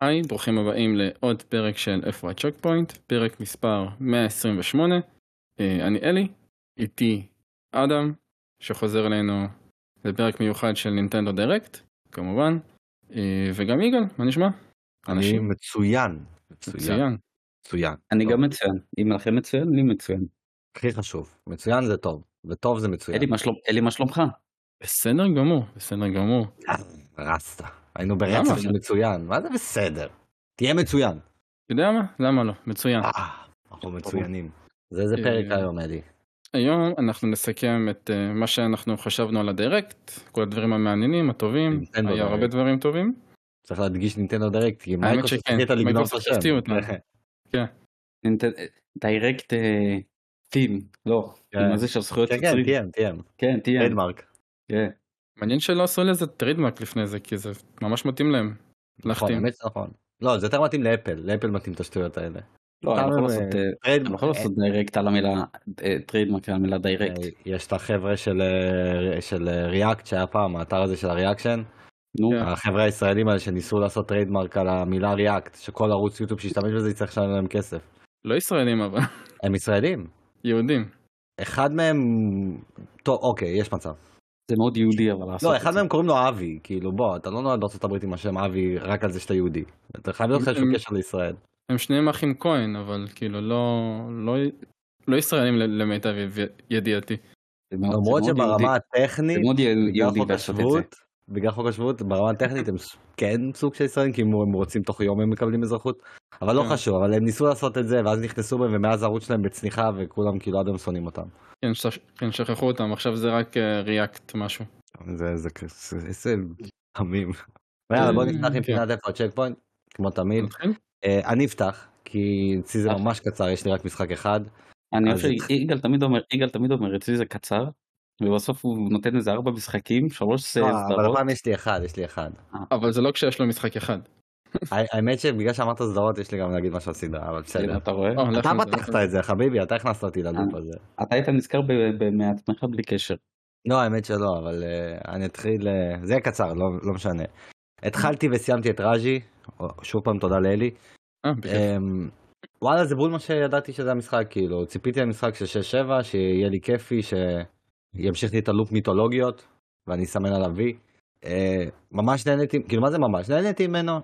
היי, ברוכים הבאים לעוד פרק של איפה הצ'ק פוינט, פרק מספר 128. אני אלי, איתי אדם, שחוזר אלינו לפרק מיוחד של נינטנדו דירקט, כמובן, וגם יגאל, מה נשמע? אני מצוין. אני גם מצוין. אם לכם מצוין, אני מצוין. הכי חשוב, מצוין זה טוב, וטוב זה מצוין. אלי, מה שלומך? בסדר גמור, בסדר גמור. רסת, היינו ברצף של מצוין, מה זה בסדר? תהיה מצוין. אתה יודע מה? למה לא? מצוין. אנחנו מצוינים. זה פרק היום, אלי. היום אנחנו נסכם את מה שאנחנו חשבנו על הדירקט, כל הדברים המעניינים, הטובים, היה הרבה דברים טובים. צריך להדגיש נינטנדו דירקט, כי מייקרוסופט החליטה לגנוב את השם. כן. דירקט טים, לא, עם הזה של זכויות יוצרים. כן, TM. טריידמרק. מעניין שלא עשו לזה טריידמרק לפני זה, כי זה ממש מתאים להם להחתים. נכון. לא, זה יותר מתאים לאפל מתאים את השטויות האלה. לא, אני יכול לעשות דירקט על המילה, טריידמרק על המילה דירקט. יש את החבר'ה של ריאקט שהיה פעם, האתר הזה של הריאקשן. החבר'ה הישראלים האלה שניסו לעשות טריידמרק על המילה ריאקט, שכל ערוץ יוטיוב שישתמש בזה יצטרך לשלם להם כסף. לא ישראלים אבל. הם ישראלים. יהודים. אחד מהם, טוב, אוקיי, יש מצב. זה מאוד יהודי אבל לעשות את זה. לא, אחד מהם קוראים לו אבי, כאילו בוא, אתה לא נולד בארצות הברית עם השם אבי רק על זה שאתה יהודי. אתה חייב להיות לך איזשהו קשר לישראל. הם שניהם אחים כהן, אבל כאילו לא ישראלים למיטב ידיעתי. למרות שברמה הטכנית, בגלל חוק השבות, ברמה הטכנית הם כן סוג של ישראלים, כי הם רוצים תוך יום הם מקבלים אזרחות, אבל לא חשוב, אבל הם ניסו לעשות את זה, ואז נכנסו בהם, ומאז הערוץ שלהם בצניחה, וכולם כאילו עד הם שונאים אותם. כן, שכחו אותם, עכשיו זה רק ריאקט משהו. זה עמים. בוא נפתח עם פינת איפה הצ'ק פוינט, כמו תמיד. אני אפתח, כי אצלי זה ממש קצר, יש לי רק משחק אחד. אני חושב שיגאל תמיד אומר, אצלי זה קצר, ובסוף הוא נותן איזה 4 משחקים, 3 סדרות. אבל הפעם יש לי אחד. אבל זה לא כשיש לו משחק אחד. האמת שבגלל שאמרת סדרות יש לי גם להגיד משהו על סדרה, אבל בסדר. אתה רואה? אתה פתחת את זה, חביבי, אתה הכנסת אותי לדוף הזה. אתה היית נזכר מעצמך בלי קשר. לא, האמת שלא, אבל אני אתחיל, זה קצר, לא משנה. התחלתי וסיימתי את ראז'י, שוב פעם תודה לאלי. וואלה, זה בול מה שידעתי שזה המשחק, כאילו, ציפיתי למשחק של 6-7, שיהיה לי כיפי, שימשיך לי את הלופ מיתולוגיות, ואני אסמן עליו וי. ממש נהניתי, כאילו מה זה ממש? נהניתי ממנו.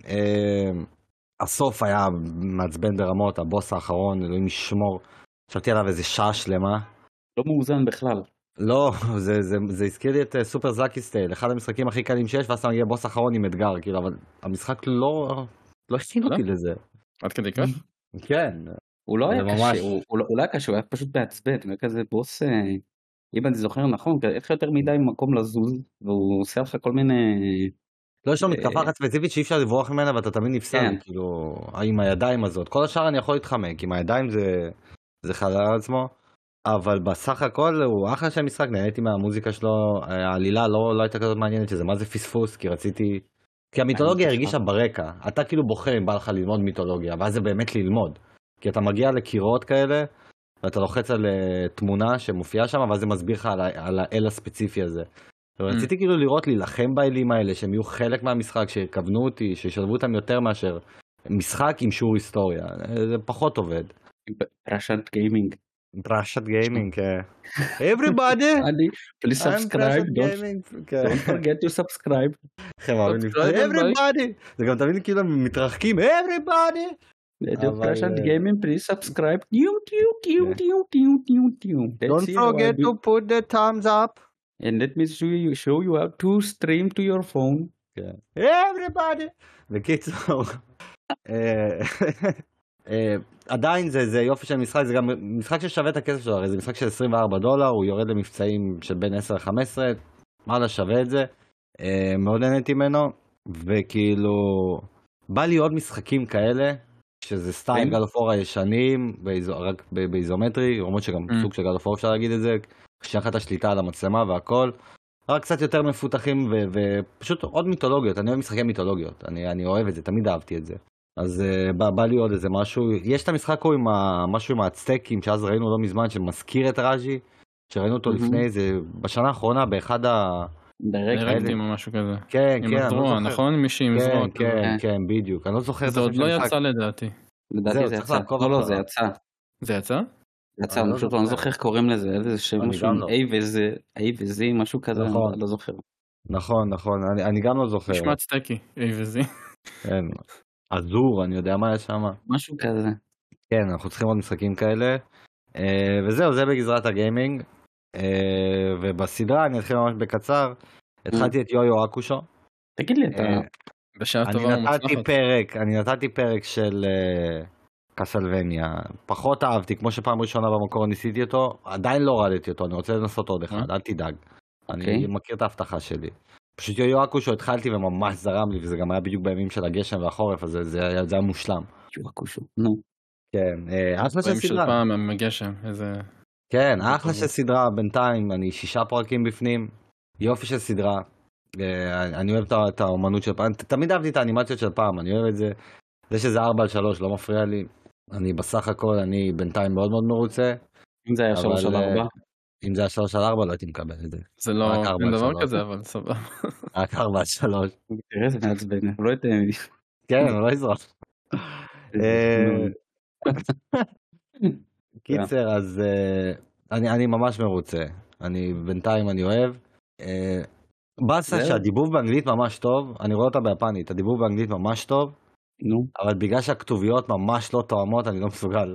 הסוף היה מעצבן ברמות, הבוס האחרון, אלוהים ישמור, חשבתי עליו איזה שעה שלמה. לא מאוזן בכלל. לא, זה הזכיר לי את סופר זאקיסטייל, אחד המשחקים הכי קלים שיש, ואז אתה מגיע בוס האחרון עם אתגר, כאילו, אבל המשחק לא הכין אותי לזה. עד כדי כך? כן. הוא לא היה קשה, הוא לא היה קשה, הוא היה פשוט בעצבן, הוא היה כזה בוס, אם אני זוכר נכון, אין לך יותר מדי מקום לזוז, והוא עושה לך כל מיני... לא, יש לו מתקפה אחת ספציפית שאי אפשר לברוח ממנה, ואתה תמיד נפסל, כאילו, עם הידיים הזאת. כל השאר אני יכול להתחמק, עם הידיים זה חלל על עצמו, אבל בסך הכל הוא אחלה של משחק, נהניתי מהמוזיקה שלו, העלילה לא הייתה כזאת מעניינת, שזה מה זה פספוס, כי המיתולוגיה הרגישה ברקע, אתה כאילו בוחר אם בא לך ללמוד מיתולוגיה, ואז זה באמת ללמוד, כי אתה מגיע לקירות כאלה, ואתה לוחץ על תמונה שמופיעה שם, ואז זה מסביר לך על האל הספציפי הזה. רציתי כאילו לראות להילחם באלים האלה, שהם יהיו חלק מהמשחק, שכוונו אותי, שישלבו אותם יותר מאשר משחק עם שיעור היסטוריה. זה פחות עובד. פרשת גיימינג. פרשת גיימינג, כן. Everybody! Please subscribe. Don't forget to subscribe. Everybody! זה גם תמיד כאילו מתרחקים. Everybody! פרשת גיימינג, please subscribe. Don't forget to put the thumbs up. And let me show you how to stream to your phone. Everybody! בקיצור, עדיין זה יופי של משחק, זה גם משחק ששווה את הכסף שלו, הרי זה משחק של $24, הוא יורד למבצעים של בין 10 ל-15, מה שווה את זה, מאוד נהניתי ממנו, וכאילו, בא לי עוד משחקים כאלה, שזה סטייל גד אוף וור הישנים, רק באיזומטרי, למרות שגם סוג של גד אוף וור אפשר להגיד את זה, כשאין לך את השליטה על המצלמה והכל, רק קצת יותר מפותחים ופשוט עוד מיתולוגיות, אני אוהב משחקי מיתולוגיות, אני אוהב את זה, תמיד אהבתי את זה. אז בא לי עוד איזה משהו, יש את המשחק עם משהו עם האצטקים, שאז ראינו לא מזמן, שמזכיר את ראז'י, שראינו אותו לפני זה, בשנה האחרונה באחד דירקטים או משהו כזה. כן, עם כן, אני לא הזרוע, זוכר. נכון? מישהי עם זרוע כן, כזה. כן, כן, בדיוק. אני לא זוכר את זה עוד השם לא של המשחק. יצא לדעתי. לדעתי זה צריך יצא. לעקוב לא, אחריו. זה יצא. זה יצא? יצא, אני אני לא פשוט לא זוכר. זוכר איך קוראים לזה, איזה שם, אני משהו גם עם לא. A ו-Z, משהו כזה, אני נכון. לא זוכר. נכון, אני גם לא זוכר. נשמע צטקי, A ו-Z. כן. אזור, אני יודע מה יש שם. משהו כזה. כן, אנחנו צריכים עוד משחקים כאלה. וזהו, זה בגזרת הגיימינג. ובסדרה, אני אתחיל ממש בקצר. התחלתי את יו-יו אקושו. תגיד לי, אתה... בשעה אני טובה ומוצלחת. נתתי פרק של קסלווניה. פחות אהבתי, כמו שפעם ראשונה במקור ניסיתי אותו, עדיין לא הורדתי אותו, אני רוצה לנסות עוד אחד, אל תדאג. אני מכיר את ההבטחה שלי. פשוט יו-יו אקושו התחלתי וממש זרם לי, וזה גם היה בדיוק בימים של הגשם והחורף, אז זה היה מושלם. יו אקושו, נו. כן, אחלה של בימים של סדרה. פעם עם הגשם, איזה... כן, אחלה של סדרה, בינתיים, אני 6 פרקים בפנים, יופי של סדרה. אני אוהב את האומנות של פעם, תמיד אהבתי את האנימציות של פעם, אני אוהב את זה. זה שזה 4-3 לא מפריע לי. אני בסך הכל, אני בינתיים מאוד מאוד מרוצה. אם זה היה 3-4? אם זה היה 3-4 לא הייתי מקבל את זה. זה לא, אין דבר כזה, אבל סבבה. רק 4-3. תראה, זה מעצבן, הוא לא יודע... כן, הוא לא יזרח. קיצר, אז אני ממש מרוצה. בינתיים אני אוהב. באסה שהדיבוב באנגלית ממש טוב, אני רואה אותה ביפנית, הדיבוב באנגלית ממש טוב, אבל בגלל שהכתוביות ממש לא תואמות, אני לא מסוגל.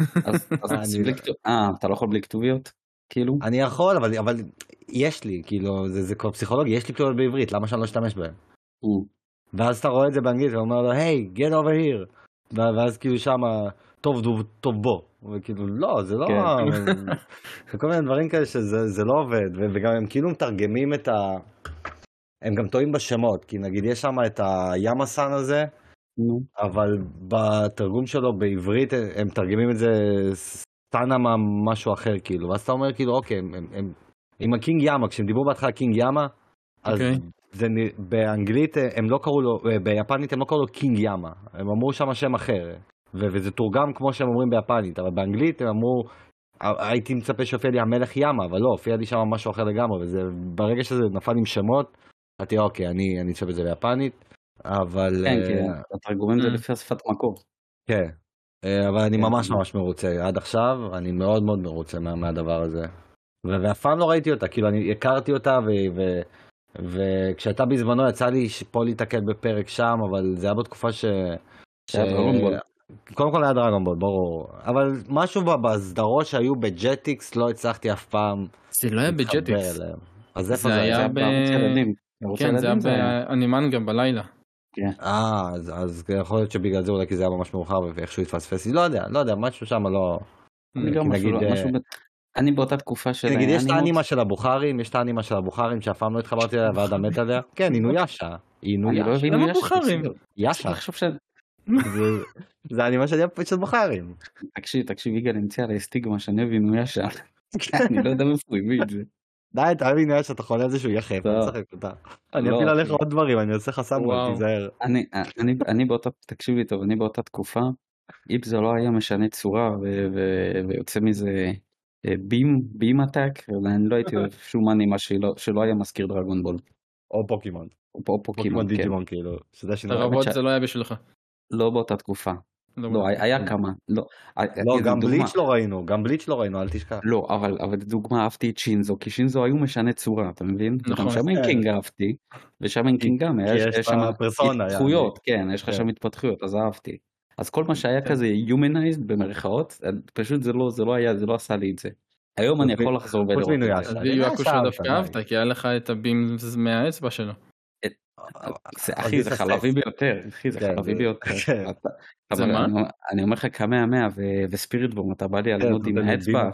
אתה לא יכול בלי כתוביות? כאילו? אני יכול, אבל יש לי, כאילו, זה כבר פסיכולוגי, יש לי כתוביות בעברית, למה שאני לא אשתמש בהן? ואז אתה רואה את זה באנגלית, ואומר לו, היי, get over here. ואז כאילו שמה, טוב בו. וכאילו, לא, זה לא... וכל מיני דברים כאלה שזה לא עובד, וגם הם כאילו מתרגמים את ה... הם גם טועים בשמות, כי נגיד יש שם את היאמה-סן הזה, אבל בתרגום שלו בעברית הם מתרגמים את זה סטנה משהו אחר, כאילו. ואז אתה אומר, כאילו, אוקיי, הם עם הקינג יאמה, כשהם דיברו בהתחלה קינג יאמה, אז באנגלית הם לא קראו לו, ביפנית הם לא קראו לו קינג יאמה, הם אמרו שם שם אחר, וזה תורגם כמו שהם אומרים ביפנית, אבל באנגלית הם אמרו, הייתי מצפה שהופיע לי המלך יאמה, אבל לא, הופיע לי שם משהו אחר לגמרי, וזה, ברגע שזה נפל עם שמות, אמרתי, אוקיי, אני חושב את זה ביפנית, אבל... כן, כי התרגומים זה לפי שפת מקור. כן, אבל אני ממש ממש מרוצה, עד עכשיו, אני מאוד מאוד מרוצה מהדבר הזה, ואף פעם לא ראיתי אותה, כאילו אני הכרתי אותה, וכשהייתה בזמנו יצא לי פה להתעכב בפרק שם, אבל זה היה בתקופה קודם כל היה דרגונבול, ברור, אבל משהו בסדרות שהיו בג'טיקס לא הצלחתי אף פעם. זה לא היה בג'טיקס. אז איפה זה היה? כן, זה היה באנימנגה בלילה. אז יכול להיות שבגלל זה אולי כי זה היה ממש מאוחר ואיכשהו התפספס לי, לא יודע, משהו שם לא... אני באותה תקופה של... נגיד, יש את האנימה של הבוכרים, שאף פעם לא התחברתי אליה ועד המת עליה. כן, אינויאשה. אני לא אבין בוכרים. יאשה. זה האנימה של בוכרים. תקשיב, יגאל נמצא על הסטיגמה שאני אוהב אינויאשה. אני לא יודע איפה הוא הביא את זה. די, אתה אוהב אינויאשה, אתה חולה על זה שהוא יחף, אני אשחק אותה. אני אפיל עליך עוד דברים, אני עושה חסם, תיזהר. תקשיב לי טוב, אני באותה תקופה, אם זה לא היה משנה צורה ויוצא מזה... בים אטאק, אני לא הייתי אוהב שום אנימה שלא היה מזכיר דרגונבול. או פוקימון. או פוקימון, כן. דיג'ימון, כאילו. הרבות זה לא היה בשבילך. לא באותה תקופה. לא, היה כמה. לא, גם בליץ' לא ראינו, אל תשכח. לא, אבל דוגמה אהבתי את שינזו, כי שינזו היו משנה צורה, אתה מבין? נכון. שם אין קינג אהבתי, ושם אין קינג גם, יש שם התפתחויות, כן, יש לך שם התפתחויות, אז אהבתי. אז כל מה שהיה כזה humanized במרכאות, פשוט זה לא עשה לי את זה. היום אני יכול לחזור ולראות את זה. ויו אקושו דווקא אהבת, כי היה לך את הבימס מהאצבע שלו. אחי, זה חלבי ביותר, זה מה? אני אומר לך כמה וספיריט בום, אתה בא לי על מוד עם האצבע,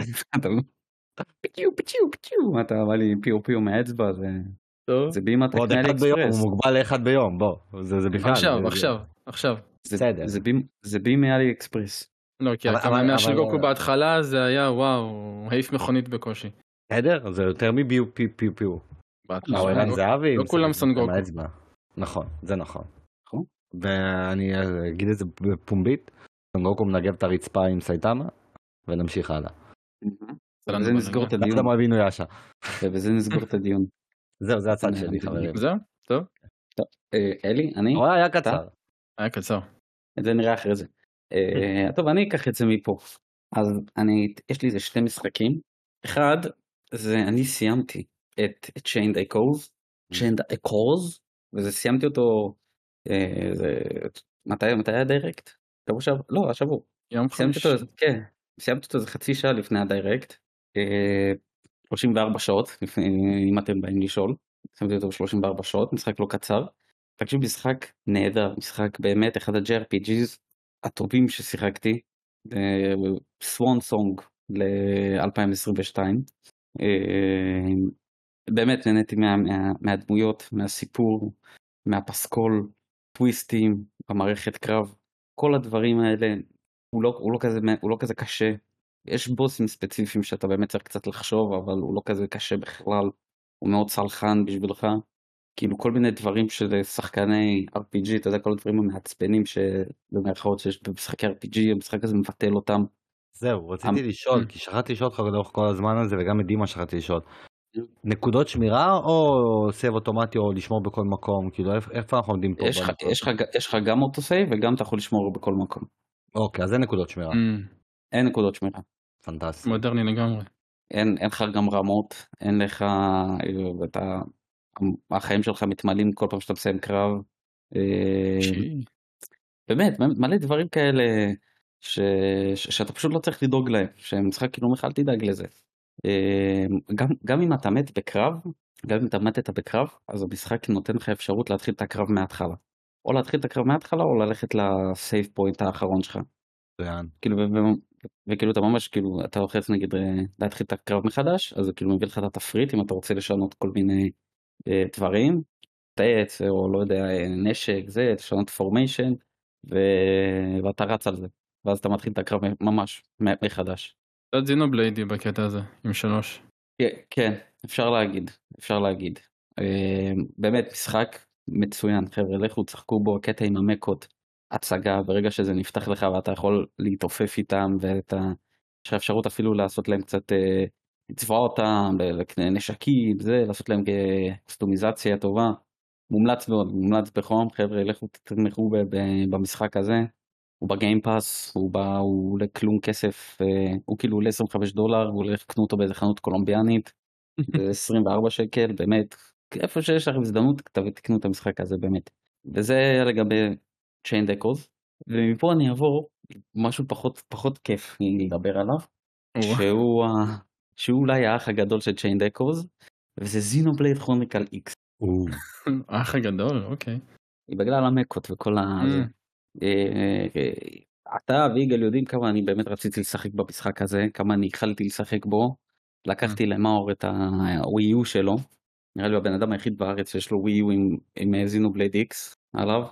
אתה בא לי פיו מהאצבע, זה בים אתה קנה לי אקספרס. הוא מוגבל לאחד ביום, בוא, זה בכלל. עכשיו. זה בים מאלי אקספרס. לא, כי הקמנה של גוקו בהתחלה זה היה וואו, העיף מכונית בקושי. בסדר, זה יותר מביו פיו. לא כולם סונגוקו. נכון, זה נכון. ואני אגיד את זה בפומבית, סונגוקו מנגב את הרצפה עם סייטמה, ונמשיך הלאה. וזה נסגור את הדיון. וזה נסגור את הדיון. זהו, זה הצד שלי, חברים. זהו, טוב. טוב, אלי, אני? אבל היה קצר. היה קצר. זה נראה אחרי זה. טוב, אני אקח את זה מפה. אז יש לי איזה 2 משחקים. אחד, זה אני סיימתי את Chained Echoes, וזה סיימתי אותו, מתי היה דיירקט? לא, השבוע. יום חמישי. כן, סיימתי אותו איזה חצי שעה לפני הדיירקט, 34 שעות, אם אתם באים לשאול, סיימתי אותו ב-34 שעות, משחק לא קצר. תקשיב, משחק נהדר, משחק באמת אחד ה-JRPGs הטובים ששיחקתי, סוואן סונג ל-2022. באמת נהניתי מהדמויות, מהסיפור, מהפסקול, טוויסטים, במערכת קרב, כל הדברים האלה, הוא לא כזה קשה. יש בוסים ספציפיים שאתה באמת צריך קצת לחשוב, אבל הוא לא כזה קשה בכלל, הוא מאוד סלחן בשבילך. כאילו כל מיני דברים של שחקני RPG, אתה יודע, כל הדברים המעצבנים שבמרכאות שיש במשחקי RPG, המשחק הזה מבטל אותם. זהו, רציתי לשאול, כי שכחתי לשאול אותך לאורך כל הזמן הזה, וגם את דימה שכחתי לשאול. נקודות שמירה או סייב אוטומטי או לשמור בכל מקום? כאילו איפה אנחנו עומדים פה? יש לך גם אוטו סייב וגם אתה יכול לשמור בכל מקום. אוקיי, אז אין נקודות שמירה. אין נקודות שמירה. פנטסטי. מודרני לגמרי. אין לך גם רמות, אין לך, החיים שלך מתמלאים כל פעם שאתה מסיים קרב. באמת, מלא דברים כאלה שאתה פשוט לא צריך לדאוג להם, שמשחק כאילו אל תדאג לזה. גם אם אתה מת בקרב, גם אם אתה מתת בקרב, אז המשחק נותן לך אפשרות להתחיל את הקרב מההתחלה. או להתחיל את הקרב מההתחלה, או ללכת לסייב פוינט האחרון שלך. כאילו, וכאילו אתה ממש, כאילו, אתה לוחץ נגיד להתחיל את הקרב מחדש, אז כאילו מביא לך את התפריט, אם אתה רוצה לשנות כל מיני דברים, טייץ, או לא יודע, נשק, זה, לשנות פורמיישן, ואתה רץ על זה. ואז אתה מתחיל את הקרב ממש מחדש. קצת זינובליידי בקטע הזה, עם 3. כן, אפשר להגיד. באמת משחק מצוין, חבר'ה, לכו תשחקו בו, קטע עם המקות, הצגה, ברגע שזה נפתח לך ואתה יכול להתעופף איתם, יש לך אפשרות אפילו לעשות להם קצת, לצבוע אותם, נשקים, לעשות להם קסטומיזציה טובה, מומלץ מאוד, מומלץ בחום, חבר'ה, לכו תתמכו במשחק הזה. הוא בגיימפאס, הוא עולה כלום כסף, הוא כאילו עולה $25, הוא הולך לקנות אותו באיזה חנות קולומביאנית, $24, באמת, איפה שיש לכם הזדמנות, תקנו את המשחק הזה באמת. וזה לגבי Chained Echoes, ומפה אני אעבור משהו פחות כיף לדבר עליו, שהוא אולי האח הגדול של Chained Echoes, וזה Xenoblade Chronicle X. האח הגדול, אוקיי. בגלל המקות וכל אתה ויגאל יודעים כמה אני באמת רציתי לשחק במשחק הזה, כמה אני התחלתי לשחק בו. לקחתי למאור את הווי יו שלו, נראה לי הבן אדם היחיד בארץ שיש לו ווי יו עם Xenoblade X עליו.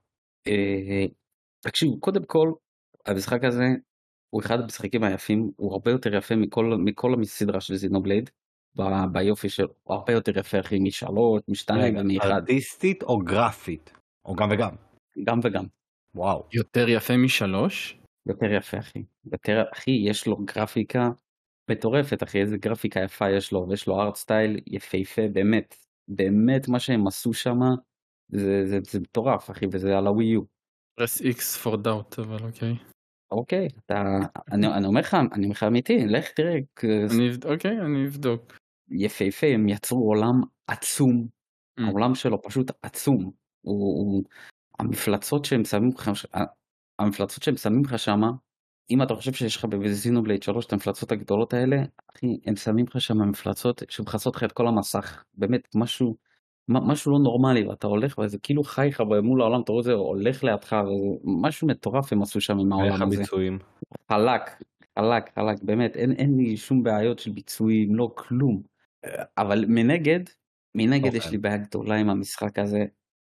תקשיב, קודם כל המשחק הזה הוא אחד המשחקים היפים, הוא הרבה יותר יפה מכל הסדרה של Xenoblade, ביופי שלו, הוא הרבה יותר יפה אחי משלוש, משתיים ומאחד. ארטיסטית או גרפית? או גם וגם? גם וגם. וואו. יותר יפה מ3? יותר יפה אחי. אחי, יש לו גרפיקה מטורפת אחי, איזה גרפיקה יפה יש לו, ויש לו ארט סטייל יפהפה, באמת. באמת מה שהם עשו שם, זה מטורף אחי, וזה על הווי יו. press X for doubt, אבל אוקיי. אוקיי, אני אומר לך אמיתי, לך תראה. אוקיי, אני אבדוק. יפהפה, הם יצרו עולם עצום, העולם שלו פשוט עצום. המפלצות שהם שמים לך שמה, אם אתה חושב שיש לך בזינובלייד 3 את המפלצות הגדולות האלה, אחי, הם שמים לך שם מפלצות שמכסות לך את כל המסך, באמת משהו לא נורמלי, ואתה הולך וזה כאילו חי לך מול העולם, אתה רואה זה הולך לידך, משהו מטורף הם עשו שם עם העולם הזה. חלק, באמת, אין לי שום בעיות של ביצועים, לא כלום, אבל מנגד יש לי בעיה גדולה עם המשחק הזה,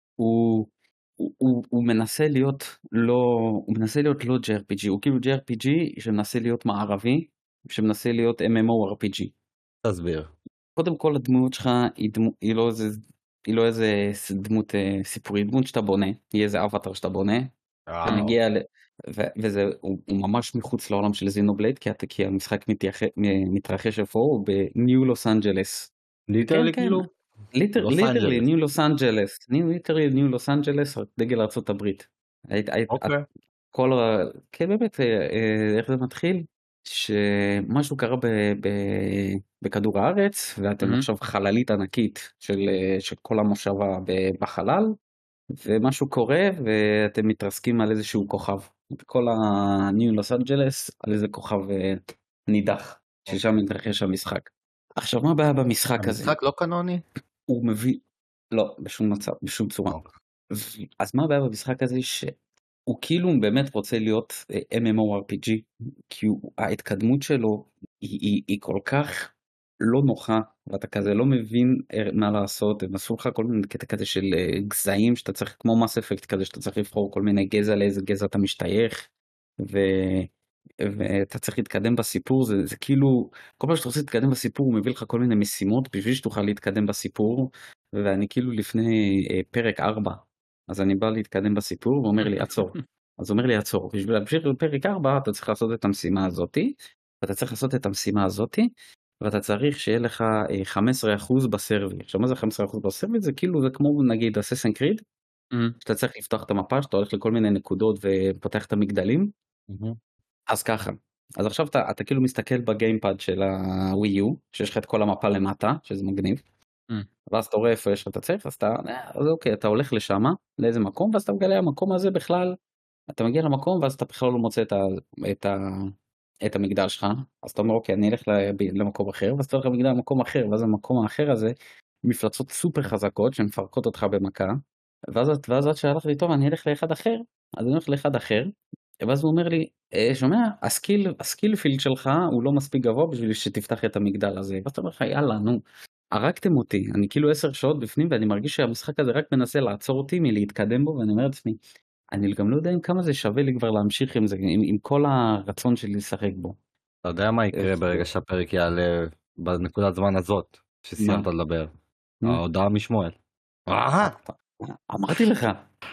הוא מנסה להיות לא JRPG, הוא כאילו JRPG שמנסה להיות מערבי, שמנסה להיות MMORPG. תסביר. קודם כל הדמות שלך היא לא איזה דמות סיפורית, דמות שאתה בונה, היא איזה אבטר שאתה בונה, הוא ממש מחוץ לעולם של זינובלייד, כי המשחק מתרחש איפה, הוא בניו לוס אנג'לס. ליטרלי כאילו? ליטרלי ניו לוס אנג'לס, ניו לוס אנג'לס, דגל ארצות הברית. אוקיי. כן באמת, איך זה מתחיל? שמשהו קרה בכדור הארץ, ואתם עכשיו חללית ענקית של כל המושבה בחלל, ומשהו קורה ואתם מתרסקים על איזשהו כוכב. כל הניו לוס אנג'לס על איזה כוכב נידח, ששם מתרחש המשחק. עכשיו מה הבעיה במשחק הזה? המשחק לא קנוני? הוא מביא, לא, בשום מצב, בשום צורה. אז מה הבעיה במשחק הזה? שהוא כאילו באמת רוצה להיות MMORPG, כי ההתקדמות שלו היא כל כך לא נוחה, ואתה כזה לא מבין מה לעשות, הם עשו לך כל מיני קטע כזה של גזעים, שאתה צריך, כמו מס אפקט כזה, שאתה צריך לבחור כל מיני גזע, לאיזה גזע אתה משתייך, ואתה צריך להתקדם בסיפור, זה כאילו, כל פעם שאתה רוצה להתקדם בסיפור, הוא מביא לך כל מיני משימות, בשביל שתוכל להתקדם בסיפור, ואני כאילו לפני פרק 4, אז אני בא להתקדם בסיפור, ואומר לי, עצור. אז הוא אומר לי, עצור, בשביל להמשיך לפרק 4, אתה צריך לעשות את המשימה הזאתי, ואתה צריך לעשות את המשימה הזאתי, ואתה צריך שיהיה לך 15% בסרבי. עכשיו מה זה 15% בסרבי? זה כאילו, זה כמו נגיד אססן קריד, שאתה צריך לפתוח את המפה, שאתה הולך לכל מיני נקודות ופותח את המגדלים. אז ככה. אז עכשיו אתה כאילו מסתכל בגיימפד של הווי יו, שיש לך את כל המפה למטה, שזה מגניב. ואז אתה רואה איפה יש לך את הצריך, אז אוקיי, אתה הולך לשם, לאיזה מקום, ואז אתה מגלה המקום הזה בכלל, אתה מגיע למקום, ואז אתה בכלל לא מוצא את המגדל שלך, אז אתה אומר אוקיי, אני אלך למקום אחר, ואז אתה הולך למגדל למקום אחר, ואז המקום האחר הזה, מפלצות סופר חזקות, שמפרקות אותך במכה, ואז עד שהלך לי טוב, אני אלך לאחד אחר, אז אני הולך לאחד אחר, ואז הוא אומר לי, שומע, הסקיל פילד שלך הוא לא מספיק גבוה בשביל שתפתח את המגדל הזה, ואז אתה אומר לך, יאללה, נו, הרגתם אותי, אני כאילו 10 שעות בפנים, ואני מרגיש שהמשחק הזה רק מנסה לעצור אותי מלהתקדם בו, ואני אומר לעצמי, אני גם לא יודע כמה זה שווה לי כבר להמשיך עם זה, עם כל הרצון שלי לשחק בו. אתה יודע מה יקרה ברגע שהפרק יעלה בנקודת זמן הזאת, שסיימת לדבר? ההודעה משמואל. אמרתי לך.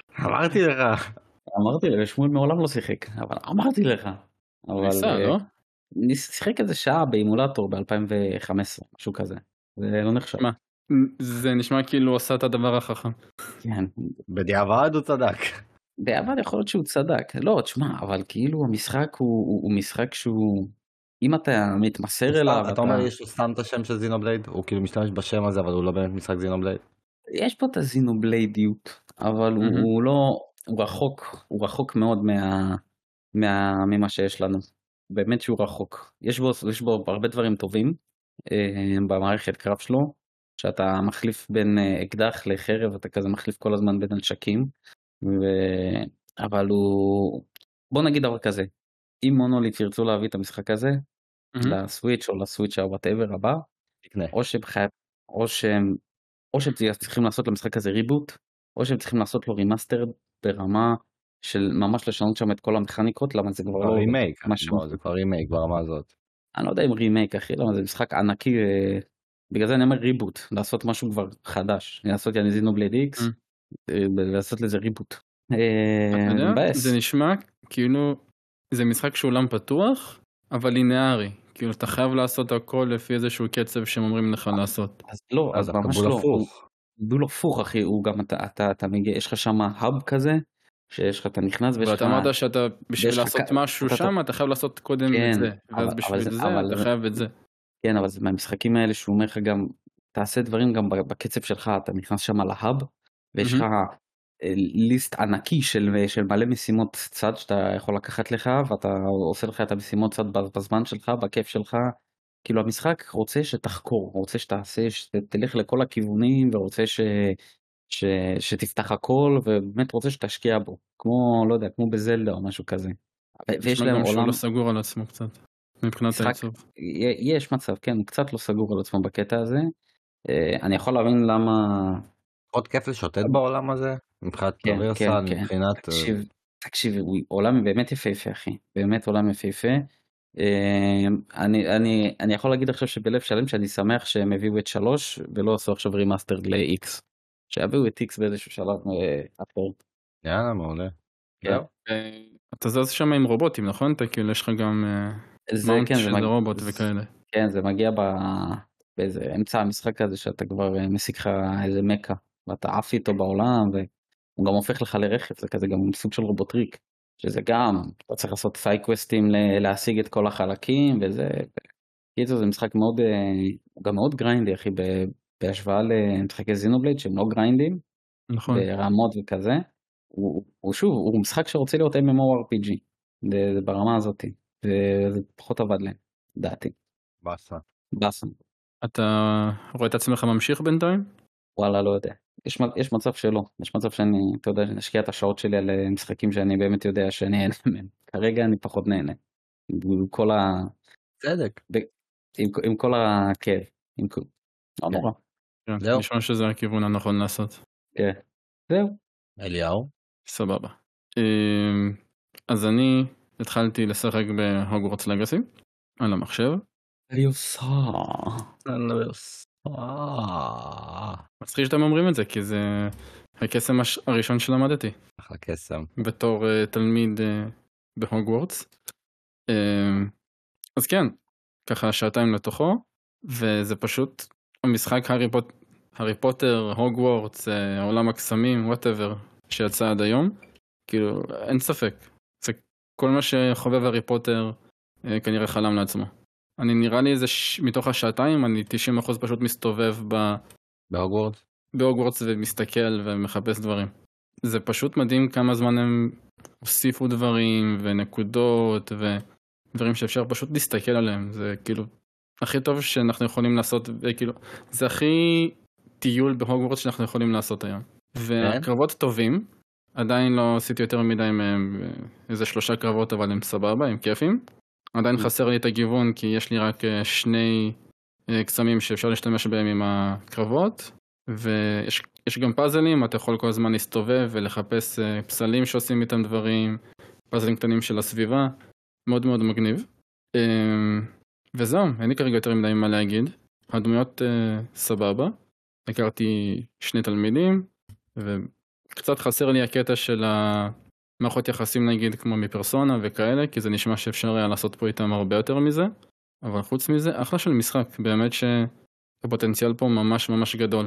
שמואל מעולם לא שיחק, אבל אמרתי לך. ניסה, לא? שיחק איזה שעה באימולטור ב-2015, משהו כזה. זה לא נחשב. זה נשמע כאילו עושה את הדבר החכם. כן. בדיעבד הוא צדק. בדיעבד יכול להיות שהוא צדק. לא, תשמע, אבל כאילו המשחק הוא משחק שהוא, אם אתה מתמסר אליו, אתה אומר יש לו סתם את השם של זינובלייד? הוא כאילו משתמש בשם הזה, אבל הוא לא באמת משחק זינובלייד? יש פה את הזינובליידיות, אבל הוא לא, הוא רחוק מאוד ממה שיש לנו. באמת שהוא רחוק. יש בו הרבה דברים טובים במערכת קרב שלו, שאתה מחליף בין אקדח לחרב, אתה כזה מחליף כל הזמן בין הנשקים, אבל הוא, בוא נגיד דבר כזה, אם מונוליט ירצו להביא את המשחק הזה, לסוויץ' או לסוויץ' הוואטאבר הבא, או שהם צריכים לעשות למשחק הזה ריבוט, או שהם צריכים לעשות לו רימאסטר ברמה של ממש לשנות שם את כל המכניקות, למה זה כבר לא רימייק, זה כבר רימייק ברמה הזאת. אני לא יודע אם רימייק אחי, למה זה משחק ענקי, בגלל זה אני אומר ריבוט, לעשות משהו כבר חדש, לעשות יעני זינובלייד איקס, לעשות לזה ריבוט. זה נשמע כאילו זה משחק שהוא עולם פתוח אבל לינארי, כאילו אתה חייב לעשות הכל לפי איזשהו קצב שהם אומרים לך לעשות. אז לא, אז ממש לא, הוא הפוך אחי, הוא גם אתה מגיע, יש לך שם האב כזה, שיש לך, אתה נכנס ויש לך, ואתה אמרת שאתה בשביל לעשות משהו שם אתה חייב לעשות קודם את זה, ואז בשביל זה אתה חייב את זה. כן, אבל זה מהמשחקים האלה שהוא אומר לך גם, תעשה דברים גם בקצב שלך, אתה נכנס שם להאב, ויש לך ליסט ענקי של מלא משימות צד שאתה יכול לקחת לך, ואתה עושה לך את המשימות צד בזמן שלך, בכיף שלך, כאילו המשחק רוצה שתחקור, רוצה שתעשה, שתלך לכל הכיוונים, ורוצה שתפתח הכל, ובאמת רוצה שתשקיע בו, כמו, לא יודע, כמו בזלדה או משהו כזה. ויש להם עולם לא סגור על עצמו קצת, מבחינת העיצוב. יש מצב, כן, הוא קצת לא סגור על עצמו בקטע הזה. אני יכול להבין למה עוד כיף לשוטט בעולם הזה מבחינת טריברסל, מבחינת תקשיב, עולם באמת יפהפה אחי, באמת עולם יפהפה. אני יכול להגיד עכשיו שבלב שלם שאני שמח שהם הביאו את 3 ולא עשו עכשיו רימאסטר ל-X, שהביאו את X באיזשהו שלב אחר. יאללה, מעולה. אתה זז שם עם רובוטים, נכון? אתה כאילו יש לך גם מאונט של רובוט וכאלה. כן, זה מגיע באיזה אמצע המשחק הזה שאתה כבר משיג לך איזה מקה, ואתה עף איתו בעולם, והוא גם הופך לך לרכב, זה כזה גם סוג של רובוטריק, שזה גם, אתה צריך לעשות סייקווסטים להשיג את כל החלקים, וזה, קיצור זה משחק מאוד, גם מאוד גריינדי, אחי, בהשוואה למשחקי זינובלייד, שהם לא גריינדים, נכון. ברמות וכזה, הוא שוב, הוא משחק שרוצה להיות MMORPG, זה ברמה הזאת, וזה פחות עבד להם, דעתי. באסה. אתה רואה את עצמך ממשיך בינתיים? וואלה, לא יודע. יש מצב שלא, יש מצב שאני, אתה יודע, נשקיע את השעות שלי על משחקים שאני באמת יודע שאני נהנה מהם. כרגע אני פחות נהנה. עם כל ה... צדק. עם כל הכאב. לא נורא. נשמע שזה הכיוון הנכון לעשות. כן. זהו. אליהו? סבבה. אז אני התחלתי לשחק בהוגוורטס לגאסי על המחשב. ליוסה. מצחיק שאתם אומרים את זה, כי זה הקסם הראשון שלמדתי. אחלה קסם. בתור תלמיד בהוגוורטס. אז כן, ככה שעתיים לתוכו, וזה פשוט המשחק הארי פוטר, הוגוורטס, עולם הקסמים, whatever, שיצא עד היום. כאילו, אין ספק. זה כל מה שחובב הארי פוטר כנראה חלם לעצמו. אני נראה לי איזה מתוך השעתיים, אני 90% פשוט מסתובב בהוגוורטס? בהוגוורטס ומסתכל ומחפש דברים. זה פשוט מדהים כמה זמן הם הוסיפו דברים ונקודות ודברים שאפשר פשוט להסתכל עליהם. זה כאילו הכי טוב שאנחנו יכולים לעשות, כאילו, זה הכי טיול בהוגוורטס שאנחנו יכולים לעשות היום. והקרבות טובים, עדיין לא עשיתי יותר מדי מהם, איזה 3 קרבות, אבל הם סבבה, הם כיפים. עדיין חסר לי את הגיוון, כי יש לי רק 2 קסמים שאפשר להשתמש בהם עם הקרבות, ויש גם פאזלים, אתה יכול כל הזמן להסתובב ולחפש פסלים שעושים איתם דברים, פאזלים קטנים של הסביבה, מאוד מאוד מגניב. וזהו, אין לי כרגע יותר מדי מה להגיד, הדמויות סבבה, הכרתי 2 תלמידים, וקצת חסר לי הקטע של מערכות יחסים נגיד כמו מפרסונה וכאלה, כי זה נשמע שאפשר היה לעשות פה איתם הרבה יותר מזה, אבל חוץ מזה, אחלה של משחק, באמת שהפוטנציאל פה ממש ממש גדול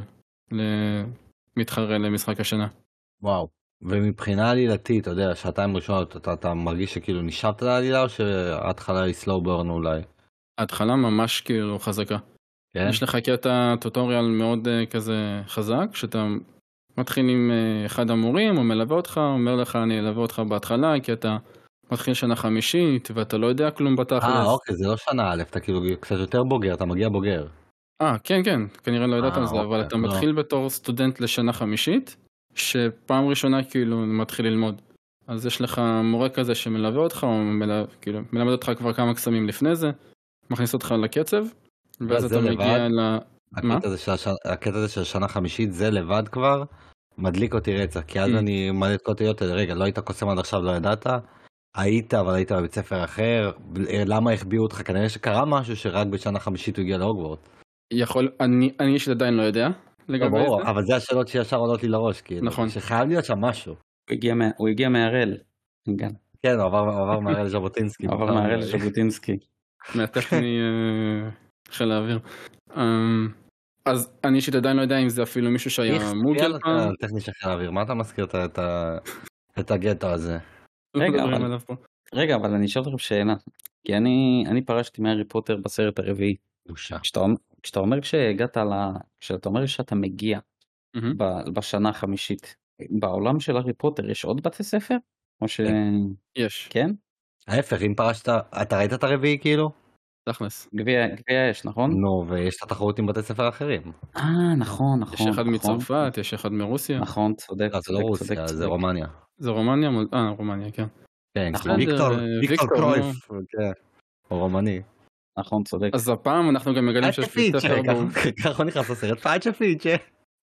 למתחרה למשחק השנה. וואו, ומבחינה עלילתית, אתה יודע, שעתיים ראשונות, אתה מרגיש שכאילו נשאבת לעלילה, או שההתחלה היא סלואו ברן אולי? ההתחלה ממש כאילו חזקה. כן? יש לך קטע טוטוריאל מאוד כזה חזק, שאתה מתחיל עם אחד המורים, הוא מלווה אותך, הוא אומר לך אני אלווה אותך בהתחלה, כי אתה מתחיל שנה חמישית, ואתה לא יודע כלום בתכלס. אוקיי, זה לא שנה א', אתה כאילו קצת יותר בוגר, אתה מגיע בוגר. כן, כן, כנראה לא ידעת על זה, אבל אתה מתחיל בתור סטודנט לשנה חמישית, שפעם ראשונה כאילו מתחיל ללמוד. אז יש לך מורה כזה שמלווה אותך, או כאילו מלמד אותך כבר כמה קסמים לפני זה, מכניס אותך לקצב, ואז אתה מגיע ל... הקטע הזה של שנה חמישית זה לבד כבר מדליק אותי רצח, כי אז אני מלא את קוטיות, רגע, לא היית קוסם עד עכשיו, לא ידעת, היית, אבל היית בבית ספר אחר, למה החביאו אותך? כנראה שקרה משהו שרק בשנה חמישית הוא הגיע להוגוורטס. יכול, אני איש עדיין לא יודע לגבי זה. אבל זה השאלות שישר עולות לי לראש, כאילו, שחייב להיות שם משהו. הוא הגיע מהראל. כן, הוא עבר מהראל ז'בוטינסקי. עבר מהראל ז'בוטינסקי. מהטכני חיל האוויר. אז אני אישית עדיין לא יודע אם זה אפילו מישהו שהיה מוגל פעם. טכני של חיל האוויר, מה אתה מזכיר את הגטו הזה? רגע, אבל אני אשאל לכם שאלה. כי אני פרשתי מהארי פוטר בסרט הרביעי. בושה. כשאתה אומר כשאתה אומר שאתה מגיע בשנה החמישית, בעולם של הארי פוטר יש עוד בתי ספר? או ש... יש. כן? ההפך, אם פרשת, אתה ראית את הרביעי כאילו? תכלס. גביע יש, נכון? נו, ויש את התחרות עם בתי ספר אחרים. נכון. יש אחד מצרפת, יש אחד מרוסיה. נכון, צודק. זה לא רוסיה, זה רומניה. זה רומניה? רומניה, כן. כן, ויקטור קרויף, או רומני. נכון, צודק. אז הפעם אנחנו גם מגלים שיש בית ספר... ככה נכנס לסרט, פאצ'ה פיצ'ה.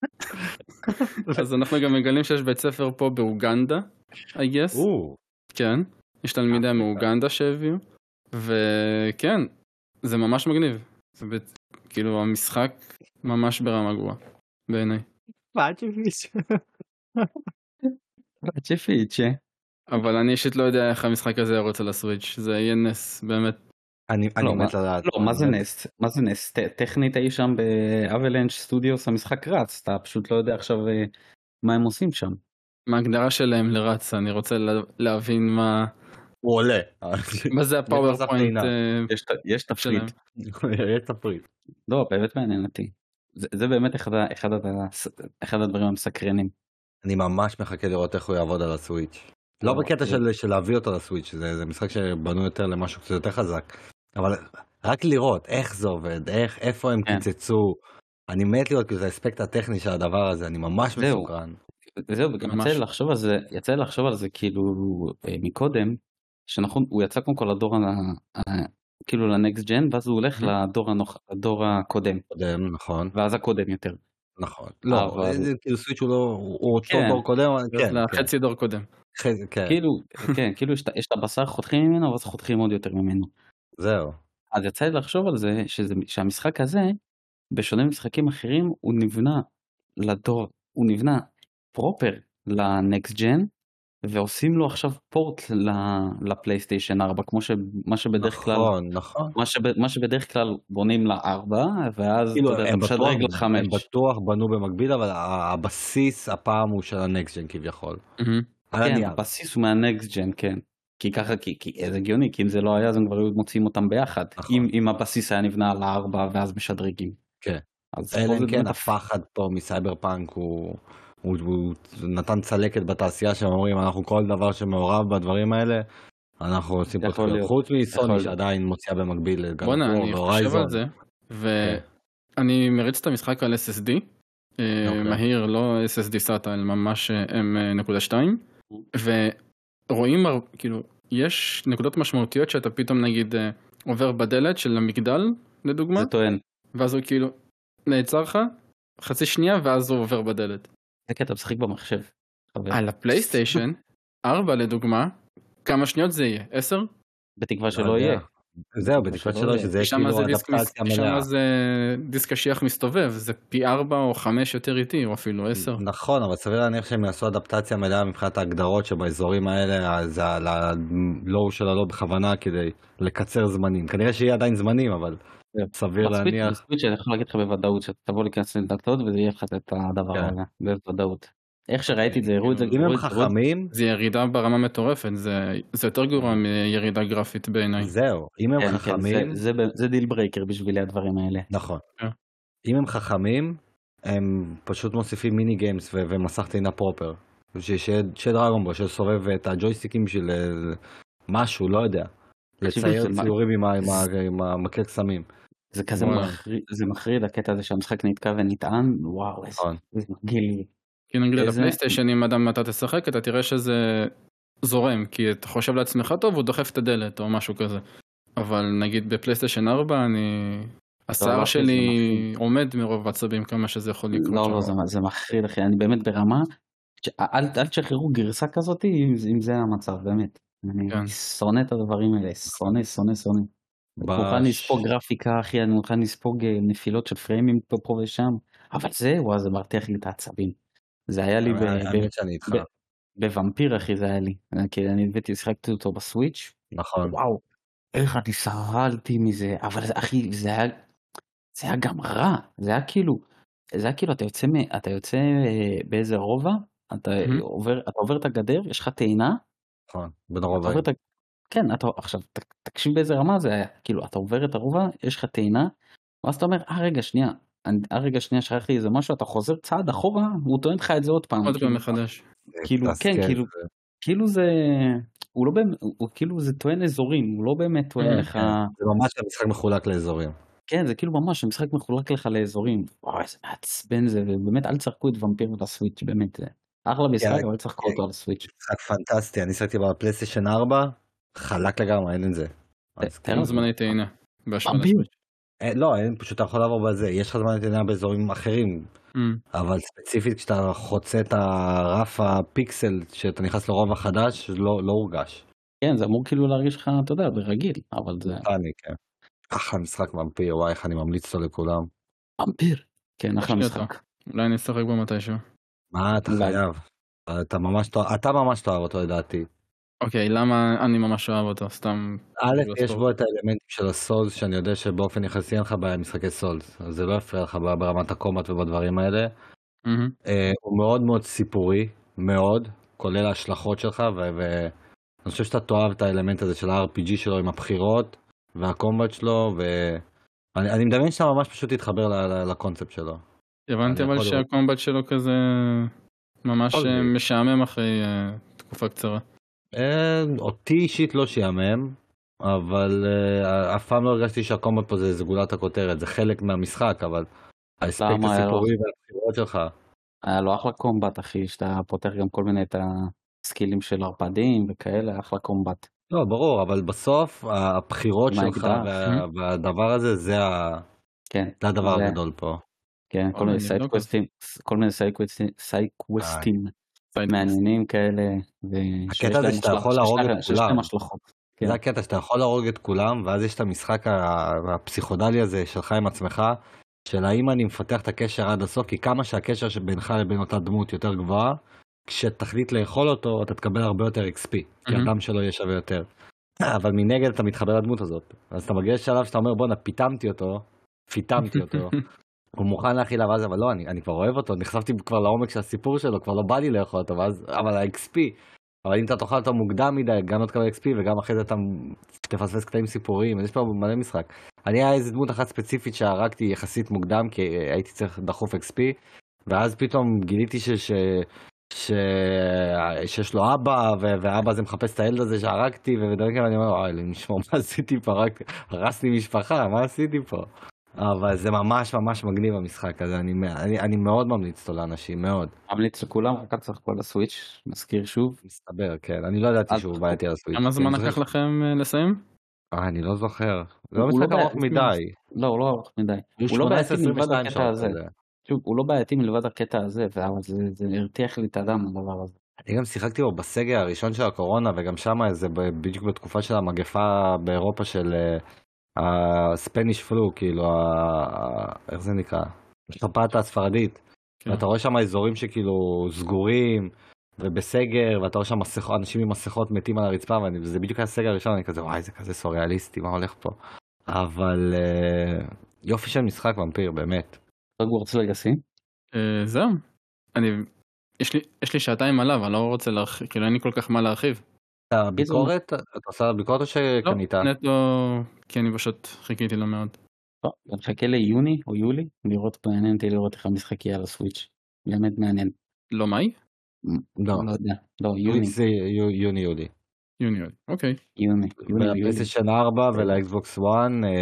אז אנחנו גם מגלים שיש בית ספר פה באוגנדה, I guess. כן, יש תלמידה מאוגנדה שהביאו, וכן, זה ממש מגניב. זה כאילו המשחק ממש ברמה גבוהה, בעיניי. פאצ'ה פיצ'ה. פאצ'ה פיצ'ה. אבל אני אישית לא יודע איך המשחק הזה ירוץ על הסוויץ', זה יהיה נס, באמת. אני מת לדעת. לא, מה זה נס? טכנית אי שם באבלנץ' סטודיוס המשחק רץ, אתה פשוט לא יודע עכשיו מה הם עושים שם. מה ההגדרה שלהם לרץ? אני רוצה להבין מה... הוא עולה. מה זה הפאורפוינט? יש תפריט. יש תפריט. לא, באמת מעניין אותי. זה באמת אחד הדברים המסקרנים. אני ממש מחכה לראות איך הוא יעבוד על הסוויץ'. לא בקטע של להביא אותו לסוויץ', זה משחק שבנו יותר למשהו קצת יותר חזק. אבל רק לראות איך זה עובד, איפה הם קיצצו. אני מת לראות, כי זה האספקט הטכני של הדבר הזה, אני ממש מסוקרן. זהו, וגם יצא לי לחשוב על זה כאילו מקודם, שנכון, הוא יצא קודם כל לדור, כאילו לנקסט ג'ן, ואז הוא הולך לדור הקודם. קודם, נכון. ואז הקודם יותר. נכון. לא, כאילו סוויץ' הוא לא, הוא עוד דור קודם, כן. חצי דור קודם. כאילו יש את הבשר, חותכים ממנו, ואז חותכים עוד יותר ממנו. זהו. אז יצא לי לחשוב על זה, שהמשחק הזה, בשונה ממשחקים אחרים, הוא נבנה לדור, הוא נבנה פרופר לנקסט ג'ן, ועושים לו עכשיו פורט לפלייסטיישן 4, כמו מה שבדרך כלל, נכון. מה שבדרך כלל בונים ל4, ואז אתה משדרג ל5. הם בטוח בנו במקביל, אבל הבסיס הפעם הוא של הנקסט ג'ן כביכול. כן, הבסיס הוא מהנקסט ג'ן, כן. כי ככה, כי זה הגיוני, כי אם זה לא היה, אז הם כבר היו מוצאים אותם ביחד. אם הבסיס היה נבנה על 4 ואז משדרגים. כן. אלא כן, הפחד פה מסייבר פאנק הוא נתן צלקת בתעשייה שהם אומרים, אנחנו כל דבר שמעורב בדברים האלה, אנחנו עושים פה תחילת חוץ מסוני שעדיין מוציאה במקביל. בוא'נה, אני חושב על זה, ואני מריץ את המשחק על SSD, מהיר, לא SSD SATA, אלא ממש M.2, ורואים, כאילו, יש נקודות משמעותיות שאתה פתאום נגיד עובר בדלת של המגדל, לדוגמה, זה טוען. ואז הוא כאילו נעצר לך, חצי שנייה, ואז הוא עובר בדלת. זה קטע משחק במחשב. על הפלייסטיישן, 4 לדוגמה, כמה שניות זה יהיה? 10? בתקווה שלא יהיה. זהו, בתקווה שלא, שזה יהיה כאילו אדפטציה מלאה. שם זה דיסק קשיח מסתובב, זה פי 4 או 5 יותר איטי, או אפילו 10. נכון, אבל סביר להניח שהם יעשו אדפטציה מלאה מבחינת ההגדרות שבאזורים האלה, זה על הלואו שלה לא בכוונה כדי לקצר זמנים. כנראה שיהיה עדיין זמנים, אבל סביר להניח. בספיץ' אני יכול להגיד לך בוודאות, שאתה תבוא להיכנס לדקות וזה יהיה לך את הדבר הזה, בוודאות. איך שראיתי את זה, הראו את זה. אם הם חכמים, זה ירידה ברמה מטורפת, זה יותר גרוע מירידה גרפית בעיניי. זהו, אם הם חכמים, זה דיל ברייקר בשבילי הדברים האלה. נכון. אם הם חכמים, הם פשוט מוסיפים מיני גיימס ומסך טעינה פרופר. שדרגון בו, שסובב את הג'ויסטיקים בשביל משהו, לא יודע. לצייר ציורים עם המקל קסמים. זה כזה מחריד הקטע הזה שהמשחק נתקע ונטען, וואו, איזה מגעיל. כי נגיד על הפלייסטיישן, אם אדם אתה תשחק, אתה תראה שזה זורם, כי אתה חושב לעצמך טוב, הוא דוחף את הדלת או משהו כזה. אבל נגיד בפלייסטיישן 4, השיער שלי עומד מרוב עצבים כמה שזה יכול לקרות. לא, זה מחריד אחי, אני באמת ברמה, אל תשחררו גרסה כזאת אם זה המצב, באמת. אני שונא את הדברים האלה, שונא. אני מוכן לספוג גרפיקה אחי, אני מוכן לספוג נפילות של פריימים פה ושם, אבל זה מרתיח לי את העצבים. זה היה לי בוומפיר אחי, זה היה לי, כי אני שיחקתי אותו בסוויץ'. נכון. וואו, איך אני סרלתי מזה, אבל אחי, זה היה גם רע, זה היה כאילו אתה יוצא באיזה רובע, אתה עובר את הגדר, יש לך טעינה. נכון, בין הרובעים. כן, עכשיו תקשיב באיזה רמה זה היה, כאילו אתה עובר את הרובע, יש לך טעינה, ואז אתה אומר, רגע שנייה, שכחתי איזה משהו, אתה חוזר צעד אחורה, והוא טוען לך את זה עוד פעם. עוד פעם מחדש. כאילו זה, הוא לא באמת, כאילו זה טוען אזורים, הוא לא באמת טוען לך. זה ממש המשחק מחולק לאזורים. כן, זה כאילו ממש, המשחק מחולק לך לאזורים. וואי, איזה מעצבן זה, ובאמת אל תשחקו את ואמפיר לסוויץ', באמת זה. אחלה משחק, אבל תשחקו אותו על הסוויץ'. משחק פנטסטי, אני שחקתי בפלייסטיישן 4, חלק לגמרי, אין את זה. כמה זמני טעינה? לא, פשוט אתה יכול לעבור בזה, יש לך זמן טעינה באזורים אחרים, אבל ספציפית כשאתה חוצה את הרף הפיקסל, שאתה נכנס לרובע חדש, לא הורגש. כן, זה אמור כאילו להרגיש לך, אתה יודע, ברגיל, אבל זה... כן. אחלה משחק ואמפיר, וואי, איך אני ממליץ לו לכולם. ואמפיר? כן, אחלה משחק. אולי אני אשחק בו מתישהו. מה, אתה חייב. אתה ממש תאהב אותו לדעתי. אוקיי, למה אני ממש אוהב אותו? סתם... א', יש בו את האלמנטים של הסולס, שאני יודע שבאופן יחסי אין לך במשחקי סולס, אז זה לא יפריע לך ברמת הקומבט ובדברים האלה. הוא מאוד מאוד סיפורי, מאוד, כולל ההשלכות שלך, ואני חושב שאתה תאהב את האלמנט הזה של ה-RPG שלו עם הבחירות, והקומבט שלו, ואני מדמיין שאתה ממש פשוט תתחבר לקונספט שלו. הבנתי אבל שהקומבט שלו כזה ממש משעמם אחרי תקופה קצרה. אותי אישית לא שיעמם, אבל אף פעם לא הרגשתי שהקומבט פה זה גולת הכותרת, זה חלק מהמשחק, אבל האספקט הסיפורי והבחירות שלך. היה לו אחלה קומבט, אחי, שאתה פותח גם כל מיני את הסקילים של ערפדים וכאלה, אחלה קומבט. לא, ברור, אבל בסוף הבחירות שלך והדבר הזה, זה הדבר הגדול פה. כן, כל מיני סייקווסטים מעניינים כאלה. הקטע הזה שאתה יכול להרוג את כולם. זה הקטע שאתה יכול להרוג את כולם, ואז יש את המשחק הפסיכודלי הזה שלך עם עצמך, של האם אני מפתח את הקשר עד הסוף, כי כמה שהקשר שבינך לבין אותה דמות יותר גבוהה, כשתחליט לאכול אותו, אתה תקבל הרבה יותר XP, כי הדם שלו יהיה שווה יותר. אבל מנגד אתה מתחבר לדמות הזאת. אז אתה מגיע לשלב שאתה אומר, בוא, פיתמתי אותו, הוא מוכן להכיל עליו, אבל לא, אני כבר אוהב אותו, נחשפתי כבר לעומק של הסיפור שלו, כבר לא בא לי לאכול אותו, אבל ה-XP, אבל אם אתה תאכל אותו מוקדם מדי, גם לא תקבל XP, וגם אחרי זה אתה תפספס קטעים סיפוריים, אז יש פה מלא משחק. היה איזה דמות אחת ספציפית שהרגתי יחסית מוקדם, כי הייתי צריך דחוף XP, ואז פתאום גיליתי שיש לו אבא, ואבא זה מחפש את הילד הזה שהרגתי, ודברים כאלה, ואני אומר, וואי, נשמע, מה עשיתי פה? הרסתי משפחה, מה עשיתי פה? אבל זה ממש ממש מגניב המשחק הזה, אני מאוד ממליץ אותו לאנשים, מאוד. ממליץ לכולם, רק צריך כל הסוויץ', מזכיר שוב. מסתבר, כן, אני לא ידעתי שהוא בעייתי על הסוויץ'. כמה זמן לקח לכם לסיים? אני לא זוכר, זה לא משחק ארוך מדי. לא, הוא לא ארוך מדי. הוא לא בעייתי מלבד הקטע הזה. שוב, הוא לא בעייתי מלבד הקטע הזה, אבל זה הרתיח לי את האדם הדבר הזה. אני גם שיחקתי בו בסגר הראשון של הקורונה, וגם שם זה בדיוק בתקופה של המגפה באירופה של הספניש פלו, כאילו, איך זה נקרא? שפעת הספרדית. ואתה רואה שם אזורים שכאילו סגורים ובסגר, ואתה רואה שם אנשים עם מסכות מתים על הרצפה, וזה בדיוק הסגר הראשון, אני כזה, וואי, זה כזה סוריאליסטי, מה הולך פה? אבל יופי של משחק ומפיר, באמת. הוא רוצה לגסים? זהו. יש לי שעתיים עליו, אני לא רוצה להרחיב, כאילו אין לי כל כך מה להרחיב. הביקורת? אתה עושה ביקורת או שקנית? לא, נטו, כי אני פשוט חיכיתי לו מאוד. לא, נחכה ליוני או יולי, מעניין אותי לראות איך המשחק יהיה על הסוויץ'. באמת מעניין. לא מאי? לא יודע, לא, יוני. זה יוני. יוני, אוקיי. יוני. לפלייסטיישן 4 ולאקסבוקס 1,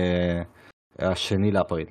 השני לאפריל.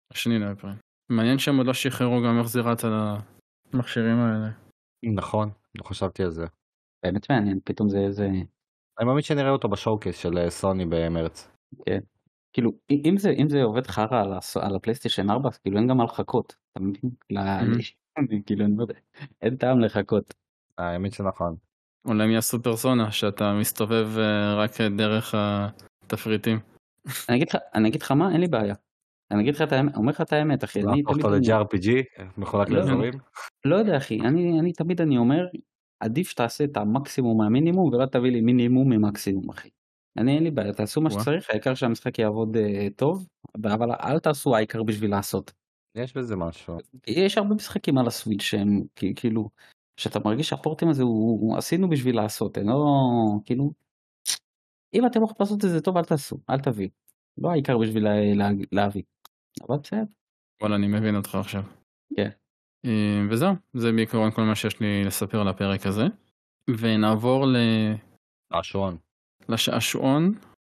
מעניין שהם עוד לא שחררו גם איך זה רץ על המכשירים האלה. נכון, לא חשבתי על זה. באמת מעניין, פתאום זה איזה... אני מאמין שנראה אותו בשואוקייס של סוני במרץ. כן. כאילו, אם זה עובד חרא על הפלייסטיישן 4, אז כאילו אין גם מה לחכות. אתה מבין? כאילו, אני לא יודע. אין טעם לחכות. האמת שנכון. אולי הם יעשו פרסונה, שאתה מסתובב רק דרך התפריטים. אני אגיד לך מה, אין לי בעיה. אני אגיד לך את האמת, אומר לך את האמת, אחי. להפוך אותו ל-JRPG, מחולק לאזורים? לא יודע, אחי. תמיד אני אומר, עדיף שתעשה את המקסימום מהמינימום, ולא תביא לי מינימום ממקסימום, אחי. אין לי בעיה, תעשו מה שצריך, העיקר שהמשחק יעבוד טוב, אבל אל תעשו העיקר בשביל לעשות. יש בזה משהו. יש הרבה משחקים על הסוויץ' שהם כאילו, שאתה מרגיש שהפורטים הזה הוא עשינו בשביל לעשות, לא, כאילו, אם אתם הולכים לעשות את זה טוב, אל תעשו, אל תביא. לא העיקר בשביל להביא. אבל בסדר. וואלה, אני מבין אותך עכשיו. כן. וזהו, זה בעיקרון כל מה שיש לי לספר על הפרק הזה. ונעבור לשעשועון. לשעשועון.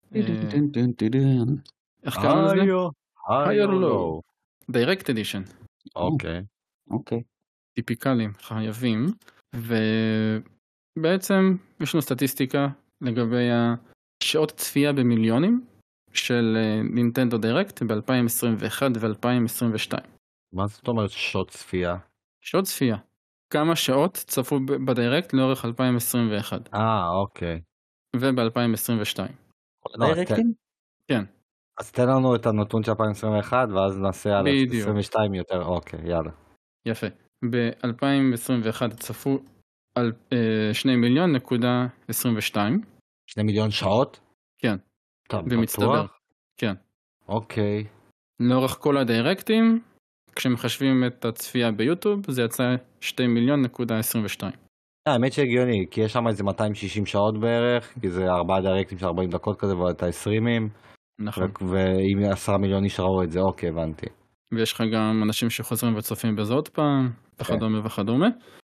איך קראנו לזה? הייר לואו. Direct Edition. אוקיי. טיפיקלים, חייבים. ובעצם יש לנו סטטיסטיקה לגבי השעות צפייה במיליונים של נינטנדו דירקט ב-2021 ו-2022. מה זאת אומרת שעות צפייה? שעות צפייה. כמה שעות צפו בדירקט לאורך 2021. אוקיי. וב-2022. דירקטים? כן. אז תן לנו את הנתון של 2021 ואז נעשה על 2022 יותר. אוקיי, יאללה. יפה. ב-2021 צפו על 2,000,000.22. 2 מיליון שעות? כן. במצטבר. כן. אוקיי. לאורך כל הדיירקטים, כשמחשבים את הצפייה ביוטיוב, זה יצא 2,000,000.22. האמת שהגיוני, כי יש שם איזה 260 שעות בערך, כי זה 4 דיירקטים של 40 דקות כזה, ואת ה-20. נכון. ואם 10 מיליון נשארו את זה, אוקיי, הבנתי. ויש לך גם אנשים שחוזרים וצופים בזה עוד פעם, וכדומה וכדומה.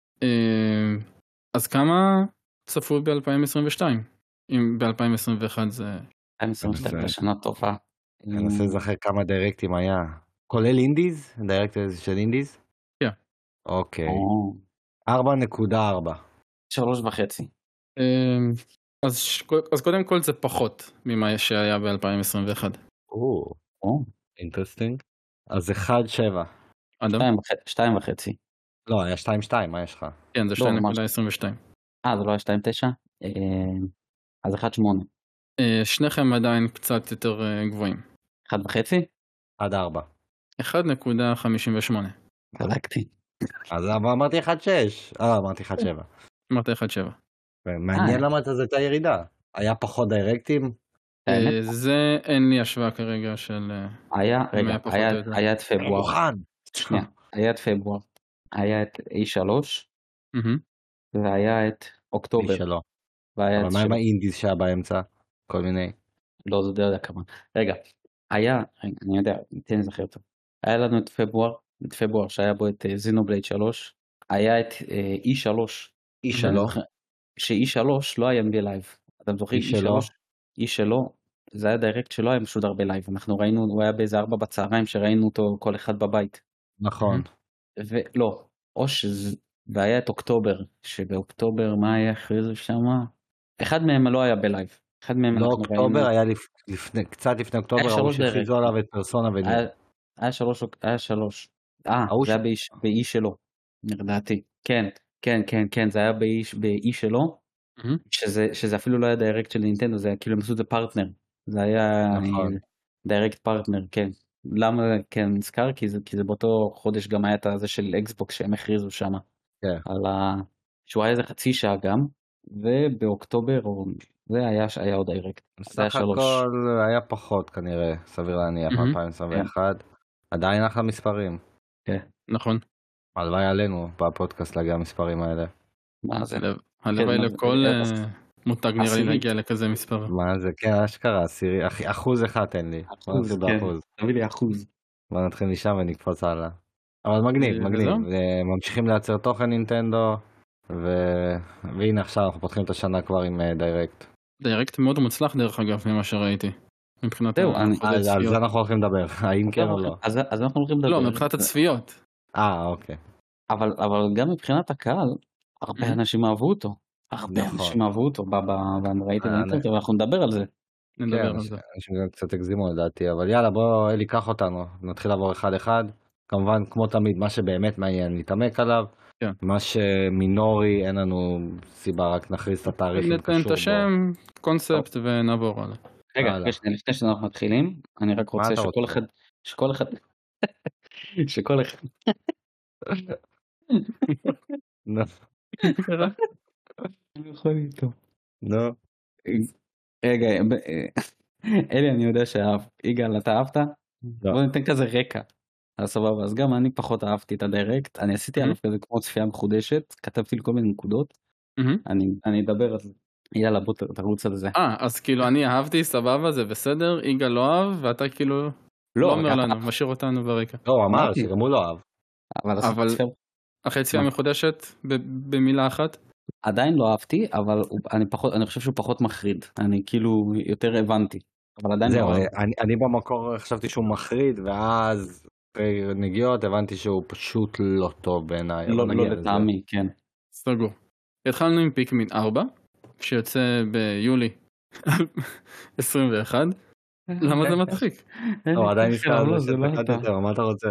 אז כמה צפו ב-2022? אם ב-2021 זה... 2022 זה שנה טובה. אני מנסה לזכר כמה דיירקטים היה. כולל אינדיז? דיירקט של אינדיז? כן. אוקיי. 4.4. 3.5. אז קודם כל זה פחות ממה שהיה ב-2021. אינטרסטינג. אז 1.7. אדם? 2.5. לא, היה 2.2, מה יש לך? כן, זה 2.22. זה לא היה 2.9? אז 1.8. שניכם עדיין קצת יותר גבוהים. 1.5? 1.4. 1.58. בדקתי. אז אמרתי 1.6. אמרתי 1.7. אמרתי 1.7. מעניין למה זה הייתה ירידה. היה פחות דיירקטים? זה אין לי השוואה כרגע של... היה את פברואר. שנייה, היה את פברואר. היה את E3. והיה את אוקטובר. אבל מה עם האינדיז שהיה באמצע? כל מיני. לא, זה לא יודע כמה. רגע, אני יודע, ניתן לזכר טוב. היה לנו את פברואר שהיה בו את זינובלייד 3. היה את E3. ש-E3 לא היה בלייב. אתם זוכרים? E3 זה היה דיירקט שלא היה משודר בלייב. אנחנו ראינו, הוא היה באיזה 4 בצהריים שראינו אותו כל אחד בבית. נכון. ולא, והיה את אוקטובר, שבאוקטובר מה היה אחרי זה שמה? אחד מהם לא היה בלייב. לא, אוקטובר היה קצת לפני אוקטובר, ההוא שהכריזו עליו את פרסונה וניר. היה 3. זה היה באי שלו, נרדעתי. כן, זה היה באי שלו, שזה אפילו לא היה דיירקט של נינטנדו, זה היה כאילו הם עשו את זה פרטנר. זה היה דיירקט פרטנר, כן. למה כן נזכר? כי זה באותו חודש גם היה את הזה של אקסבוקס שהם הכריזו שם. שהוא היה איזה חצי שעה גם, ובאוקטובר זה היה עוד דיירקט. בסך הכל היה פחות כנראה, סביר להניח, 2021. עדיין אחלה מספרים. כן. נכון. הלוואי עלינו בפודקאסט להגיע המספרים האלה. מה זה? הלוואי לכל מותג נראה לי להגיע לכזה מספר. מה זה? כן, אשכרה, 1% תן לי. 1%, כן. תביא לי 1%. בוא נתחיל משם ונקפוץ הלאה. אבל מגניב. ממשיכים לייצר תוכן נינטנדו, והנה עכשיו אנחנו פותחים את השנה כבר עם דיירקט. דיירקט מאוד מוצלח דרך אגב ממה שראיתי. מבחינת על זה אנחנו הולכים לדבר, האם כן או לא? אז אנחנו הולכים לדבר. לא, מבחינת הצפיות. אוקיי. אבל גם מבחינת הקהל, הרבה אנשים אהבו אותו. הרבה אנשים אהבו אותו, ראיתי באינטרנט, ואנחנו נדבר על זה. נדבר על זה. אנשים גם קצת הגזימו לדעתי, אבל יאללה בוא אלי קח אותנו, נתחיל לעבור אחד אחד. כמובן כמו תמיד מה שבאמת מעניין נתעמק עליו. מה שמינורי אין לנו סיבה, רק נכריז את התאריך. ניתן את השם, קונספט ונעבור עליו. רגע, לפני שאנחנו מתחילים, אני רק רוצה שכל אחד אני יכול איתו. רגע, אלי אני יודע שאהב. יגאל אתה אהבת? בוא ניתן כזה רקע. אז סבבה, אז גם אני פחות אהבתי את הדיירקט, אני עשיתי עליו כזה כמו צפייה מחודשת, כתבתי לי כל מיני נקודות, אני אדבר על זה, יאללה בוא תרוץ על זה. אז כאילו אני אהבתי, סבבה, זה בסדר, יגאל לא אהב, ואתה כאילו לא אומר לנו, משאיר אותנו ברקע. לא, הוא אמר שגם הוא לא אהב. אבל אחרי צפייה מחודשת, במילה אחת? עדיין לא אהבתי, אבל אני חושב שהוא פחות מחריד, אני כאילו יותר הבנתי, אבל עדיין לא אהב. אני במקור חשבתי שהוא מחריד, ואז נגיעות הבנתי שהוא פשוט לא טוב בעיניי. לא לטעמי, כן. סגור. התחלנו עם פיקמין 4, שיוצא ביולי 21. למה זה מצחיק? לא, עדיין נזכר, מה אתה רוצה?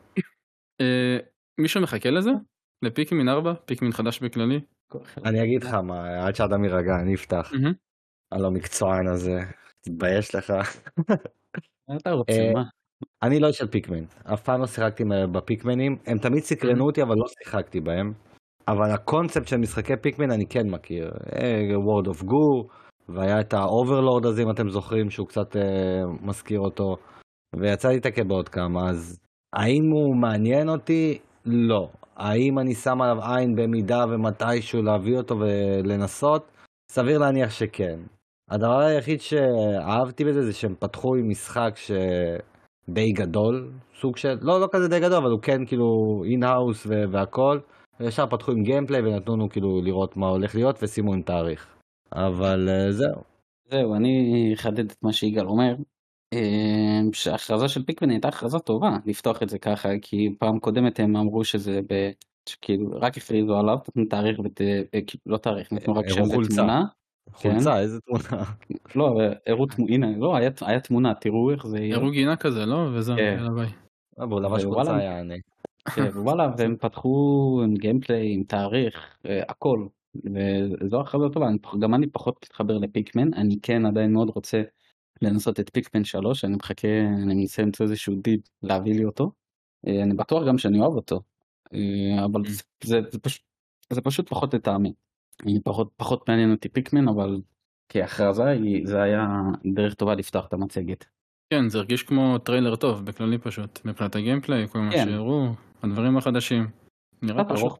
מישהו מחכה לזה? לפיקמין 4? פיקמין חדש בכללי? אני אגיד לך מה, עד שאדם יירגע, אני אפתח. על המקצוען הזה, תתבייש לך. מה אתה רוצה, מה? אני לא של פיקמן, אף פעם לא שיחקתי בפיקמנים, הם תמיד סקרנו אותי אבל לא שיחקתי בהם, אבל הקונספט של משחקי פיקמן אני כן מכיר. World of Goo, והיה את האוברלורד הזה, אם אתם זוכרים, שהוא קצת מזכיר אותו, ויצא להתעכב בעוד כמה, אז האם הוא מעניין אותי? לא. האם אני שם עליו עין במידה ומתישהו להביא אותו ולנסות? סביר להניח שכן. הדבר היחיד שאהבתי בזה זה שהם פתחו עם משחק שדי גדול, סוג של, לא כזה די גדול, אבל הוא כן כאילו אין-האוס והכל, וישר פתחו עם גיימפליי ונתנו לנו כאילו לראות מה הולך להיות ושימו עם תאריך. אבל זהו. זהו, אני אחדד את מה שיגאל אומר, שההכרזה של פיקמן הייתה הכרזה טובה לפתוח את זה ככה, כי פעם קודמת הם אמרו שזה כאילו רק הכריזו עליו, נתנו תאריך, לא תאריך, נתנו רק שם ותמונה. חולצה, איזה תמונה? לא, הראו תמונה, הנה, לא, היה תמונה, תראו איך זה... הראו גינה כזה, לא? וזהו, יאללה ביי. בואו, לבש חולצה היה ענה. וואלה, והם פתחו עם גיימפליי, עם תאריך, הכל. וזו הכרזה טובה, גם אני פחות מתחבר לפיקמן, אני כן עדיין מאוד רוצה לנסות את פיקמן 3, אני מחכה, אני מנסה למצוא איזשהו דיד להביא לי אותו, אני בטוח גם שאני אוהב אותו, אבל זה פשוט פחות לטעמי, פחות מעניין אותי פיקמן, אבל כהכרזה זה היה דרך טובה לפתוח את המצגת. כן, זה הרגיש כמו טריילר טוב, בכללי פשוט, מבחינת הגיימפליי, כל מה שהראו, הדברים החדשים. נראה פשוט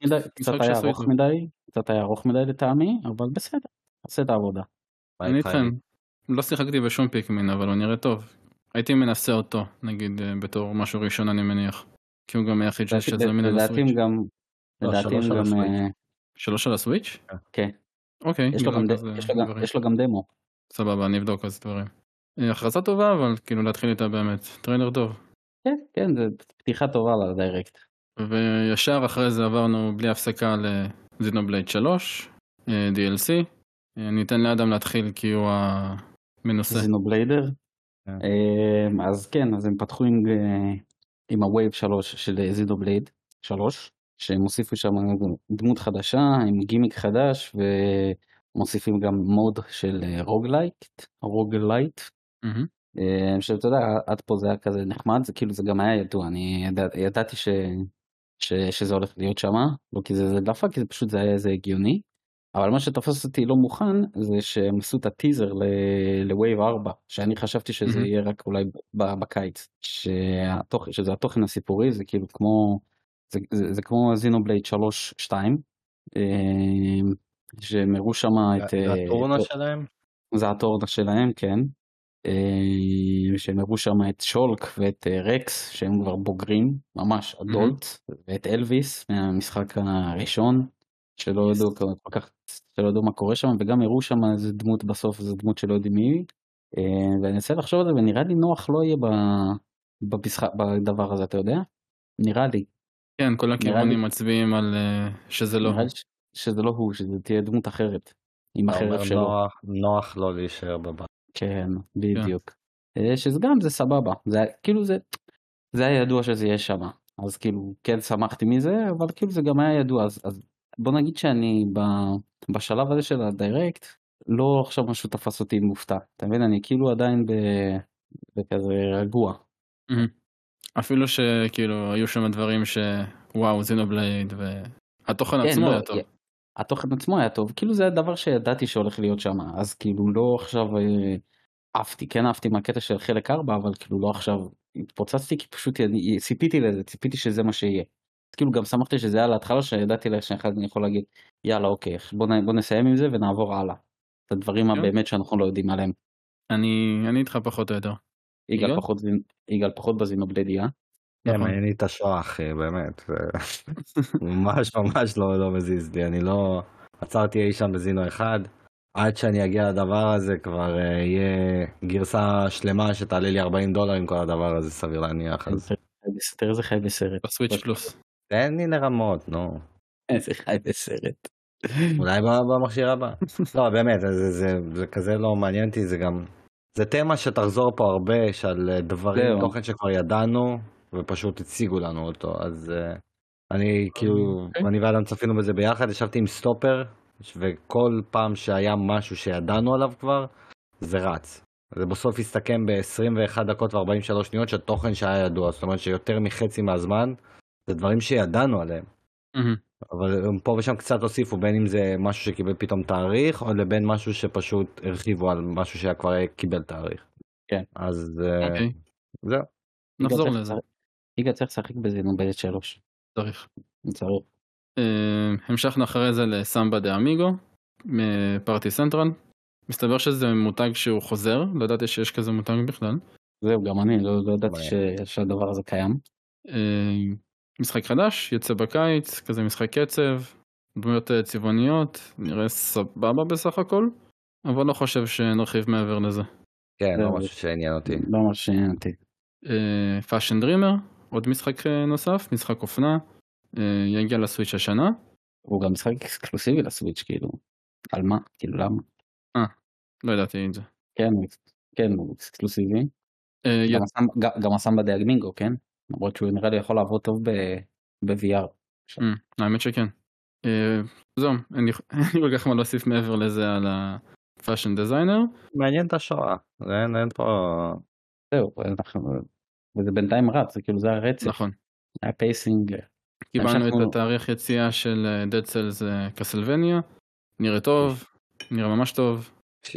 קצת היה ארוך מדי לטעמי, אבל בסדר, עושה את העבודה. אני איתכם, לא שיחקתי בשום פיקמן, אבל הוא נראה טוב. הייתי מנסה אותו, נגיד, בתור משהו ראשון אני מניח. כי הוא גם היחיד שזמין על הסוויץ'. לדעתי גם... 3 על הסוויץ'? כן. אוקיי. יש לו גם דמו. סבבה, אני אבדוק אז דברים. הכרזה טובה, אבל כאילו להתחיל איתה באמת. טריילר טוב. כן, זה פתיחה טובה לדיירקט. וישר אחרי זה עברנו בלי הפסקה לזינובלייד 3, DLC. אני אתן לאדם להתחיל כי הוא המנוסה. זינובליידר? אז כן, אז הם פתחו עם הווייב 3 של זינובלייד 3, שהם הוסיפו שם דמות חדשה, עם גימיק חדש, ומוסיפים גם מוד של רוגלייט. שאתה יודע, עד פה זה היה כזה נחמד, זה כאילו זה גם היה ידוע, אני ידעתי שזה הולך להיות שם, לא כי זה דלפה, כי זה פשוט זה היה איזה הגיוני, אבל מה שתופס אותי לא מוכן, זה שהם עשו את הטיזר לווייב 4, שאני חשבתי שזה יהיה רק אולי בקיץ, שזה התוכן הסיפורי, זה כאילו כמו, זה כמו זינובלייד 3-2, שהם הראו שם את... זה הטורנה שלהם? זה הטורנה שלהם, כן. שהם הראו שם את שולק ואת רקס, שהם כבר בוגרים, ממש אדולט, ואת אלוויס מהמשחק הראשון, שלא ידעו מה קורה שם, וגם הראו שם איזה דמות בסוף, איזה דמות שלא יודעים מי, ואני אנסה לחשוב על זה, ונראה לי נוח לא יהיה בדבר הזה, אתה יודע? נראה לי. כן, כל הכיוונים מצביעים על שזה לא. נראה לי שזה לא הוא, שזה תהיה דמות אחרת, עם החרב שלו. נוח לא להישאר בבית. כן, בדיוק. שזה גם זה סבבה, כאילו זה היה ידוע שזה יהיה שם, אז כאילו כן שמחתי מזה, אבל כאילו זה גם היה ידוע, אז בוא נגיד שאני בשלב הזה של הדיירקט, לא עכשיו משהו תפס אותי מופתע, אתה מבין? אני כאילו עדיין בכזה רגוע. אפילו שכאילו היו שם דברים שוואו, זינובלייד, והתוכן עצמו היה טוב. התוכן עצמו היה טוב, כאילו זה הדבר שידעתי שהולך להיות שם, אז כאילו לא עכשיו עפתי מהקטע של חלק 4, אבל כאילו לא עכשיו התפוצצתי, כי פשוט ציפיתי לזה, ציפיתי שזה מה שיהיה. אז כאילו גם שמחתי שזה היה להתחלה, שידעתי לך שאחד אני יכול להגיד, יאללה אוקיי, בוא נסיים עם זה ונעבור הלאה. את הדברים הבאמת שאנחנו לא יודעים עליהם. אני איתך פחות או יותר. יגאל פחות בזינובלייד, כן, מעניין לי את השואה אחי, באמת. ממש לא מזיז לי, אני לא עצרתי אי שם בזינו אחד, עד שאני אגיע לדבר הזה כבר יהיה גרסה שלמה שתעלה לי $40 עם כל הדבר הזה, סביר להניח. תראה איזה חי בסרט. בסוויץ' פלוס. תן לי לרמות, נו. איזה חי בסרט. אולי במכשיר הבא. לא, באמת, זה כזה לא מעניין אותי, זה גם... זה תמה שתחזור פה הרבה, של דברים, תוכן שכבר ידענו, ופשוט הציגו לנו אותו, אז אני כאילו, אני ואדם צפינו בזה ביחד, ישבתי עם סטופר, וכל פעם שהיה משהו שידענו עליו כבר, זה רץ. זה בסוף הסתכם ב-21 דקות ו-43 שניות של תוכן שהיה ידוע, זאת אומרת שיותר מחצי מהזמן, זה דברים שידענו עליהם. אבל פה ושם קצת הוסיפו, בין אם זה משהו שקיבל פתאום תאריך, או לבין משהו שפשוט הרחיבו על משהו שכבר קיבל תאריך. כן. אז זהו. נחזור לזה. איגה צריך לשחק בזה, נו, ב3. צריך. צריך. המשכנו אחרי זה לסמבה דה אמיגו, מפארטי סנטרל. מסתבר שזה מותג שהוא חוזר, לא ידעתי שיש כזה מותג בכלל. זהו, גם אני, לא ידעתי שהדבר הזה קיים. משחק חדש, יוצא בקיץ, כזה משחק קצב, דמויות צבעוניות, נראה סבבה בסך הכל, אבל לא חושב שנרחיב מעבר לזה. כן, לא משהו שעניין אותי. לא משהו שעניין אותי. Fashion Dreamer, עוד משחק נוסף, משחק אופנה, יגיע לסוויץ' השנה. הוא גם משחק אקסקלוסיבי לסוויץ', כאילו. על מה? כאילו למה? לא ידעתי את זה. כן, הוא אקסקלוסיבי. גם הסמבה דה אמיגו, כן? למרות שהוא נראה לי יכול לעבוד טוב ב-VR. האמת שכן. זהו, אין לי כל כך מה להוסיף מעבר לזה על ה-Fashion Designer. מעניין את השעה, אין פה... זהו, וזה בינתיים רץ, זה כאילו זה הרצף. נכון. הפייסינג. קיבלנו את התאריך יציאה של Dead Cells קסלווניה, נראה טוב, נראה ממש טוב.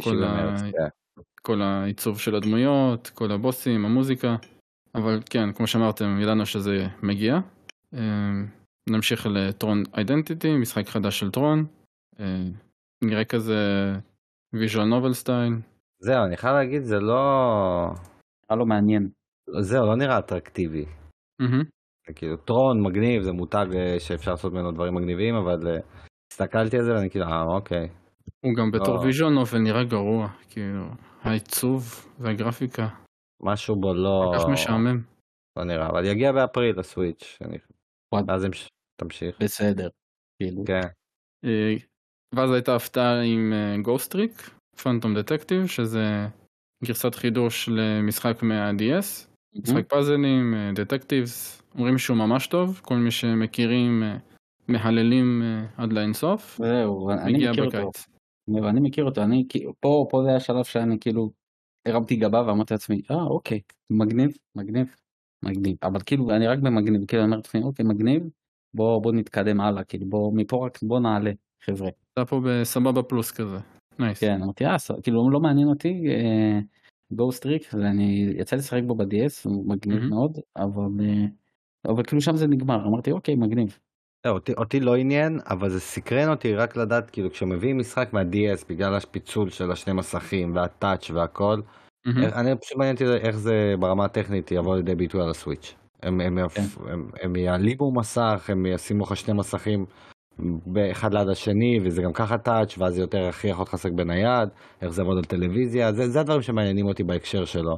כל העיצוב של הדמויות, כל הבוסים, המוזיקה. אבל כן, כמו שאמרתם, ידענו שזה מגיע. נמשיך לטרון אידנטיטי, משחק חדש של טרון. נראה כזה ויז'ואל נובל סטייל. זהו, אני חייב להגיד, זה לא מעניין. זהו, לא נראה אטרקטיבי. כאילו, טרון מגניב, זה מותג שאפשר לעשות ממנו דברים מגניבים, אבל הסתכלתי על זה ואני כאילו, אוקיי. הוא גם בתור ויז'ואל נובל נראה גרוע, כאילו, העיצוב והגרפיקה. משהו בו לא... כך משעמם. לא נראה, אבל יגיע באפריל לסוויץ'. אז תמשיך. בסדר. כן. ואז הייתה הפתעה עם גוסטריק, פנטום דטקטיב, שזה גרסת חידוש למשחק מה-DS. משחק פאזלים, דטקטיבס, אומרים שהוא ממש טוב, כל מי שמכירים מהללים עד לאינסוף. זהו, אני מכיר אותו. אני מכיר אותו, פה זה השלב שאני כאילו הרמתי גבה ואמרתי לעצמי, אוקיי, מגניב, אבל כאילו אני רק במגניב, כאילו אני אומר לעצמי, אוקיי, מגניב, בוא נתקדם הלאה, כאילו מפה רק בוא נעלה, חבר'ה. אתה פה בסבבה פלוס כזה, נייס. כן, אמרתי, כאילו לא מעניין אותי, גוסטריק, אני יצא לשחק בו ב-DS, הוא מגניב מאוד, אבל כאילו שם זה נגמר, אמרתי, אוקיי, מגניב. אותי לא עניין, אבל זה סקרן אותי רק לדעת, כאילו כשמביאים משחק מה-DS בגלל הפיצול של השני מסכים והטאץ' והכל, אני פשוט מעניין אותי איך זה ברמה הטכנית יבוא לידי ביטוי על הסוויץ'. הם יעלימו מסך, הם ישימו לך שני מסכים באחד ליד השני, וזה גם ככה טאץ' ואז זה יותר הכריח אותך לשחק בנייד, איך זה יעבוד על טלוויזיה, זה הדברים שמעניינים אותי בהקשר שלו.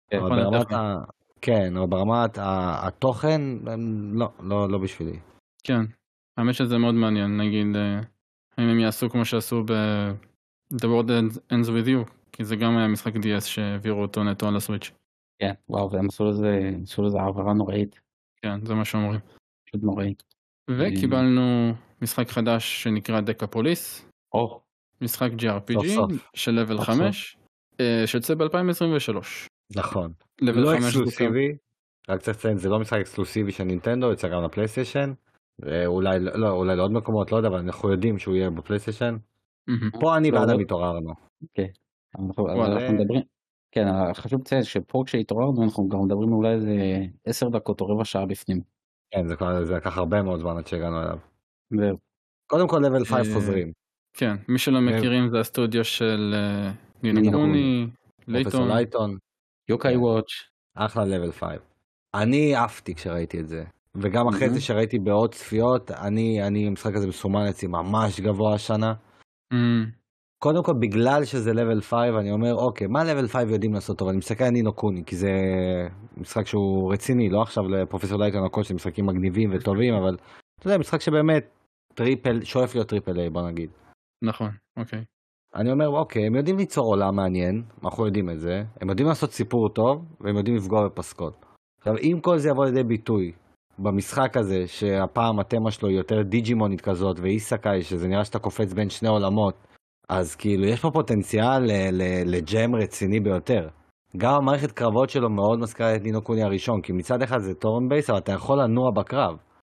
כן, אבל ברמת התוכן, לא בשבילי. כן, האמת שזה מאוד מעניין, נגיד, האם הם יעשו כמו שעשו ב-The World Ends With You, כי זה גם היה משחק DS שהעבירו אותו נטו על הסוויץ'. כן, וואו, והם עשו לזה העברה נוראית. כן, זה מה שאומרים. פשוט נוראית. וקיבלנו משחק חדש שנקרא דקאפוליס. משחק JRPG של לבל 5, שיוצא ב-2023. נכון. לא אקסקלוסיבי, רק צריך לציין, זה לא משחק אקסקלוסיבי של נינטנדו, יוצא גם לפלייסטיישן. אולי לעוד מקומות, לא יודע, אבל אנחנו יודעים שהוא יהיה בפלייסטיישן. פה אני ואדם התעוררנו. כן, אנחנו מדברים, כן, חשוב לציין שפה כשהתעוררנו אנחנו גם מדברים אולי איזה 10 דקות או רבע שעה בפנים. כן, זה לקח הרבה מאוד זמן עד שהגענו אליו. קודם כל לבל 5 חוזרים. כן, מי שלא מכירים זה הסטודיו של נינקוני, לייטון, יוקאי וואץ', אחלה לבל 5. אני עפתי כשראיתי את זה. וגם אחרי זה שראיתי בעוד צפיות, אני המשחק הזה מסומן אצלי ממש גבוה השנה. קודם כל בגלל שזה level 5, אני אומר אוקיי, מה level 5 יודעים לעשות טוב? אני מסתכל על נינו קוני, כי זה משחק שהוא רציני, לא עכשיו לפרופסור לייטון הכל של משחקים מגניבים וטובים, אבל אתה יודע, משחק שבאמת שואף להיות טריפל איי, בוא נגיד. נכון, אוקיי. אני אומר אוקיי, הם יודעים ליצור עולם מעניין, אנחנו יודעים את זה, הם יודעים לעשות סיפור טוב, והם יודעים לפגוע בפסקות. עכשיו, אם כל זה יבוא לידי ביטוי, במשחק הזה, שהפעם התמה שלו היא יותר דיג'ימונית כזאת, ואיסקאי, שזה נראה שאתה קופץ בין שני עולמות, אז כאילו יש פה פוטנציאל לג'ם רציני ביותר. גם המערכת קרבות שלו מאוד מזכירה את נינו קוני הראשון, כי מצד אחד זה טורן בייס, אבל אתה יכול לנוע בקרב.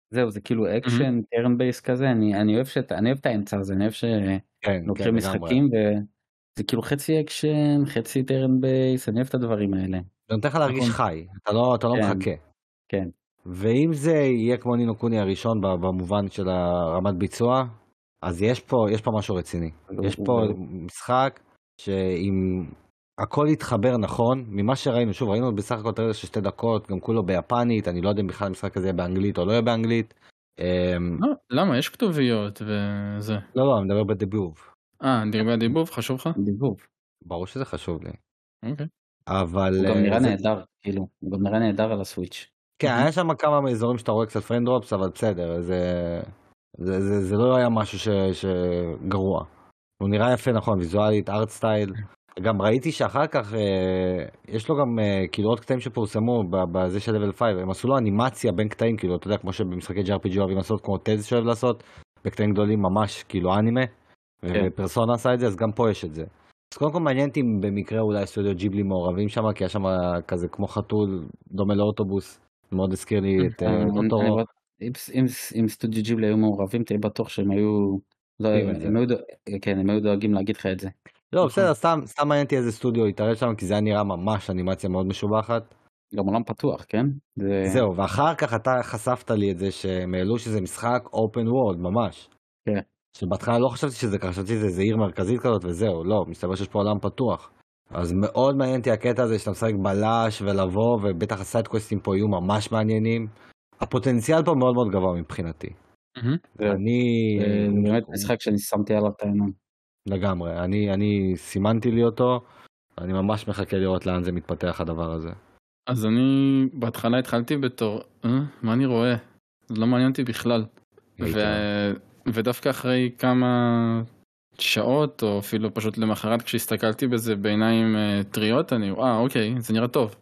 זהו, זה כאילו אקשן, טרן בייס כזה, אני אוהב את האמצע הזה, אני אוהב שלוקחים משחקים, וזה כאילו חצי אקשן, חצי טרן בייס, אני אוהב את הדברים האלה. זה נותן לך להרגיש חי, אתה לא מחכה. כן. ואם זה יהיה כמו נינו קוני הראשון במובן של הרמת ביצוע, אז יש פה משהו רציני. יש פה משחק שאם הכל יתחבר נכון, ממה שראינו, שוב, ראינו בסך הכל טרילר של 2 דקות, גם כולו ביפנית, אני לא יודע אם בכלל המשחק הזה יהיה באנגלית או לא יהיה באנגלית. למה? יש כתוביות וזה. לא, אני מדבר בדיבוב. דרבי דיבוב, חשוב לך? דיבוב. ברור שזה חשוב לי. אוקיי. אבל... הוא גם נראה נהדר, כאילו, הוא גם נראה נהדר על הסוויץ'. כן, היה שם כמה אזורים שאתה רואה קצת פרנדרופס, אבל בסדר, זה לא היה משהו שגרוע. הוא נראה יפה, נכון, ויזואלית, ארט סטייל. גם ראיתי שאחר כך, יש לו גם כאילו עוד קטעים שפורסמו בזה של level 5, הם עשו לו אנימציה בין קטעים, כאילו, אתה יודע, כמו שבמשחקי JRPG אוהבים לעשות, כמו טז שאוהב לעשות, בקטעים גדולים ממש, כאילו אנימה, ופרסונה עשה את זה, אז גם פה יש את זה. אז קודם כל מעניין אותי אם במקרה אולי סטודיו ג'יבלי מעורבים שם, כי היה שם כזה כמו חתול, דומה לאוטובוס, מאוד הזכיר לי את אותו... אם סטודיו ג'יבלי היו מעורבים, תהיה בטוח שהם היו... הם היו דואגים להגיד לך את זה. לא, בסדר, סתם מעניין אותי איזה סטודיו יתערב שם, כי זה היה נראה ממש אנימציה מאוד משובחת. גם עולם פתוח, כן? זהו, ואחר כך אתה חשפת לי את זה שהם העלו שזה משחק אופן וורלד, ממש. כן. שבהתחלה לא חשבתי שזה ככה, חשבתי שזה עיר מרכזית כזאת וזהו, לא, מסתבר שיש פה עולם פתוח. אז מאוד מעניין אותי הקטע הזה שאתה משחק בלש ולבוא, ובטח הסיידקווסטים פה יהיו ממש מעניינים. הפוטנציאל פה מאוד מאוד גבוה מבחינתי. אני... באמת משחק שאני שמתי עליו את העיניים. לגמרי, אני סימנתי לי אותו, אני ממש מחכה לראות לאן זה מתפתח הדבר הזה. אז אני בהתחלה התחלתי בתור, מה אני רואה? זה לא מעניין אותי בכלל. ודווקא אחרי כמה שעות, או אפילו פשוט למחרת כשהסתכלתי בזה בעיניים טריות, אני, אוקיי, זה נראה טוב.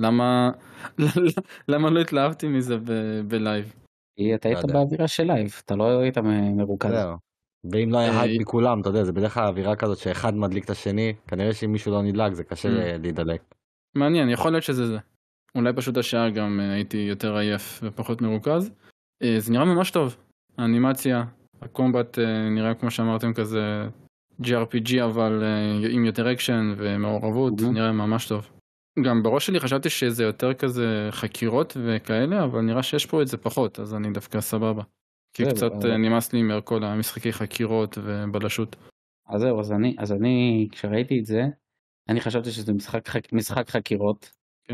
למה לא התלהבתי מזה בלייב? אתה היית באווירה של לייב, אתה לא היית מרוכז. ואם לא היה הייפ מכולם, אתה יודע, זה בדרך כלל האווירה כזאת שאחד מדליק את השני, כנראה שאם מישהו לא נדלק זה קשה להידלק. מעניין, יכול להיות שזה זה. אולי פשוט השעה גם הייתי יותר עייף ופחות מרוכז. זה נראה ממש טוב. האנימציה, הקומבט נראה כמו שאמרתם כזה JRPG אבל עם יותר אקשן ומעורבות, נראה ממש טוב. גם בראש שלי חשבתי שזה יותר כזה חקירות וכאלה, אבל נראה שיש פה את זה פחות, אז אני דווקא סבבה. כי קצת נמאס לי מכל המשחקי חקירות ובלשות. אז זהו, אז אני כשראיתי את זה, אני חשבתי שזה משחק חקירות.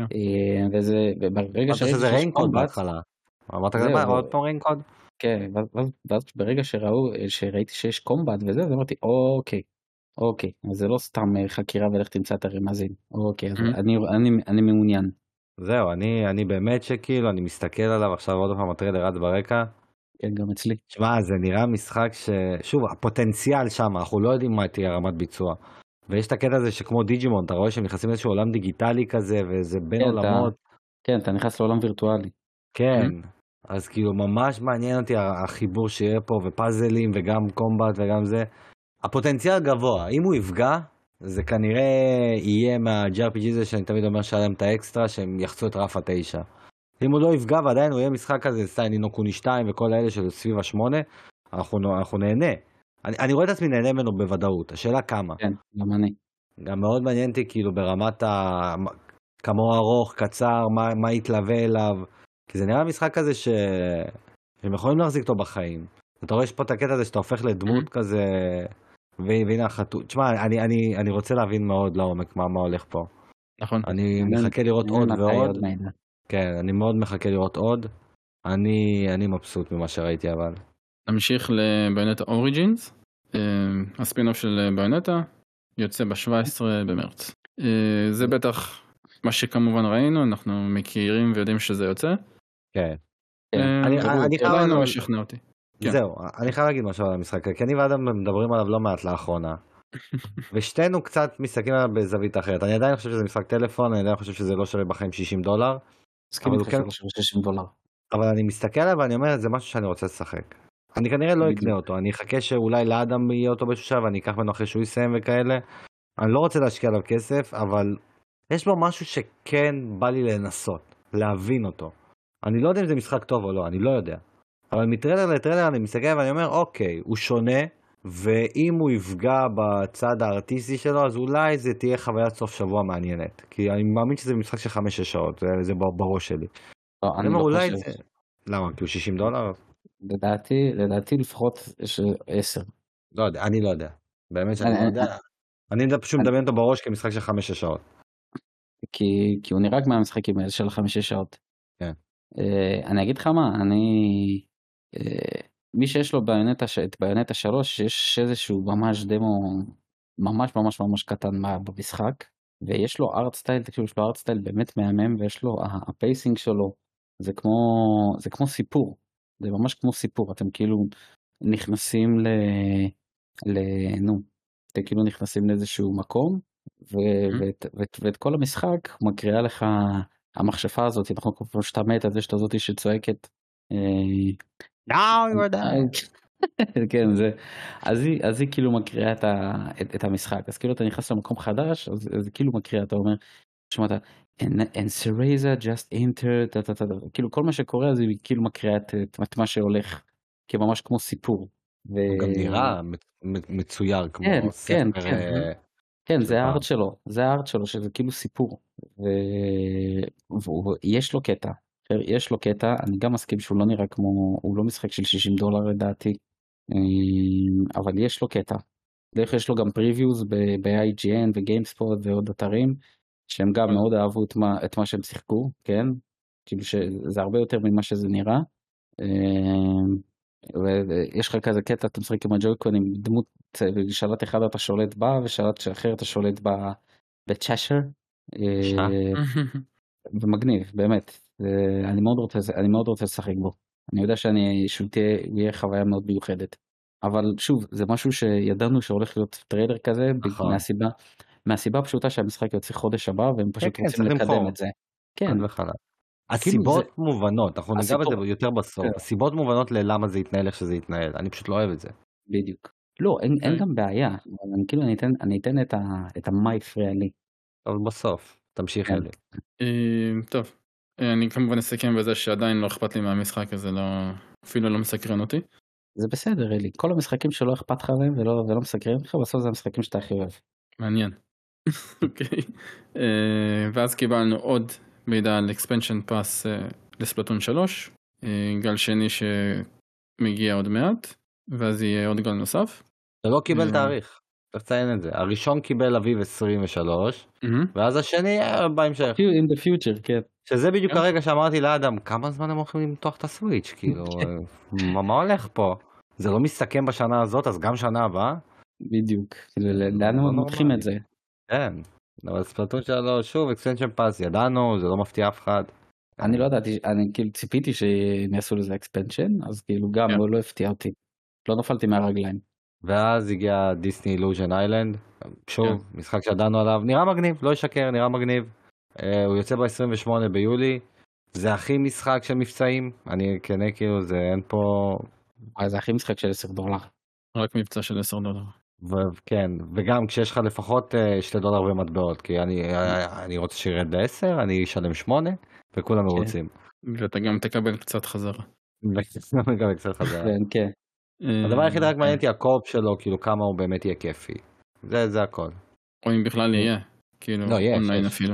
וברגע שראיתי שיש ריינקוד בהתחלה. אמרת כזה מה, עוד פה ריינקוד? כן, ואז ברגע שראיתי שיש קומבט וזה, אז אמרתי, אוקיי, אז זה לא סתם חקירה ולך תמצא את הרמזים. אוקיי, אז אני מעוניין. זהו, אני באמת שכאילו, אני מסתכל עליו עכשיו עוד פעם הטריילר רץ ברקע. כן, גם אצלי. שמע, זה נראה משחק שוב, הפוטנציאל שם, אנחנו לא יודעים מה תהיה רמת ביצוע. ויש את הקטע הזה שכמו דיג'ימון, אתה רואה שהם נכנסים לאיזשהו עולם דיגיטלי כזה, וזה בין עולמות. כן, אתה נכנס לעולם וירטואלי. כן, אז כאילו ממש מעניין אותי החיבור שיהיה פה, ופאזלים, וגם קומבט, וגם זה. הפוטנציאל גבוה, אם הוא יפגע, זה כנראה יהיה מה-JRPG הזה, שאני תמיד אומר שלהם את האקסטרה, שהם יחצו את רף 9. אם הוא לא יפגע ועדיין הוא יהיה משחק כזה, סטייל נינו קוני 2 וכל האלה של סביב 8, אנחנו נהנה. אני רואה את עצמי נהנה ממנו בוודאות, השאלה כמה. כן, גם אני. גם מאוד מעניין אותי כאילו ברמת כמה ארוך, קצר, מה יתלווה אליו, כי זה נראה משחק כזה שהם יכולים להחזיק אותו בחיים. אתה רואה יש פה את הקטע הזה שאתה הופך לדמות כזה, והנה החתול. תשמע, אני רוצה להבין מאוד לעומק מה הולך פה. נכון. אני מחכה לראות עוד ועוד. כן, אני מאוד מחכה לראות עוד. אני מבסוט ממה שראיתי אבל. נמשיך לביונטה אוריג'ינס. הספינוף של ביונטה יוצא ב-17 במרץ. זה בטח מה שכמובן ראינו, אנחנו מכירים ויודעים שזה יוצא. כן. אני חייב לא משכנע אותי. זהו, אני חייב להגיד משהו על המשחק, כי אני ואדם מדברים עליו לא מעט לאחרונה. ושתינו קצת מסתכלים עליו בזווית אחרת. אני עדיין חושב שזה משחק טלפון, אני עדיין חושב שזה לא שווה בחיים $60. אבל אני מסתכל עליו ואני אומר, זה משהו שאני רוצה לשחק. אני כנראה לא אקנה אותו, אני אחכה שאולי לאדם יהיה אותו באיזשהו שעה, ואני אקח ממנו אחרי שהוא יסיים וכאלה. אני לא רוצה להשקיע עליו כסף, אבל יש בו משהו שכן בא לי לנסות, להבין אותו. אני לא יודע אם זה משחק טוב או לא, אני לא יודע. אבל מטריילר לטריילר אני מסתכל ואני אומר, אוקיי, הוא שונה, ואם הוא יפגע בצד הארטיסטי שלו, אז אולי זה תהיה חוויית סוף שבוע מעניינת. כי אני מאמין שזה משחק של 5-6 שעות, זה בראש שלי. אני לא אולי חושב. זה... למה? כאילו $60? לדעתי לפחות 10. לא יודע, אני לא יודע. באמת שאני לא יודע. אני פשוט מדמיין אותו בראש כמשחק של 5-6 שעות. כי הוא נראה כמו המשחקים האלה של 5-6 שעות. כן. אני אגיד לך מה, מי שיש לו את ביונטה 3, יש איזשהו ממש דמו ממש ממש ממש קטן במשחק, ויש לו ארט סטייל, תקשיבו, יש לו ארט סטייל באמת מהמם, ויש לו, הפייסינג שלו, זה כמו סיפור, זה ממש כמו סיפור, אתם כאילו נכנסים אתם כאילו נכנסים לאיזשהו מקום, ואת כל המשחק מקריאה לך המכשפה הזאת, נכון, כמו שאתה מת, אז יש את הזאת שצועקת, Now you're dead. כן, אז היא כאילו מקריאה את המשחק, אז כאילו אתה נכנס למקום חדש, אז היא כאילו מקריאה, אתה אומר, שמעת, and Cereza just entered, כאילו כל מה שקורה, אז היא כאילו מקריאה את מה שהולך, ממש כמו סיפור. הוא גם נראה מצויר כמו ספר. כן, זה הארט שלו, שזה כאילו סיפור, ויש לו קטע. יש לו קטע, אני גם מסכים שהוא לא נראה כמו, הוא לא משחק של $60 לדעתי, אבל יש לו קטע. יש לו גם פריוויוז ב-IGN וגיימספוט ועוד אתרים, שהם גם מאוד אהבו את מה שהם שיחקו, כן? כאילו שזה הרבה יותר ממה שזה נראה. ויש לך כזה קטע, אתה משחק עם הג'ויקון עם דמות, בשלט אחד אתה שולט בה, ושלט אחר אתה שולט בצ'שר. ומגניב, באמת. אני מאוד רוצה לשחק בו. אני יודע שהוא יהיה חוויה מאוד מיוחדת. אבל שוב, זה משהו שידענו שהולך להיות טריילר כזה, מהסיבה הפשוטה שהמשחק יוצא חודש הבא, והם פשוט רוצים לקדם את זה. כן. הסיבות מובנות, אנחנו ניגע בזה יותר בסוף. הסיבות מובנות ללמה זה יתנהל איך שזה יתנהל. אני פשוט לא אוהב את זה. בדיוק. לא, אין גם בעיה. אני אתן את מה הפריע לי. אבל בסוף, תמשיך אלי. טוב. אני כמובן אסכם בזה שעדיין לא אכפת לי מהמשחק הזה, אפילו לא מסקרן אותי. זה בסדר, אלי. כל המשחקים שלא אכפת לך מהם ולא מסקרן לך, בסוף זה המשחקים שאתה הכי אוהב. מעניין. אוקיי. ואז קיבלנו עוד מידע על expansion pass לספלטון 3, גל שני שמגיע עוד מעט, ואז יהיה עוד גל נוסף. זה לא קיבל תאריך. תציין את זה. הראשון קיבל אביב 23, ואז השני בהמשך. In the future, כן. שזה בדיוק הרגע שאמרתי לאדם, כמה זמן הם הולכים למתוח את הסוויץ', כאילו, מה הולך פה? זה לא מסתכם בשנה הזאת, אז גם שנה הבאה? בדיוק, לאן הם לוקחים את זה? כן, אבל ספלטון שלו, שוב, אקסטנשן פאס, ידענו, זה לא מפתיע אף אחד. אני לא ידעתי, אני כאילו ציפיתי שהם יעשו לזה אקספנשן, אז כאילו גם לא הפתיע אותי, לא נפלתי מהרגליים. ואז הגיע דיסני אילוז'ן איילנד, שוב, משחק שידענו עליו, נראה מגניב, לא ישקר, נראה מגניב. הוא יוצא ב-28 ביולי, זה הכי משחק של מבצעים, אני כנה כאילו, זה אין פה... זה הכי משחק של $10. רק מבצע של $10. כן, וגם כשיש לך לפחות $2 במטבעות, כי אני רוצה שירד ב-10, אני אשלם 8, וכולם מרוצים. ואתה גם תקבל קצת חזרה. גם קצת חזרה. כן. הדבר היחיד רק מעניין אותי הקורפ שלו, כאילו כמה הוא באמת יהיה כיפי. זה הכל. או אם בכלל יהיה, כאילו אונליין אפילו.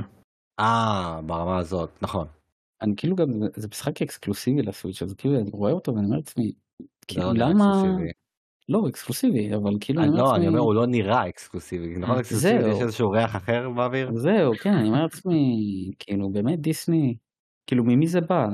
ברמה הזאת, נכון. אני כאילו גם, זה משחק אקסקלוסיבי לסוויץ', אז כאילו אני רואה אותו ואני אומר לעצמי, כאילו למה... לא, אקסקלוסיבי, אבל כאילו... לא, אני אומר, הוא לא נראה אקסקלוסיבי, נכון? אקסקלוסיבי, יש איזשהו ריח אחר באוויר? זהו, כן, אני אומר לעצמי, כאילו באמת דיסני, כאילו ממי זה בא?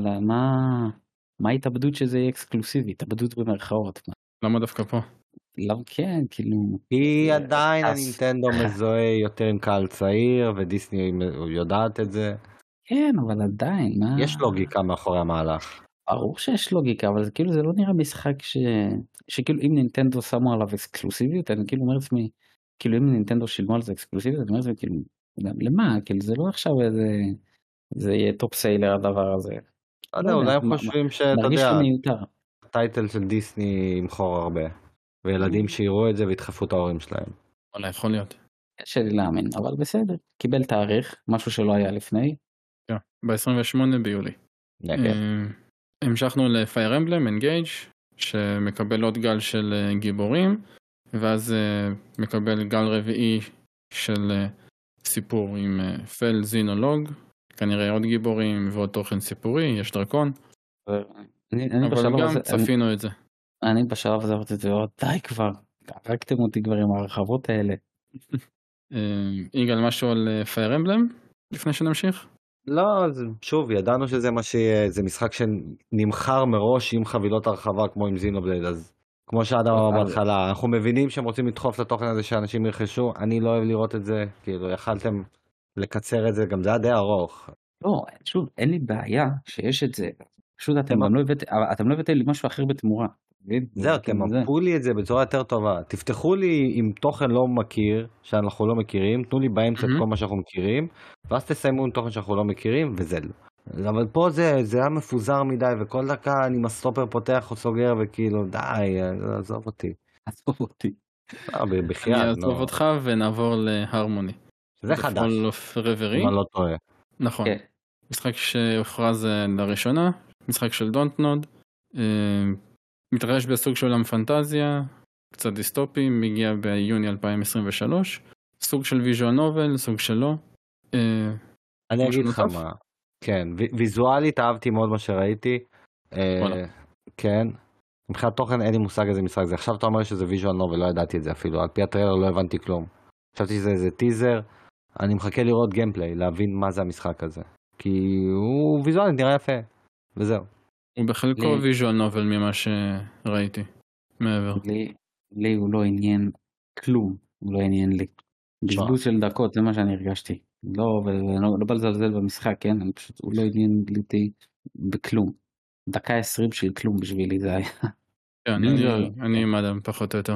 מה ההתאבדות שזה יהיה אקסקלוסיבי? התאבדות במרכאות. למה דווקא פה? למה כן, כאילו... כי עדיין הנינטנדו מזוהה יותר עם קהל צעיר, ודיסני יודעת את זה. כן, אבל עדיין, מה... יש לוגיקה מאחורי המהלך. ברור שיש לוגיקה, אבל זה כאילו זה לא נראה משחק שכאילו אם נינטנדו שמו עליו אקסקלוסיביות, אני כאילו אומר לעצמי, כאילו אם נינטנדו שילמו על זה אקסקלוסיביות, אני אומר לעצמי, כאילו, למה? כאילו זה לא עכשיו זה יהיה טופ סיילר הדבר הזה. לא יודע, אולי הם חושבים שאתה יודע, הטייטל של דיסני ימכור הרבה, וילדים שיראו את זה וידחפו את ההורים שלהם. אולי יכול להיות. קשה לי להאמין, אבל בסדר, קיבל תאריך, משהו שלא היה לפני. ב-28 ביולי. המשכנו לפייר אמבלם, אנגייג', שמקבל עוד גל של גיבורים, ואז מקבל גל רביעי של סיפור עם פל זינולוג, כנראה עוד גיבורים ועוד תוכן סיפורי, יש דרקון, אבל גם צפינו את זה. אני בשלב הזה אמרתי את זה, די כבר, הרגתם אותי כבר עם הרחבות האלה. יגאל, משהו על פייר אמבלם לפני שנמשיך? לא, שוב, ידענו שזה מה שיהיה, זה משחק שנמחר מראש עם חבילות הרחבה כמו עם זינובלייד, אז כמו שאדם אמר בהתחלה, אנחנו מבינים שהם רוצים לדחוף לתוכן הזה שאנשים ירכשו, אני לא אוהב לראות את זה, כאילו יכלתם לקצר את זה, גם זה היה די ארוך. לא, שוב, אין לי בעיה שיש את זה, פשוט אתם לא הבאתם לי משהו אחר בתמורה. זהו, אתם מפו לי את זה בצורה יותר טובה, תפתחו לי עם תוכן לא מכיר, שאנחנו לא מכירים, תנו לי באמצע את כל מה שאנחנו מכירים, ואז תסיימו עם תוכן שאנחנו לא מכירים, וזה לא. אבל פה זה היה מפוזר מדי, וכל דקה אני עם הסטופר פותח או סוגר, וכאילו די, עזוב אותי. עזוב אותי. בחייאת, אני אעזוב אותך ונעבור להרמוני. זה חדש. רברי. אני לא טועה. נכון. משחק שהוכרז לראשונה, משחק של דונטנוד, מתרחש בסוג של עולם פנטזיה, קצת דיסטופי, מגיע ביוני 2023, סוג של ויז'ואל נובל, סוג שלא. אני אגיד לך מה, כן, ויזואלית אהבתי מאוד מה שראיתי, כן, מבחינת תוכן אין לי מושג איזה משחק זה, עכשיו אתה אומר שזה ויז'ואל נובל, לא ידעתי את זה אפילו, על פי הטריילר לא הבנתי כלום, חשבתי שזה איזה טיזר, אני מחכה לראות גיימפליי, להבין מה זה המשחק הזה, כי הוא ויזואלית נראה יפה, וזהו. הוא בחלקו ויז'ואל נובל ממה שראיתי, מעבר. לי הוא לא עניין כלום, הוא לא עניין לי. בזבוז של דקות, זה מה שאני הרגשתי. לא בא לזלזל במשחק, כן? הוא לא עניין לי בכלום. דקה 20 של כלום בשבילי זה היה. כן, אני עם אדם פחות או יותר.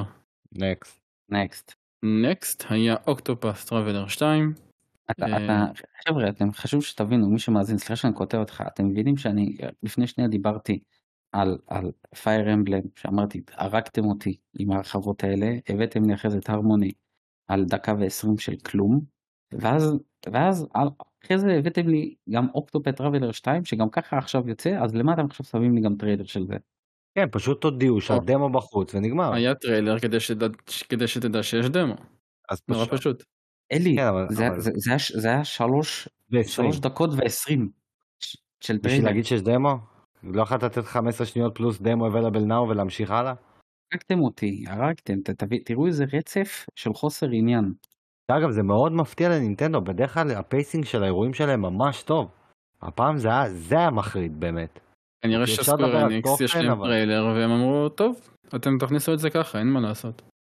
נקסט. היה אוקטופס טראבלר 2. חבר'ה, אתם חשוב שתבינו, מי שמאזין, סליחה שאני קוטע אותך, אתם מבינים שאני לפני שנייה דיברתי על פייר אמבלם, שאמרתי, הרגתם אותי עם הרחבות האלה, הבאתם לי אחרי זה את הרמוני על דקה ו20 של כלום, ואז אחרי זה הבאתם לי גם אוקטופס טראבלר 2, שגם ככה עכשיו יוצא, אז למה אתם עכשיו שמים לי גם טריילר של זה? כן, פשוט תודיעו שהדמו בחוץ ונגמר. היה טריילר כדי שתדע שיש דמו. אז פשוט. אלי, זה היה 3 דקות ו20 של טריילר. בשביל להגיד שיש דמו? לא יכולת לתת 15 שניות פלוס דמו available now ולהמשיך הלאה? הרגתם, תראו איזה רצף של חוסר עניין. אגב, זה מאוד מפתיע לנינטנדו, בדרך כלל הפייסינג של האירועים שלהם ממש טוב. הפעם זה היה מחריד באמת. כנראה שסקוור אניקס יש להם טריילר והם אמרו, טוב, אתם תכניסו את זה ככה, אין מה לעשות.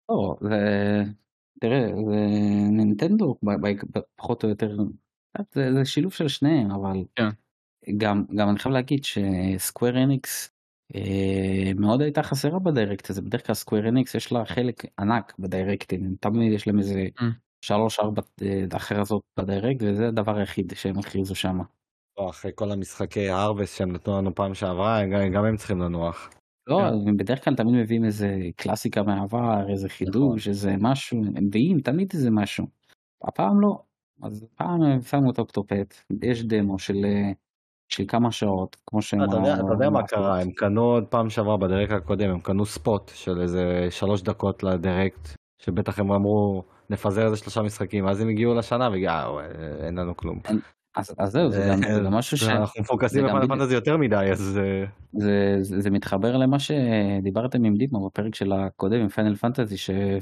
תראה, זה נינטנדו פחות או יותר, זה שילוב של שניהם, אבל גם אני חייב להגיד שסקוור אניקס מאוד הייתה חסרה בדיירקט הזה, בדרך כלל סקוור אניקס יש לה חלק ענק בדיירקטים, תמיד יש להם איזה 3-4 הכרזות בדיירקט, וזה הדבר היחיד שהם הכריזו שם. אחרי כל המשחקי הארבס שהם נתנו לנו פעם שעברה, גם הם צריכים לנוח. לא, בדרך כלל תמיד מביאים איזה קלאסיקה מהעבר, איזה חידוש, איזה משהו, הם מביאים תמיד איזה משהו. הפעם לא, אז פעם הם שמו את אוקטופט, יש דמו של כמה שעות, כמו שהם... אתה יודע מה קרה, הם קנו עוד פעם שעברה בדירקט הקודם, הם קנו ספוט של איזה 3 דקות לדירקט, שבטח הם אמרו נפזר איזה 3 משחקים, אז הם הגיעו לשנה והגיעו, אין לנו כלום. אז זהו, זה גם משהו אנחנו מפוקסים בפאנל פנטזי יותר מדי, אז... זה מתחבר למה שדיברתם עם דימה בפרק של הקודם עם פיינל פנטזי,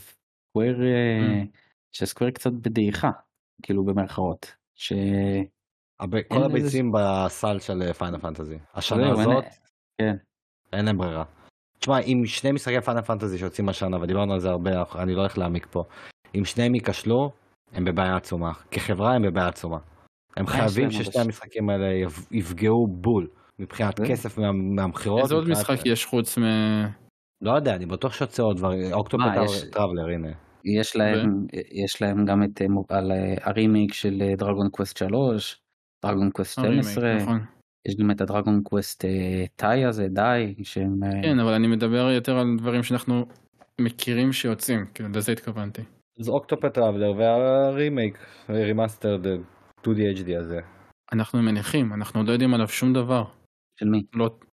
שסקוור קצת בדעיכה, כאילו במרכאות. כל הביצים בסל של פיינל פנטזי. השנה הזאת, אין להם ברירה. תשמע, עם 2 משחקי פיינל פנטזי שיוצאים השנה, ודיברנו על זה הרבה, אני לא הולך להעמיק פה, אם 2 ייכשלו, הם בבעיה עצומה. כחברה הם בבעיה עצומה. הם חייבים ששתי המשחקים האלה יפגעו בול, מבחינת כסף מהמחירות. איזה עוד משחק יש חוץ מ... לא יודע, אני בטוח שיוצא עוד דברים, אוקטופס טראבלר, הנה. יש להם גם את הרימיק של דרגון קווסט 3, דרגון קווסט 12, יש גם את הדרגון קווסט טאי הזה, די, שהם... כן, אבל אני מדבר יותר על דברים שאנחנו מכירים שיוצאים, כאילו לזה התכוונתי. אז אוקטופס טראבלר והרימיק, רימאסטר 2D HD הזה. אנחנו מניחים, אנחנו לא יודעים עליו שום דבר. של מי?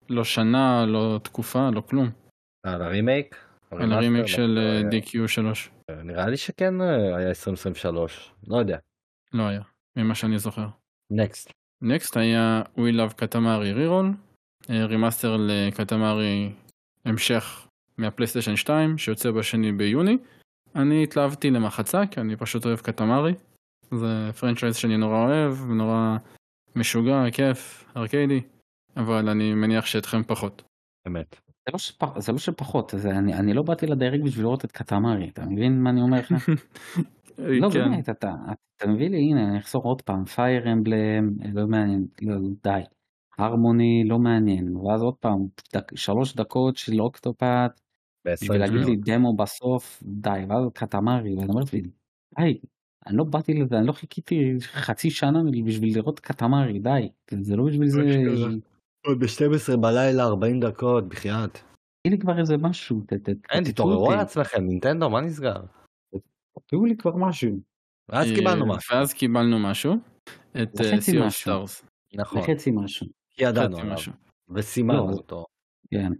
לא שנה, לא תקופה, לא כלום. על הרימייק? על הרימייק של DQ3. נראה לי שכן היה 2023, לא יודע. לא היה, ממה שאני זוכר. נקסט. נקסט היה We Love קטמרי רירול, רימאסטר לקטמרי המשך מהפלייסטיישן 2 שיוצא בשני ביוני. אני התלהבתי למחצה כי אני פשוט אוהב קטמרי, זה פרנצ'ייז שאני נורא אוהב, נורא משוגע, כיף, ארקיידי, אבל אני מניח שאתכם פחות. אמת. זה לא שפחות, אני לא באתי לדיירקט בשביל לראות את קטמרי, אתה מבין מה אני אומר לך? לא באמת, אתה מביא לי, הנה, אני אחזור עוד פעם, פייר אמבלם, לא מעניין, די. הרמוני, לא מעניין, ואז עוד פעם, 3 דקות של אוקטופאט, ולהגיד לי דמו בסוף, די, ואז קטמרי, ואני אומרת לי, די, אני לא באתי לזה, אני לא חיכיתי חצי שנה בשביל לראות קטמרי, די, זה לא בשביל זה... עוד ב-12 בלילה, 40 דקות, בחייאת. תגיד לי כבר איזה משהו, אין, תתעוררו על עצמכם, נינטנדו, מה נסגר? תראו לי כבר משהו. ואז קיבלנו משהו. את Sea of Stars. נכון. לחצי משהו. כי ידענו עליו. וסימנו אותו. כן.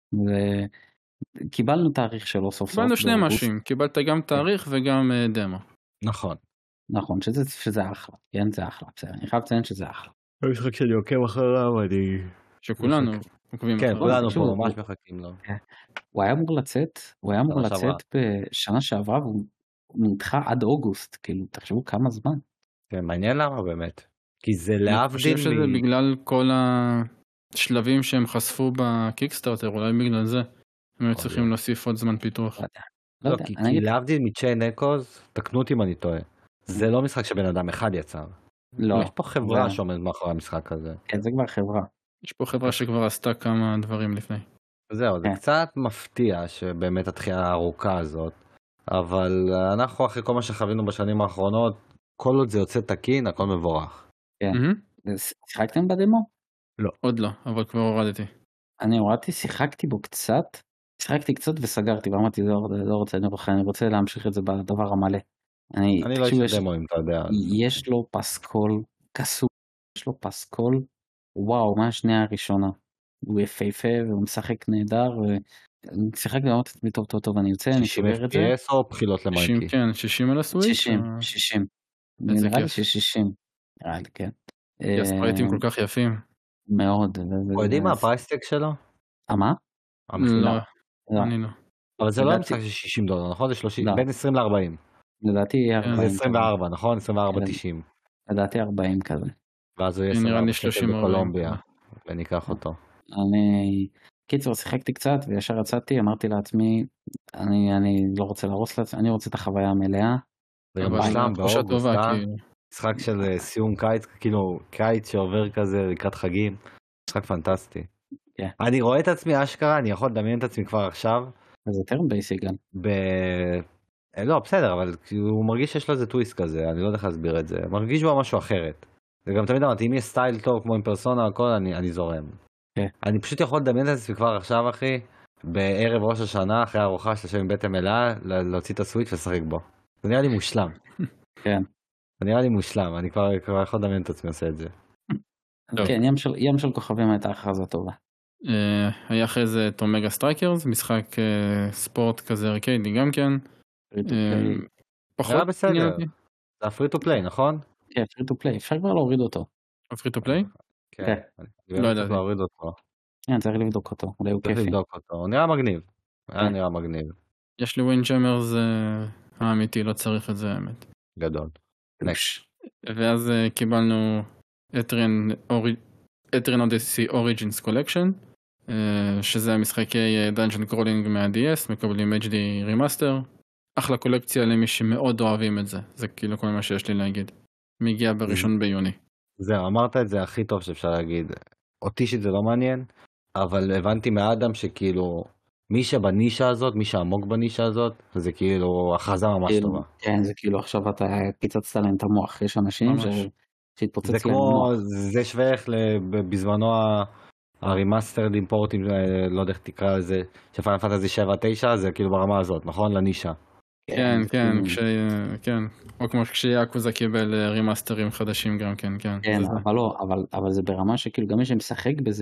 קיבלנו תאריך שלו סוף סוף. קיבלנו שני משהו. קיבלת גם תאריך וגם דמו. נכון. נכון, שזה אחלה. כן, זה אחלה. אני חייב לציין שזה אחלה. המשחק שלי עוקב אחריו, שכולנו עוקבים אחריו. כן, כולנו פה ממש מחכים לו. הוא היה אמור לצאת בשנה שעברה, והוא נדחה עד אוגוסט, כאילו, תחשבו כמה זמן. כן, מעניין למה באמת. כי זה להבדיל... אני חושב שזה בגלל כל השלבים שהם חשפו בקיקסטארטר, אולי בגלל זה. הם היו צריכים להוסיף עוד זמן פיתוח. לא, כי להבדיל מצ'יין אקוז, תקנו אותי אם אני טועה. זה לא משחק שבן אדם אחד יצר. לא. יש פה חברה שעומדת מאחורי המשחק הזה. כן, זה כבר חברה. יש פה חברה שכבר עשתה כמה דברים לפני. זהו, זה קצת מפתיע שבאמת התחייה הארוכה הזאת, אבל אנחנו אחרי כל מה שחווינו בשנים האחרונות, כל עוד זה יוצא תקין, הכל מבורך. כן. שיחקתם בדמו? לא. עוד לא, אבל כבר הורדתי. אני הורדתי, שיחקתי קצת וסגרתי, ואמרתי, לא רוצה, אני רוצה להמשיך את זה בדבר המלא. אני לא יש דמו אם אתה יודע. יש לו פסקול כסוף, יש לו פסקול, וואו, מה השנייה הראשונה? הוא יפהפה והוא משחק נהדר, ושיחק באמת טוב, אני יוצא, אני שובר את זה. 60 FPS או בחילות למייקי? כן, 60 על הסוויץ'? 60. נראה לי ש-60. נראה לי, כן. כי הספרייטים כל כך יפים. מאוד. הוא יודעים מה הפרייסטק שלו? מה? לא, אני לא. אבל זה לא משחק של $60, נכון? זה 30, בין 20 ל-40. לדעתי 40. זה 24, נכון? 24.90. לדעתי 40 כזה. ואז הוא יהיה 30 בקולומביה, וניקח אותו. קיצור, שיחקתי קצת וישר יצאתי, אמרתי לעצמי, אני לא רוצה להרוס לעצמי, אני רוצה את החוויה המלאה. זה גם בשלם באוגוסט, משחק של סיום קיץ, כאילו קיץ שעובר כזה לקראת חגים, משחק פנטסטי. אני רואה את עצמי אשכרה, אני יכול לדמיין את עצמי כבר עכשיו. אז יותר בייסי גם. לא, בסדר, אבל הוא מרגיש שיש לו איזה טוויסט כזה, אני לא יודע איך להסביר את זה, מרגיש בו משהו אחרת. וגם תמיד אמרתי, אם יש סטייל טוב כמו עם פרסונה הכל, אני זורם. אני פשוט יכול לדמיין את עצמי כבר עכשיו, אחי, בערב ראש השנה, אחרי הארוחה של שם בית המלאה, להוציא את הסוויץ' ולשחק בו. זה נראה לי מושלם. כן. זה נראה לי מושלם, אני כבר יכול לדמיין את עצמי עושה את זה. כן, ים של כוכבים הייתה הכרזה טובה. היה אחרי זה את אומגה סטרייקרס, משחק ספורט כזה ארקיידי גם כן. פחות בסדר. זה הפרי טו פליי, נכון? כן, פרי טו פליי, אפשר כבר להוריד אותו. הפרי טו פליי? כן, לא יודעת להוריד אותו. כן, צריך לבדוק אותו, אולי הוא כיפי. צריך לבדוק אותו, נראה מגניב. נראה מגניב. יש לי ווינג'מרס האמיתי, לא צריך את זה האמת. גדול. ואז קיבלנו אטריאן אודיסי אוריג'ינס קולקשן, שזה המשחקי דאנג'ן קרולינג מה-DS, מקבלים HD רימאסטר. אחלה קולקציה למי שמאוד אוהבים את זה, זה כאילו כל מה שיש לי להגיד. מגיע בראשון ביוני. זהו, אמרת את זה הכי טוב שאפשר להגיד. אותי שזה לא מעניין, אבל הבנתי מאדם שכאילו מי שבנישה הזאת, מי שעמוק בנישה הזאת, זה כאילו הכרזה ממש טובה. כן, זה כאילו עכשיו אתה פיצצת להם את המוח, יש אנשים שהתפוצץ להם מוח. זה שווה איך בזמנו הרימאסטרד אימפורטים, לא יודע איך תקרא לזה, שפיינל פנטזי 7-9, זה כאילו ברמה הזאת, נכון? לנישה. כן, כן, או כמו כשיאקוזה קיבל רימאסטרים חדשים גם כן, כן. כן, אבל זה ברמה שכאילו גם מי שמשחק בזה,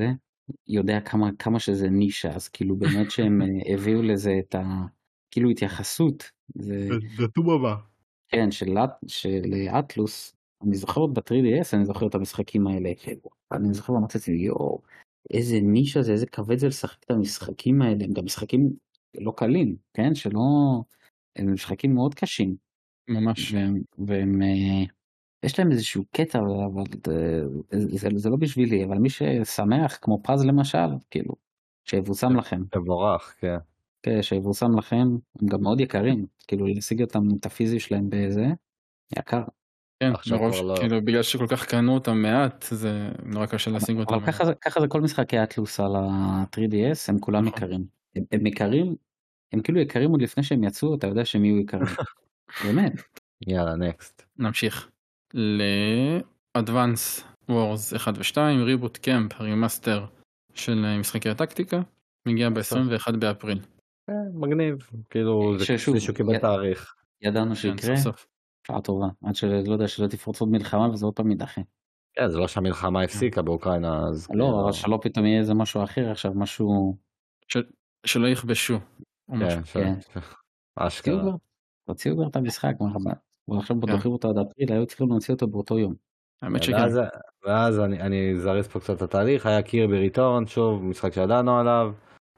יודע כמה שזה נישה, אז כאילו באמת שהם הביאו לזה את כאילו התייחסות. זה טוב. כן, של אטלוס, אני זוכר עוד ב-3DS, אני זוכר את המשחקים האלה, אני זוכר ואמרתי, יואו, איזה נישה זה, איזה כבד זה לשחק את המשחקים האלה, הם גם משחקים לא קלים, כן, הם משחקים מאוד קשים. ממש. והם, יש להם איזשהו קטע, אבל זה לא בשבילי, אבל מי ששמח, כמו פאז למשל, כאילו, שיבושם לכם. מבורך, כן. כן, שיבושם לכם, הם גם מאוד יקרים, כאילו להשיג אותם את הפיזי שלהם באיזה, יקר. כן, מראש, כאילו בגלל שכל כך קנו אותם מעט, זה נורא קשה להשיג אותם. אבל ככה זה כל משחקי אטלוס על ה-3DS, הם כולם יקרים. הם יקרים, הם כאילו יקרים עוד לפני שהם יצאו, אתה יודע שהם יהיו יקרים. באמת. יאללה, נקסט. נמשיך. ל-Advance Wars 1 ו-2, ריבוט קמפ, הרימאסטר של משחקי הטקטיקה, מגיע ב-21 באפריל. מגניב, כאילו זה מישהו קיבל תאריך. ידענו שיקרה, שעה טובה, עד שלא יודע שלא תפרוץ עוד מלחמה וזה עוד פעם יידחה. כן, זה לא שהמלחמה הפסיקה באוקראינה, אז... לא, אבל שלא פתאום יהיה איזה משהו אחר עכשיו, משהו... שלא יכבשו. כן. אשכרה. תוציאו כבר את המשחק, ועכשיו דוחים אותו עד אפריל, היו צריכים להוציא אותו באותו יום. האמת שכן. ואז אני זריז פה קצת את התהליך, היה קירבי ריטורן, שוב, משחק שידענו עליו,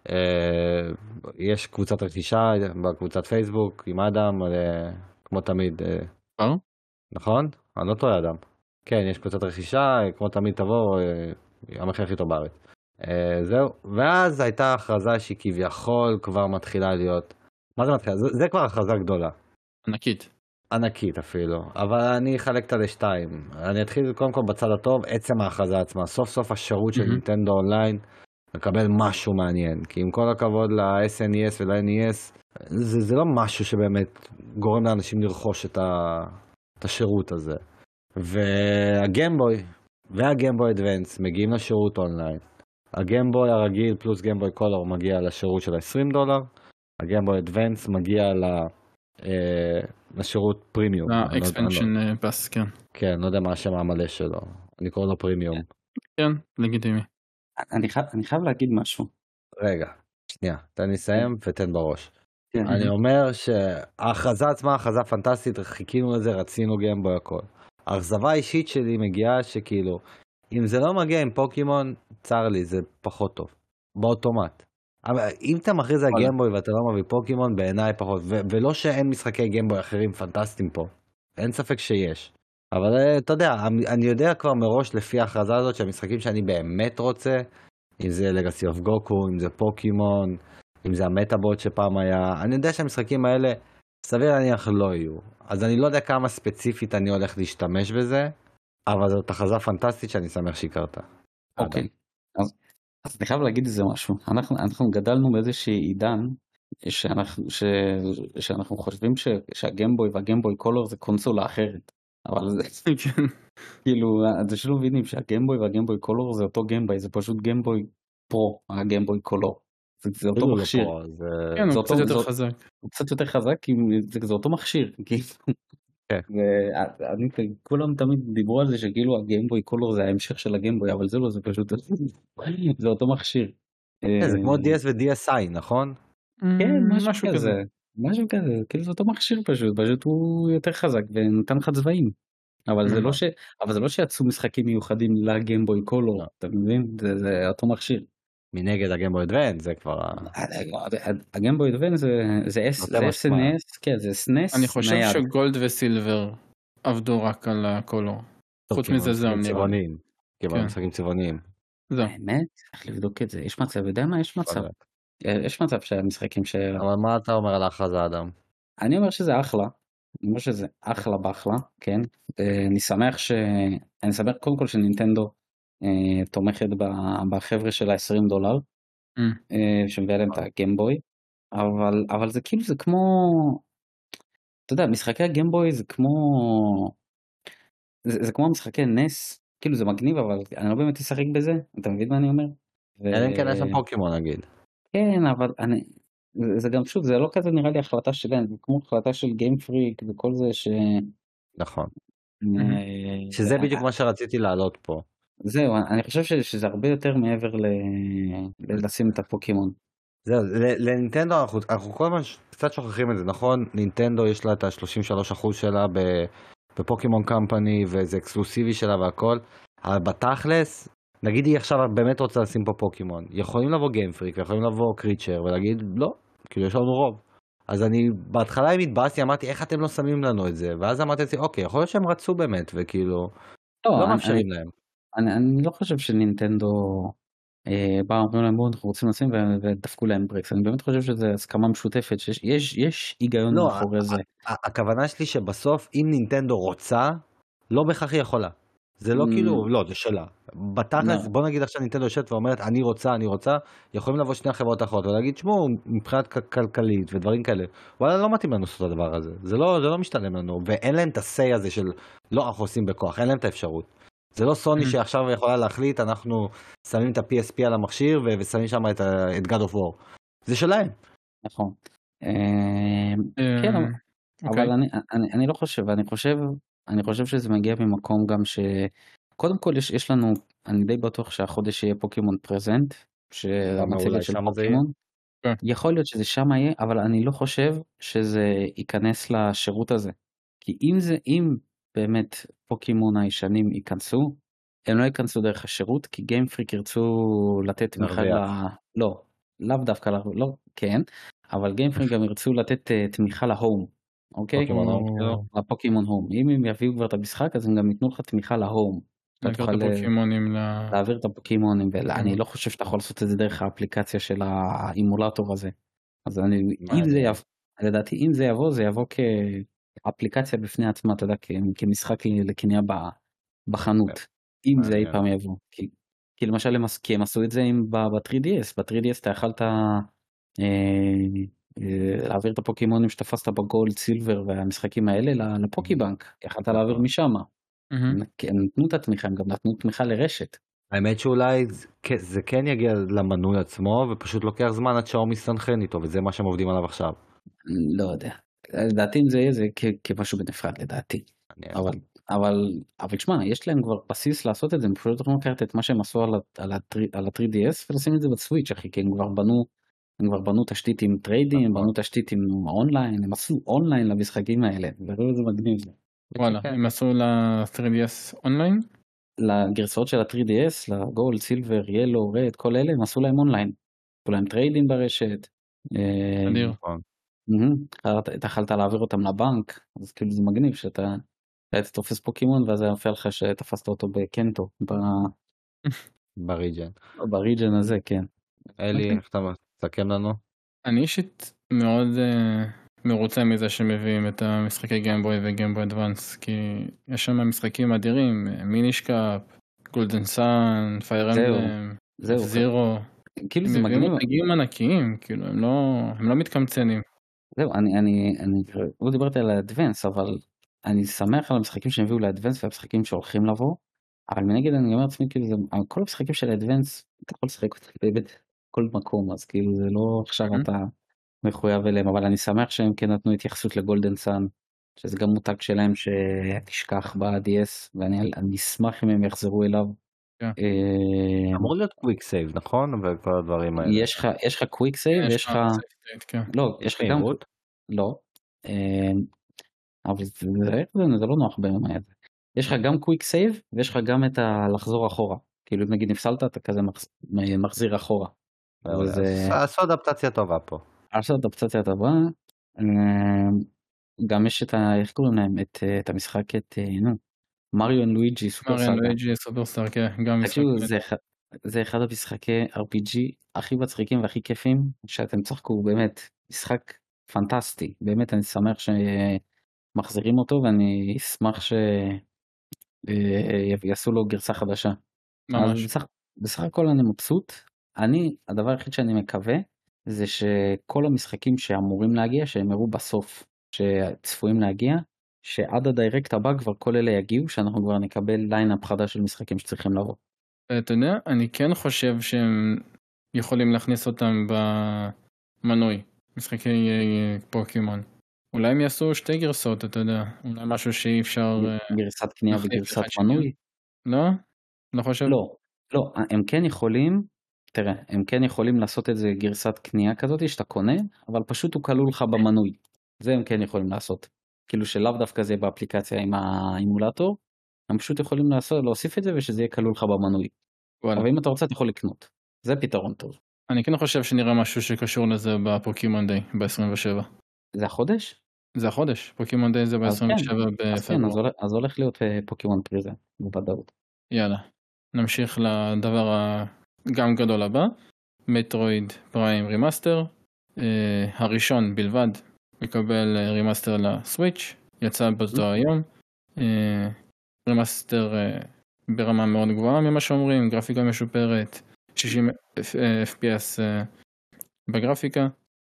יש קבוצת רכישה בקבוצת פייסבוק עם אדם, כמו תמיד. נכון? אני לא טועה אדם. כן, יש קבוצת רכישה, כמו תמיד תבוא, המחיר הכי טוב בארץ. זהו, ואז הייתה הכרזה שהיא כביכול כבר מתחילה להיות, מה זה מתחילה? זה כבר הכרזה גדולה. ענקית אפילו, אבל אני אחלק אותה לשתיים. אני אתחיל קודם כל בצד הטוב, עצם ההכרזה עצמה. סוף סוף השירות של נינטנדו אונליין מקבל משהו מעניין, כי עם כל הכבוד ל-SNES ול-NES, זה לא משהו שבאמת גורם לאנשים לרכוש את השירות הזה. והגיימבוי והגיימבוי אדוונס מגיעים לשירות אונליין. הגיימבוי הרגיל פלוס גיימבוי קולור מגיע לשירות של $20, הגיימבוי אדוונס מגיע לשירות פרימיום. אקספנשן פאס, כן. כן, לא יודע מה השם המלא שלו, אני קורא לו פרימיום. כן, לגיטימי. אני חייב להגיד משהו. רגע, שנייה, תן לי לסיים ותן בראש. אני אומר שההכרזה עצמה, הכרזה פנטסטית, חיכינו לזה, רצינו גיימבוי הכל. האכזבה האישית שלי מגיעה שכאילו, אם זה לא מגיע עם פוקימון, צר לי, זה פחות טוב. באוטומט. אבל אם אתה מכריז על גיימבוי ואתה לא מביא פוקימון, בעיניי פחות. ולא שאין משחקי גיימבוי אחרים פנטסטיים פה. אין ספק שיש. אבל אתה יודע, אני יודע כבר מראש לפי ההכרזה הזאת שהמשחקים שאני באמת רוצה, אם זה לגאסי אוף גוקו, אם זה פוקימון, אם זה המטאבוט שפעם היה, אני יודע שהמשחקים האלה סביר להניח לא יהיו. אז אני לא יודע כמה ספציפית אני הולך להשתמש בזה, אבל זאת הכרזה פנטסטית שאני שמח שהיא קרתה. אוקיי, אז אני חייב להגיד איזה משהו. אנחנו גדלנו באיזושהי עידן שאנחנו חושבים שהגיימבוי והגיימבוי קולור זה קונסולה אחרת. אבל זה כאילו, זה שלא מבינים שהגיימבוי והגיימבוי קולור זה אותו גיימבוי, זה פשוט גיימבוי פרו, הגיימבוי קולור. זה אותו מכשיר. כן, הוא קצת יותר חזק. הוא קצת יותר חזק, כי זה אותו מכשיר. וכולם תמיד דיברו על זה שכאילו הגיימבוי קולור זה ההמשך של הגיימבוי, אבל זה לא, זה פשוט, זה אותו מכשיר. זה כמו DS ו-DSi, נכון? כן, משהו כזה. משהו כזה, כאילו זה אותו מכשיר פשוט הוא יותר חזק ונותן לך צבעים. אבל זה לא שיצאו משחקים מיוחדים לגיימבוי קולור, אתה מבין? זה אותו מכשיר. מנגד הגיימבוי אדוונס זה כבר... הגיימבוי אדוונס זה SNES, כן, זה SNES. אני חושב שגולד וסילבר עבדו רק על הקולור. חוץ מזה זהו נראה. כן, משחקים צבעוניים. באמת? צריך לבדוק את זה. יש מצב, יודע מה? יש מצב. יש מצב שהמשחקים אבל מה אתה אומר על ההכרזה, אדם? אני אומר שזה אחלה. אני אומר שזה אחלה באחלה, כן. אני שמח קודם כל שנינטנדו תומכת בחבר'ה של $20 שמביא להם את הגיימבוי, אבל זה כאילו זה כמו, אתה יודע, משחקי הגיימבוי זה כמו משחקי נס, כאילו זה מגניב, אבל אני לא באמת אשחק בזה, אתה מבין מה אני אומר? אלא אם כן יש שם פוקימון נגיד. כן, אבל זה גם שוב, זה לא כזה נראה לי החלטה שלהם, זה כמו החלטה של גיים פריק וכל זה נכון. שזה בדיוק מה שרציתי לעלות פה. זהו, אני חושב שזה הרבה יותר מעבר לשים את הפוקימון. זהו, לנינטנדו אנחנו כל הזמן קצת שוכחים את זה, נכון? נינטנדו יש לה את ה-33% שלה בפוקימון קמפני, וזה אקסקלוסיבי שלה והכל, אבל בתכלס, נגיד היא עכשיו באמת רוצה לשים פה פוקימון, יכולים לבוא גיימפריק, יכולים לבוא קריצ'ר ולהגיד לא, כאילו יש לנו רוב. אז אני בהתחלה אם התבאסתי אמרתי איך אתם לא שמים לנו את זה, ואז אמרתי לעצמי אוקיי, יכול להיות שהם רצו באמת וכאילו לא מאפשרים להם. אני לא חושב שנינטנדו באו אומרים להם בואו אנחנו רוצים לשים ודפקו להם ברקס. אני באמת חושב שזה הסכמה משותפת שיש היגיון מאחורי זה. הכוונה שלי שבסוף אם נינטנדו רוצה לא בהכרח היא יכולה. זה לא כאילו לא זה שלה. בתכלס בוא נגיד עכשיו נינטנדו יושבת ואומרת אני רוצה יכולים לבוא שני החברות האחרות ולהגיד שמעו מבחינת כלכלית ודברים כאלה וואלה לא מתאים לנו לעשות את הדבר הזה. זה לא משתלם לנו ואין להם את ה-say הזה של לא אנחנו עושים בכוח, אין להם את האפשרות. זה לא סוני שעכשיו יכולה להחליט אנחנו שמים את ה-PSP על המכשיר ושמים שם את God of War. זה שלהם. נכון. כן, אבל אני לא חושב, אני חושב שזה מגיע ממקום גם שקודם כל יש לנו, אני די בטוח שהחודש יהיה פוקימון פרזנט, שהמצגת של פוקימון, יכול להיות שזה שם יהיה, אבל אני לא חושב שזה ייכנס לשירות הזה. כי אם באמת פוקימון הישנים ייכנסו, הם לא ייכנסו דרך השירות, כי גיימפריק ירצו לתת תמיכה לאו דווקא, לא, כן, אבל גיימפריק גם ירצו לתת תמיכה להום, אוקיי? לפוקימון הום. אם הם יביאו כבר את המשחק, אז הם גם ייתנו לך תמיכה להום. להעביר את הפוקימונים, ואני לא חושב שאתה יכול לעשות את זה דרך האפליקציה של האימולטור הזה. אז לדעתי אם זה יבוא כאפליקציה בפני עצמה, אתה יודע, כמשחק לקנייה בחנות. אם זה אי פעם יבוא. כי למשל הם עשו את זה ב-3DS. ב-3DS אתה יכלת להעביר את הפוקימונים שתפסת בגולד, סילבר והמשחקים האלה לפוקיבנק. יכלת להעביר משם. הם נתנו את התמיכה, הם גם נתנו תמיכה לרשת. האמת שאולי זה כן יגיע למנוי עצמו ופשוט לוקח זמן עד שהאור מסתנכרן איתו וזה מה שהם עובדים עליו עכשיו. לא יודע. לדעתי אם זה יהיה זה כמשהו בנפרד לדעתי. אבל תשמע, יש להם כבר בסיס לעשות את זה, הם פשוט יכולים לקחת את מה שהם עשו על ה-3DS ולשים את זה בסוויץ' אחי, כי הם כבר בנו תשתית עם טריידים, הם בנו תשתית עם אונליין, הם עשו אונליין למשחקים האלה, וראו את זה מגניב. וואלה, הם עשו ל-3DS אונליין? לגרסאות של ה-3DS, לגולד, סילבר, ילו, רד, כל אלה, הם עשו להם אונליין. עשו להם טריידים ברשת. אדיר. אתה יכלת להעביר אותם לבנק, אז כאילו זה מגניב שאתה תופס פוקימון, ואז היה מפעיל לך שתפסת אותו בקנטו, בריג'ן הזה, כן. אלי, איך אתה מסכם לנו? אני אישית מאוד מרוצה מזה שמביאים את המשחקי גיימבוי וגיימבוי אדוונס, כי יש שם משחקים אדירים, מינישקאפ, גולדן סאן, פייר אמבלם, זירו, כאילו זה מגניב. מגיעים ענקיים, כאילו הם לא מתקמצנים. זהו, אני לא דיברתי על האדוונס, אבל אני שמח על המשחקים שהם הביאו לאדוונס והמשחקים שהולכים לבוא, אבל מנגד אני אומר לעצמי, כאילו כל המשחקים של האדוונס, אתה יכול לשחק אותם בכל מקום, אז כאילו זה לא עכשיו אתה מחויב אליהם, אבל אני שמח שהם כן נתנו התייחסות לגולדן סאן, שזה גם מותג שלהם שתשכח ב-DS, ואני אשמח אם הם יחזרו אליו. אמור להיות קוויק סייב, נכון? וכל הדברים האלה. יש לך קוויק סייב, יש לך... לא, יש לך גם... לא. אבל זה לא נוח ביום הזה. יש לך גם קוויק סייב, ויש לך גם את לחזור אחורה. כאילו נגיד נפסלת, אתה כזה מחזיר אחורה. עשו אדפטציה טובה פה. עשו אדפטציה טובה. גם יש את איך קוראים להם? את המשחק, מריו אנד לואיג'י סופרסטאר. מריו אנד לואיג'י סופרסטאר, כן. זה אחד המשחקי RPG הכי מצחיקים והכי כיפים שאתם צחקו, באמת משחק פנטסטי. באמת אני שמח שמחזירים אותו, ואני אשמח שיעשו לו גרסה חדשה. ממש. בסך הכל אני מבסוט. הדבר היחיד שאני מקווה זה שכל המשחקים שאמורים להגיע, שהם הראו בסוף, שצפויים להגיע, שעד הדיירקט הבא כבר כל אלה יגיעו, שאנחנו כבר נקבל ליינאפ חדש של משחקים שצריכים לבוא. אתה יודע, אני כן חושב שהם יכולים להכניס אותם במנוי, משחקי פוקימון. אולי הם יעשו שתי גרסות, אתה יודע, אולי משהו שאי אפשר... גרסת קנייה וגרסת מנוי? לא? לא חושב? לא, הם כן יכולים, תראה, הם כן יכולים לעשות את זה גרסת קנייה כזאת שאתה קונה, אבל פשוט הוא כלול לך במנוי. זה הם כן יכולים לעשות. כאילו שלאו דווקא זה באפליקציה עם האימולטור, הם פשוט יכולים להוסיף את זה ושזה יהיה כלול לך במנוי. אבל אם אתה רוצה אתה יכול לקנות. זה פתרון טוב. אני כן חושב שנראה משהו שקשור לזה בפוקימון דיי ב-27. זה החודש? זה החודש, פוקימון דיי זה ב-27 בפברואר. אז הולך להיות פוקימון פריזה, בוודאות. יאללה, נמשיך לדבר גם גדול הבא, מטרויד פריים רימאסטר, הראשון בלבד מקבל רימאסטר לסוויץ', יצא באותו היום, רימאסטר ברמה מאוד גבוהה ממה שאומרים, גרפיקה משופרת, 60 FPS בגרפיקה.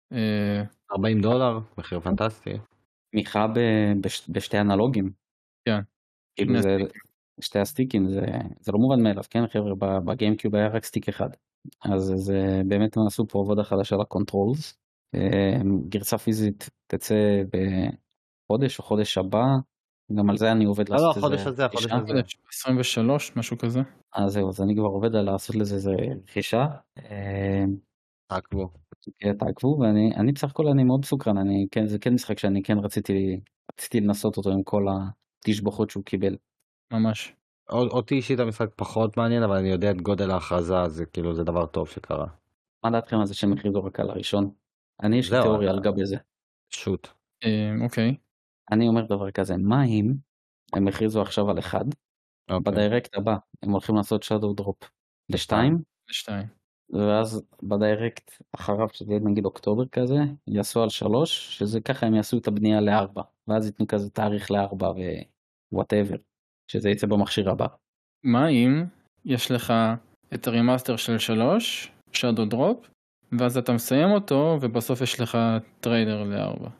$40, מחיר פנטסטי. תמיכה בשתי אנלוגים. כן. כאילו זה, שתי הסטיקים, זה לא מובן מאליו, כן חבר'ה, בגיימקיוב היה רק סטיק אחד. אז זה באמת הם עשו פה עבודה חדשה לקונטרולס. גרסה פיזית תצא בחודש או חודש הבא, גם על זה אני עובד לעשות את זה. החודש הזה. 23, משהו כזה. אז זהו, אז אני כבר עובד על לעשות לזה איזה רכישה. תעקבו, ואני בסך הכל אני מאוד סוקרן, זה כן משחק שאני כן רציתי לנסות אותו עם כל התשבחות שהוא קיבל. ממש. אותי אישית המשחק פחות מעניין, אבל אני יודע את גודל ההכרזה, זה כאילו זה דבר טוב שקרה. מה דעתכם על זה שהם הכריזו רק על הראשון? אני יש לי תיאוריה על גבי זה. שוט. אוקיי. אני אומר דבר כזה, מה אם הם הכריזו עכשיו על אחד, בדיירקט הבא הם הולכים לעשות shadow drop לשתיים, ואז בדיירקט אחריו, שזה נגיד אוקטובר כזה, יעשו על 3, שזה ככה הם יעשו את הבנייה ל4, ואז ייתנו כזה תאריך ל4 ווואטאבר, שזה יצא במכשיר הבא. מה אם יש לך את הרימאסטר של 3, shadow drop, ואז אתה מסיים אותו, ובסוף יש לך טריילר ל4.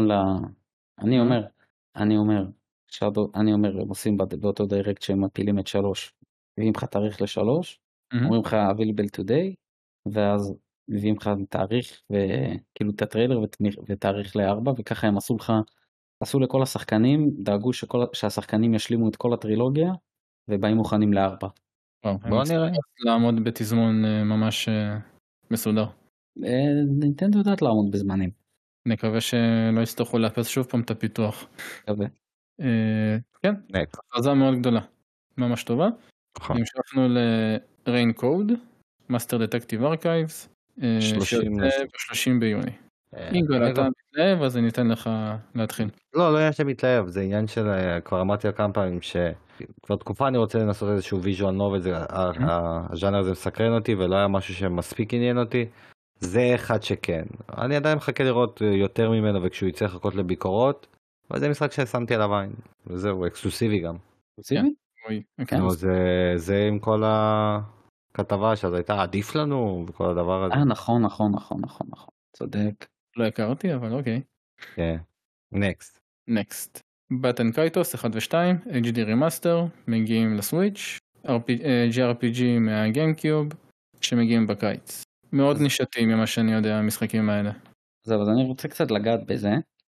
אני אומר, הם עושים באותו דיירקט שהם מפילים את 3, מביאים לך תאריך ל3, אומרים לך available today, ואז מביאים לך תאריך וכאילו את הטריילר ותאריך ל4, וככה הם עשו לכל השחקנים, דאגו שהשחקנים ישלימו את כל הטרילוגיה, ובאים מוכנים ל4. בוא נראה. לעמוד בתזמון ממש מסודר. נינטנדו יודעת לעמוד בזמנים. נקווה שלא יצטרכו לאפס שוב פעם את הפיתוח. מקווה. כן, הכרזה מאוד גדולה. ממש טובה. המשכנו ל-Rain Code, Master Detective Archives, שיוצא ב-30 ביוני. יגאל, אתה מתלהב, אז אני אתן לך להתחיל. לא עניין שמתלהב, זה עניין של, כבר אמרתי על כמה פעמים, שכבר תקופה אני רוצה לנסות איזשהו ויז'ואל נובל, הז'אנר הזה מסקרן אותי, ולא היה משהו שמספיק עניין אותי. זה אחד שכן. אני עדיין מחכה לראות יותר ממנו, וכשהוא יצא לחכות לביקורות, אבל זה משחק ששמתי עליו עין, וזהו, אקסקלוסיבי גם. אקסקלוסיבי? זה עם כל הכתבה שאז הייתה עדיף לנו וכל הדבר הזה. נכון, צודק. לא הכרתי, אבל אוקיי. כן. Next. בטן קייטוס 1 ו-2, HD רמאסטר, מגיעים לסוויץ', JRPG מהגיימקיוב, שמגיעים בקיץ. מאוד נישתים ממה שאני יודע, המשחקים האלה. זהו, אז אני רוצה קצת לגעת בזה.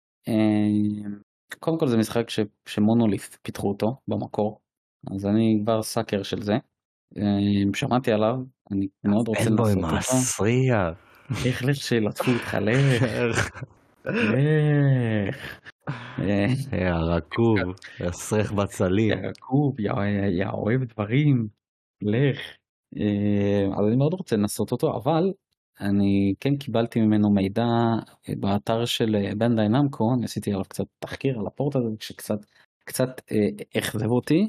קודם כל זה משחק שמונוליף פיתחו אותו במקור, אז אני כבר סאקר של זה. שמעתי עליו, אני מאוד רוצה לנסות אותו. אין בו מסריח. איך שילטפו אותך, לך. הרקוב, יסריח בצלים. הרקוב, יא אוהב דברים, לך. אז אני מאוד רוצה לנסות אותו, אבל אני כן קיבלתי ממנו מידע באתר של בנדאי נמקו, אני עשיתי עליו קצת תחקיר על הפורט הזה, שקצת אכזב אותי.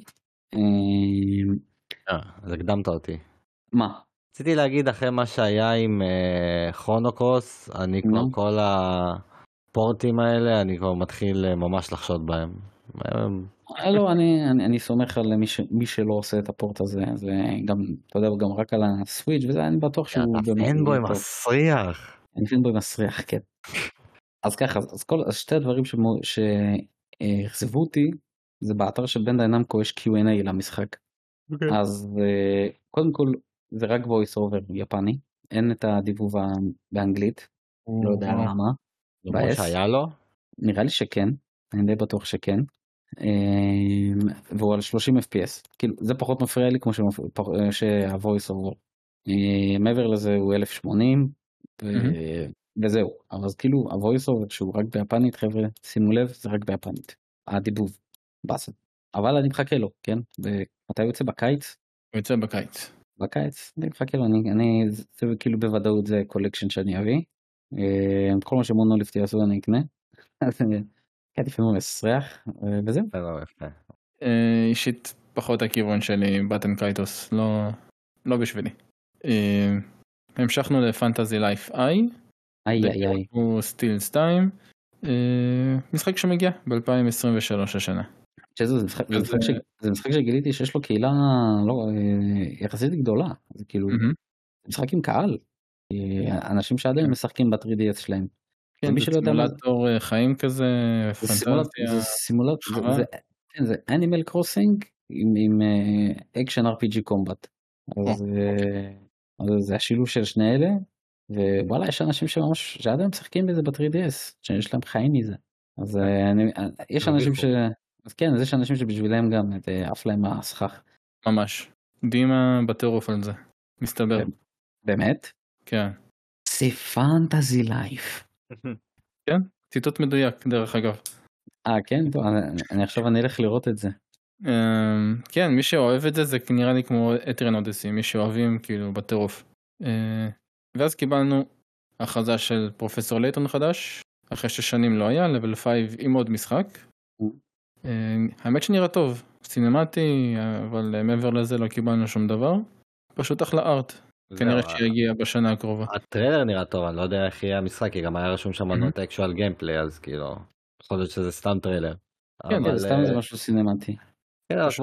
אז הקדמת אותי. מה? רציתי להגיד אחרי מה שהיה עם כרונוקרוס, אני כבר כל הפורטים האלה, אני כבר מתחיל ממש לחשוד בהם. לא, אני סומך על מי שלא עושה את הפורט הזה, זה גם, אתה יודע, גם רק על הסוויץ' וזה, אני בטוח שהוא... אין בו עם מסריח. אין בו עם מסריח, כן. אז ככה, אז שתי הדברים שהחזבו אותי, זה באתר של בנדאי נמקו יש Q&A למשחק. אז קודם כל, זה רק voice over יפני, אין את הדיבוב באנגלית, לא יודע למה. למרות שהיה לו? נראה לי שכן, אני די בטוח שכן. והוא על 30 FPS, כאילו זה פחות מפריע לי כמו שה-voice over, מעבר לזה הוא 1080 וזהו, אבל אז כאילו ה-voice over שהוא רק ביפנית, חבר'ה שימו לב זה רק ביפנית, הדיבוב בסם, אבל אני מחכה לו, כן, מתי הוא יוצא בקיץ? הוא יוצא בקיץ. בקיץ, אני מחכה לו, זה כאילו בוודאות זה קולקשן שאני אביא, כל מה שמונוליפט יעשו אני אקנה, אז כן, לפעמים הוא מסריח, וזהו. אישית פחות הכיוון שלי, בטן קייטוס, לא בשבילי. המשכנו לפנטזי לייף איי. הוא סטיל סטיים. משחק שמגיע ב-2023 השנה. זה משחק שגיליתי שיש לו קהילה יחסית גדולה. זה כאילו, משחק עם קהל. אנשים שעדיין משחקים ב-3DS שלהם. כן, זה סימולטור חיים כזה, פנטזיה. זה סימולטור, זה אנימל קרוסינג עם אקשן RPG קומבט. אז זה השילוב של שני אלה, ווואלה יש אנשים שעדיין משחקים בזה ב-3DS, שיש להם חיים מזה. אז יש אנשים אז כן, אז יש אנשים שבשבילם גם עף להם הסכך. ממש. דימה בטירוף על זה, מסתבר. באמת? כן. זה פנטזי לייף. כן, ציטוט מדויק דרך אגב. כן, טוב, עכשיו אני אלך לראות את זה. כן, מי שאוהב את זה, זה נראה לי כמו אתרן אודיסי, מי שאוהבים כאילו בטירוף. ואז קיבלנו הכרזה של פרופסור לייטון חדש, אחרי ששנים לא היה, level 5 עם עוד משחק. האמת שנראה טוב, סינמטי, אבל מעבר לזה לא קיבלנו שום דבר. פשוט אחלה ארט. כנראה שיגיע בשנה הקרובה. הטריילר נראה טוב, אני לא יודע איך יהיה המשחק, כי גם היה רשום שם נוט אקשואל גיימפליי, אז כאילו, יכול להיות שזה סתם טריילר. כן, אבל סתם זה משהו סינמטי. כן, אבל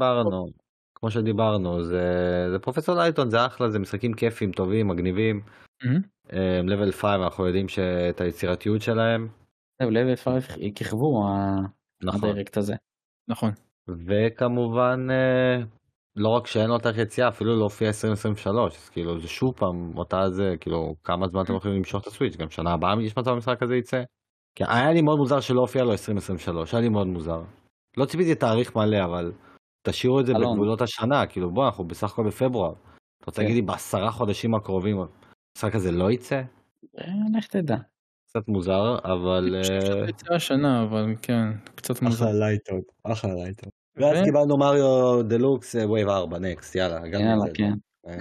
כמו שדיברנו, זה פרופסור לייטון, זה אחלה, זה משחקים כיפים, טובים, מגניבים. level 5, אנחנו יודעים שאת היצירתיות שלהם. level 5 כיכבו הדירקט הזה. נכון. וכמובן, לא רק שאין לו אותה יציאה, אפילו לא הופיע 2023, אז כאילו זה שוב פעם אותה זה, כאילו כמה זמן אתם יכולים למשוך את הסוויץ', גם שנה הבאה יש מצב המשחק הזה יצא. כי היה לי מאוד מוזר שלא הופיע לו 2023, היה לי מאוד מוזר. לא ציפיתי תאריך מלא, אבל תשאירו את זה בגבולות השנה, כאילו בוא, אנחנו בסך הכל בפברואר. אתה רוצה להגיד לי, ב10 חודשים הקרובים, המשחק הזה לא יצא? איך תדע. קצת מוזר, אבל... אני חושב שזה יצא השנה, אבל כן, קצת מוזר. אחלה לייטון. ואז קיבלנו מריו דלוקס ווייב 4, נקסט, יאללה. יאללה, כן.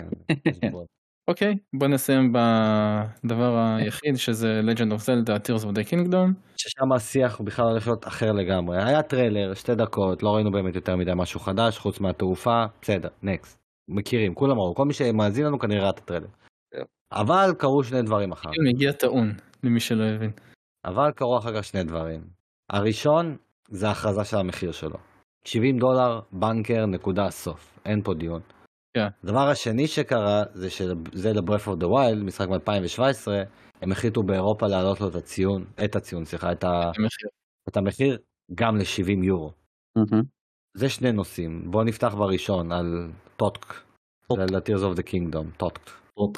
אוקיי, בוא נסיים בדבר היחיד, שזה Legend of Zelda, Tears of the Kingdom. ששם השיח הוא בכלל הולך להיות אחר לגמרי. היה טריילר, 2 דקות, לא ראינו באמת יותר מדי משהו חדש, חוץ מהתעופה, בסדר, נקסט. מכירים, כולם ראו, כל מי שמאזין לנו כנראה ראה את הטריילר. אבל קרו 2 דברים אחר. מגיע טעון, למי שלא הבין. אבל קרו אחר כך 2 דברים. הראשון, זה ההכרזה של המחיר שלו. $70, בנקר, נקודה, סוף. אין פה דיון. הדבר השני שקרה, זה שזלדה Breath of the Wild, משחק מ-2017, הם החליטו באירופה להעלות לו את המחיר גם ל-70 €. זה 2 נושאים. בואו נפתח בראשון על טוטק, Zelda Tears of the Kingdom, טוטק.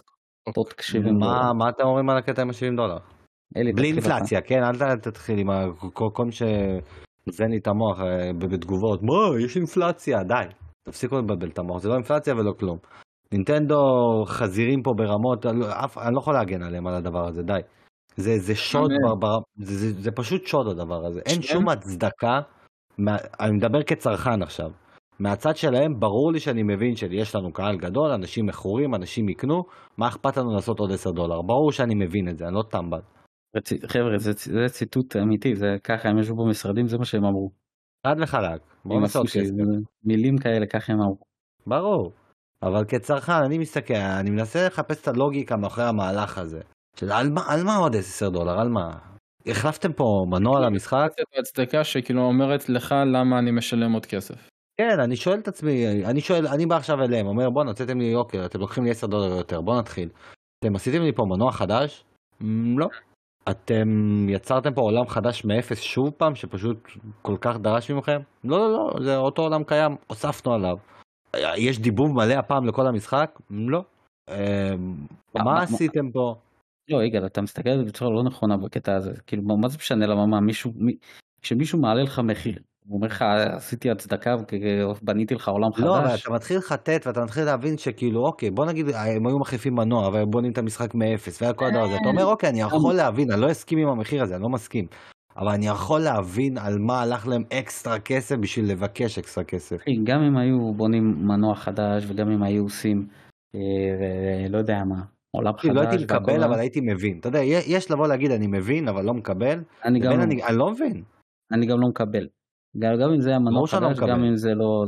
מה אתם אומרים על הקטע עם $70? בלי אינפלציה, כן? אל תתחיל עם כל מי שזן לי את המוח בתגובות, מה, יש אינפלציה, די. תפסיקו לבלבל את המוח, זה לא אינפלציה ולא כלום. נינטנדו חזירים פה ברמות, אני לא יכול להגן עליהם על הדבר הזה, די. זה שוד, זה פשוט שוד הדבר הזה. אין שום הצדקה, אני מדבר כצרכן עכשיו. מהצד שלהם ברור לי שאני מבין שיש לנו קהל גדול, אנשים מכורים, אנשים יקנו, מה אכפת לנו לעשות עוד $10? ברור שאני מבין את זה, אני לא טמבל. חבר'ה, זה ציטוט אמיתי, זה ככה הם ישבו במשרדים, זה מה שהם אמרו. חד וחלק, בואו נעשה עוד כסף. מילים כאלה, ככה הם אמרו. ברור, אבל כצרכן אני מסתכל, אני מנסה לחפש את הלוגיקה מאחורי המהלך הזה. על מה עוד $10? על מה? החלפתם פה מנוע למשחק? זה הצדקה שכאילו אומרת לך למה אני משלם עוד כסף. כן, אני שואל את עצמי, אני בא עכשיו אליהם, אומר בוא נצאתם לי אוקיי, אתם לוקחים לי $10 יותר, בוא נתחיל. אתם עשיתם לי פה מנוע חדש? לא. אתם יצרתם פה עולם חדש מאפס שוב פעם, שפשוט כל כך דרש ממכם? לא, זה אותו עולם קיים, הוספנו עליו. יש דיבוב מלא הפעם לכל המשחק? לא. מה עשיתם פה? לא, יגאל, אתה מסתכל על זה בצורה לא נכונה בקטע הזה. כאילו, מה זה משנה למה, כשמישהו מעלה לך מחיר, הוא אומר לך, עשיתי הצדקה ובניתי לך עולם חדש. לא, אבל אתה מתחיל לחטט ואתה מתחיל להבין שכאילו, אוקיי, בוא נגיד, הם היו מחליפים מנוע, ובונים את המשחק מאפס, והיה כל הדבר הזה. אתה אומר, אוקיי, אני יכול להבין, אני לא אסכים עם המחיר הזה, אני לא מסכים. אבל אני יכול להבין על מה הלך להם אקסטרה כסף בשביל לבקש אקסטרה כסף. גם אם היו בונים מנוע חדש, וגם אם היו עושים, לא יודע מה, עולם חדש. לא הייתי מקבל, אבל הייתי מבין. אתה יודע, יש לבוא להגיד, אני מבין, אבל לא מקבל. אני לא מבין. אני גם לא מקבל. גם אם זה היה מנוע חדש, גם אם זה לא...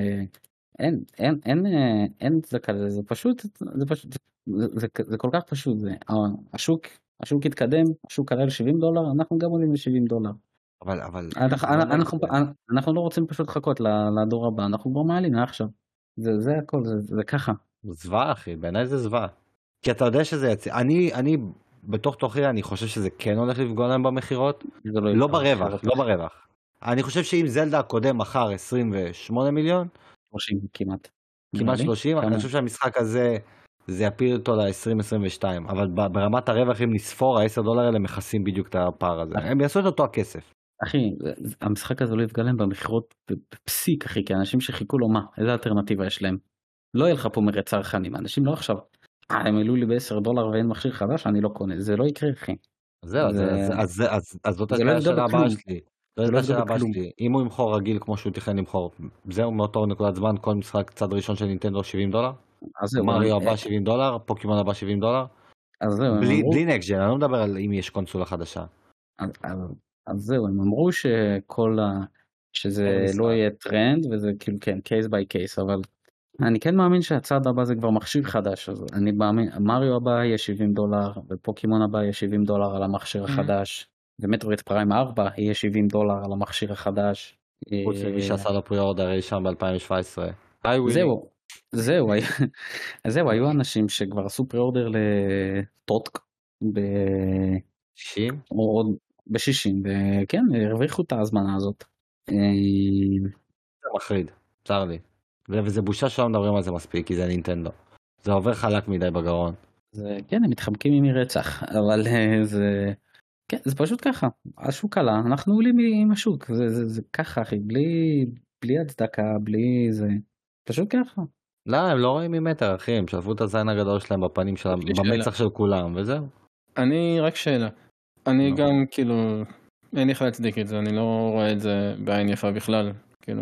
אין זה כזה, זה פשוט, זה כל כך פשוט. השוק התקדם, השוק עלה $70, אנחנו גם עולים $70. אבל אנחנו לא רוצים פשוט לחכות לדור הבא, אנחנו כבר מעלים עכשיו. זה הכל, זה ככה. זווה אחי, בעיניי זה זווה. כי אתה יודע שזה יצא, אני בתוך תוכי אני חושב שזה כן הולך לפגוע להם במחירות, לא ברווח. אני חושב שאם זלדה הקודם מחר 28 מיליון, 30 כמעט 30, אני חושב שהמשחק הזה זה יפיל אותו ל-20-22, אבל ברמת הרווח אם נספור $10 האלה מכסים בדיוק את הפער הזה, הם יעשו את אותו הכסף. אחי, המשחק הזה לא יפגע להם במחירות בפסיק אחי, כי אנשים שחיכו לו מה, איזה אלטרנטיבה יש להם? לא יהיה לך פה מרד צרכנים, אנשים לא עכשיו, הם העלו לי $10 ואין מכשיר חדש, אני לא קונה, זה לא יקרה אחי. אז זאת השאלה הבאה שלי. אם הוא ימחור רגיל כמו שהוא תכנן למחור, זהו מאותו נקודת זמן, כל משחק צד ראשון של נינטנדו $70? מריו הבא $70, פוקימון הבא $70? בלי נקסט ג'ן, אני לא מדבר על אם יש קונסולה חדשה. אז זהו, הם אמרו שזה לא יהיה טרנד, וזה כאילו כן, קייס ביי קייס, אבל אני כן מאמין שהצד הבא זה כבר מכשיר חדש, אז אני מאמין, מריו הבא יהיה $70, ופוקימון הבא יהיה $70 על המכשיר החדש, ומטרויד פריים 4 יהיה $70 על המכשיר החדש. חוץ למי שעשה לו פרי-אורדר אי שם ב-2017. זהו, היו אנשים שכבר עשו פרי-אורדר לטוטק ב-60? או ב-60, וכן, הרוויחו את ההזמנה הזאת. זה מחריד, צר לי. וזה בושה שלא מדברים על זה מספיק, כי זה נינטנדו. זה עובר חלק מדי בגרון. כן, הם מתחמקים מרצח, אבל זה... כן, זה פשוט ככה, השוק עלה, אנחנו עולים עם השוק, זה ככה אחי, בלי הצדקה, בלי זה, פשוט ככה. לא, הם לא רואים ממטר אחי, הם שלפו את הזין הגדול שלהם בפנים שלהם, במצח של כולם, וזהו. אני רק שאלה, אני גם כאילו, אין איך להצדיק את זה, אני לא רואה את זה בעין יפה בכלל, כאילו,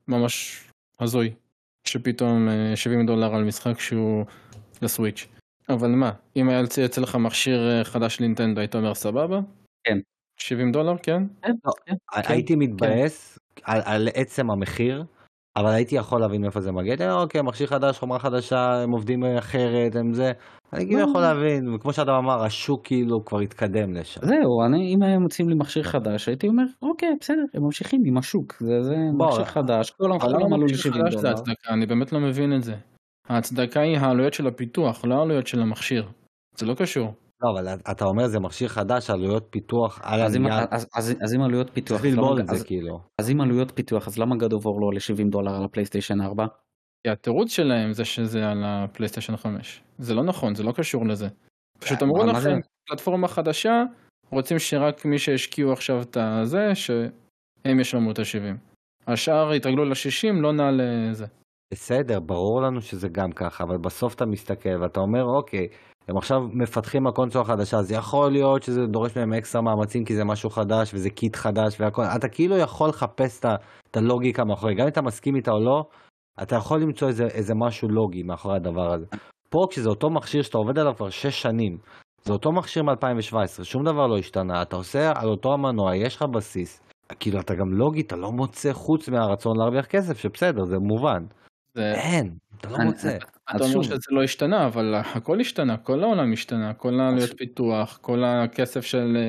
ממש הזוי, שפתאום $70 על משחק שהוא לסוויץ'. אבל מה, אם היה יוצא לך מכשיר חדש לנינטנדו, היית אומר סבבה? כן. $70, כן? הייתי מתבאס על עצם המחיר, אבל הייתי יכול להבין מאיפה זה מגיע. אוקיי, מכשיר חדש, חומרה חדשה, הם עובדים אחרת, הם זה. אני כאילו יכול להבין, וכמו שאתה אמר, השוק כאילו כבר התקדם לשם. זהו, אם הם מוצאים לי מכשיר חדש, הייתי אומר, אוקיי, בסדר, הם ממשיכים עם השוק. זה מכשיר חדש, כל המחירים עלו $70. אני באמת לא מבין את זה. ההצדקה היא העלויות של הפיתוח, לא העלויות של המכשיר. זה לא קשור. לא, אבל אתה אומר זה מכשיר חדש, עלויות פיתוח על הנייר. אז אם עלויות פיתוח... צריך ללמוד את זה כאילו. אז אם עלויות פיתוח, אז למה God of War לא $70 על הפלייסטיישן 4? כי התירוץ שלהם זה שזה על הפלייסטיישן 5. זה לא נכון, זה לא קשור לזה. פשוט אמרו לכם, פלטפורמה חדשה, רוצים שרק מי שהשקיעו עכשיו את זה, שהם ישלמו את ה-70. השאר יתרגלו ל-60, לא נעלה זה. בסדר, ברור לנו שזה גם ככה, אבל בסוף אתה מסתכל ואתה אומר, אוקיי, הם עכשיו מפתחים הקונסולה חדשה, אז יכול להיות שזה דורש מהם אקסטרה מאמצים, כי זה משהו חדש וזה קיט חדש והכל, אתה כאילו יכול לחפש את הלוגיקה מאחורי, גם אם אתה מסכים איתה או לא, אתה יכול למצוא איזה משהו לוגי מאחורי הדבר הזה. פה כשזה אותו מכשיר שאתה עובד עליו כבר 6 שנים, זה אותו מכשיר מ-2017, שום דבר לא השתנה, אתה עושה על אותו המנוע, יש לך בסיס, כאילו אתה גם לוגי, אתה לא מוצא חוץ מהרצון להרוויח כסף, שבסדר, זה מובן. אין, אתה לא מוצא. אתה אומר שזה לא השתנה, אבל הכל השתנה, כל העולם השתנה, כל העלויות פיתוח, כל הכסף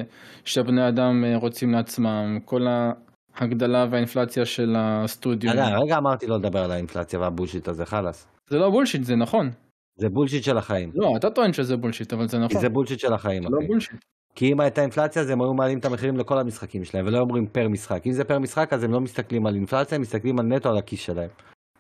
שבני אדם רוצים לעצמם, כל ההגדלה והאינפלציה של הסטודיו. רגע אמרתי לא לדבר על האינפלציה והבולשיט הזה, חלס. זה לא בולשיט, זה נכון. זה בולשיט של החיים. לא, אתה טוען שזה בולשיט, אבל זה נכון. זה בולשיט של החיים. זה לא בולשיט. כי אם הייתה אינפלציה, אז הם היו מעלים את המחירים לכל המשחקים שלהם, ולא אומרים פר משחק. אם זה פר משחק, אז הם לא מסתכלים על אינפלציה, הם מסתכלים על נטו על הכיס שלהם.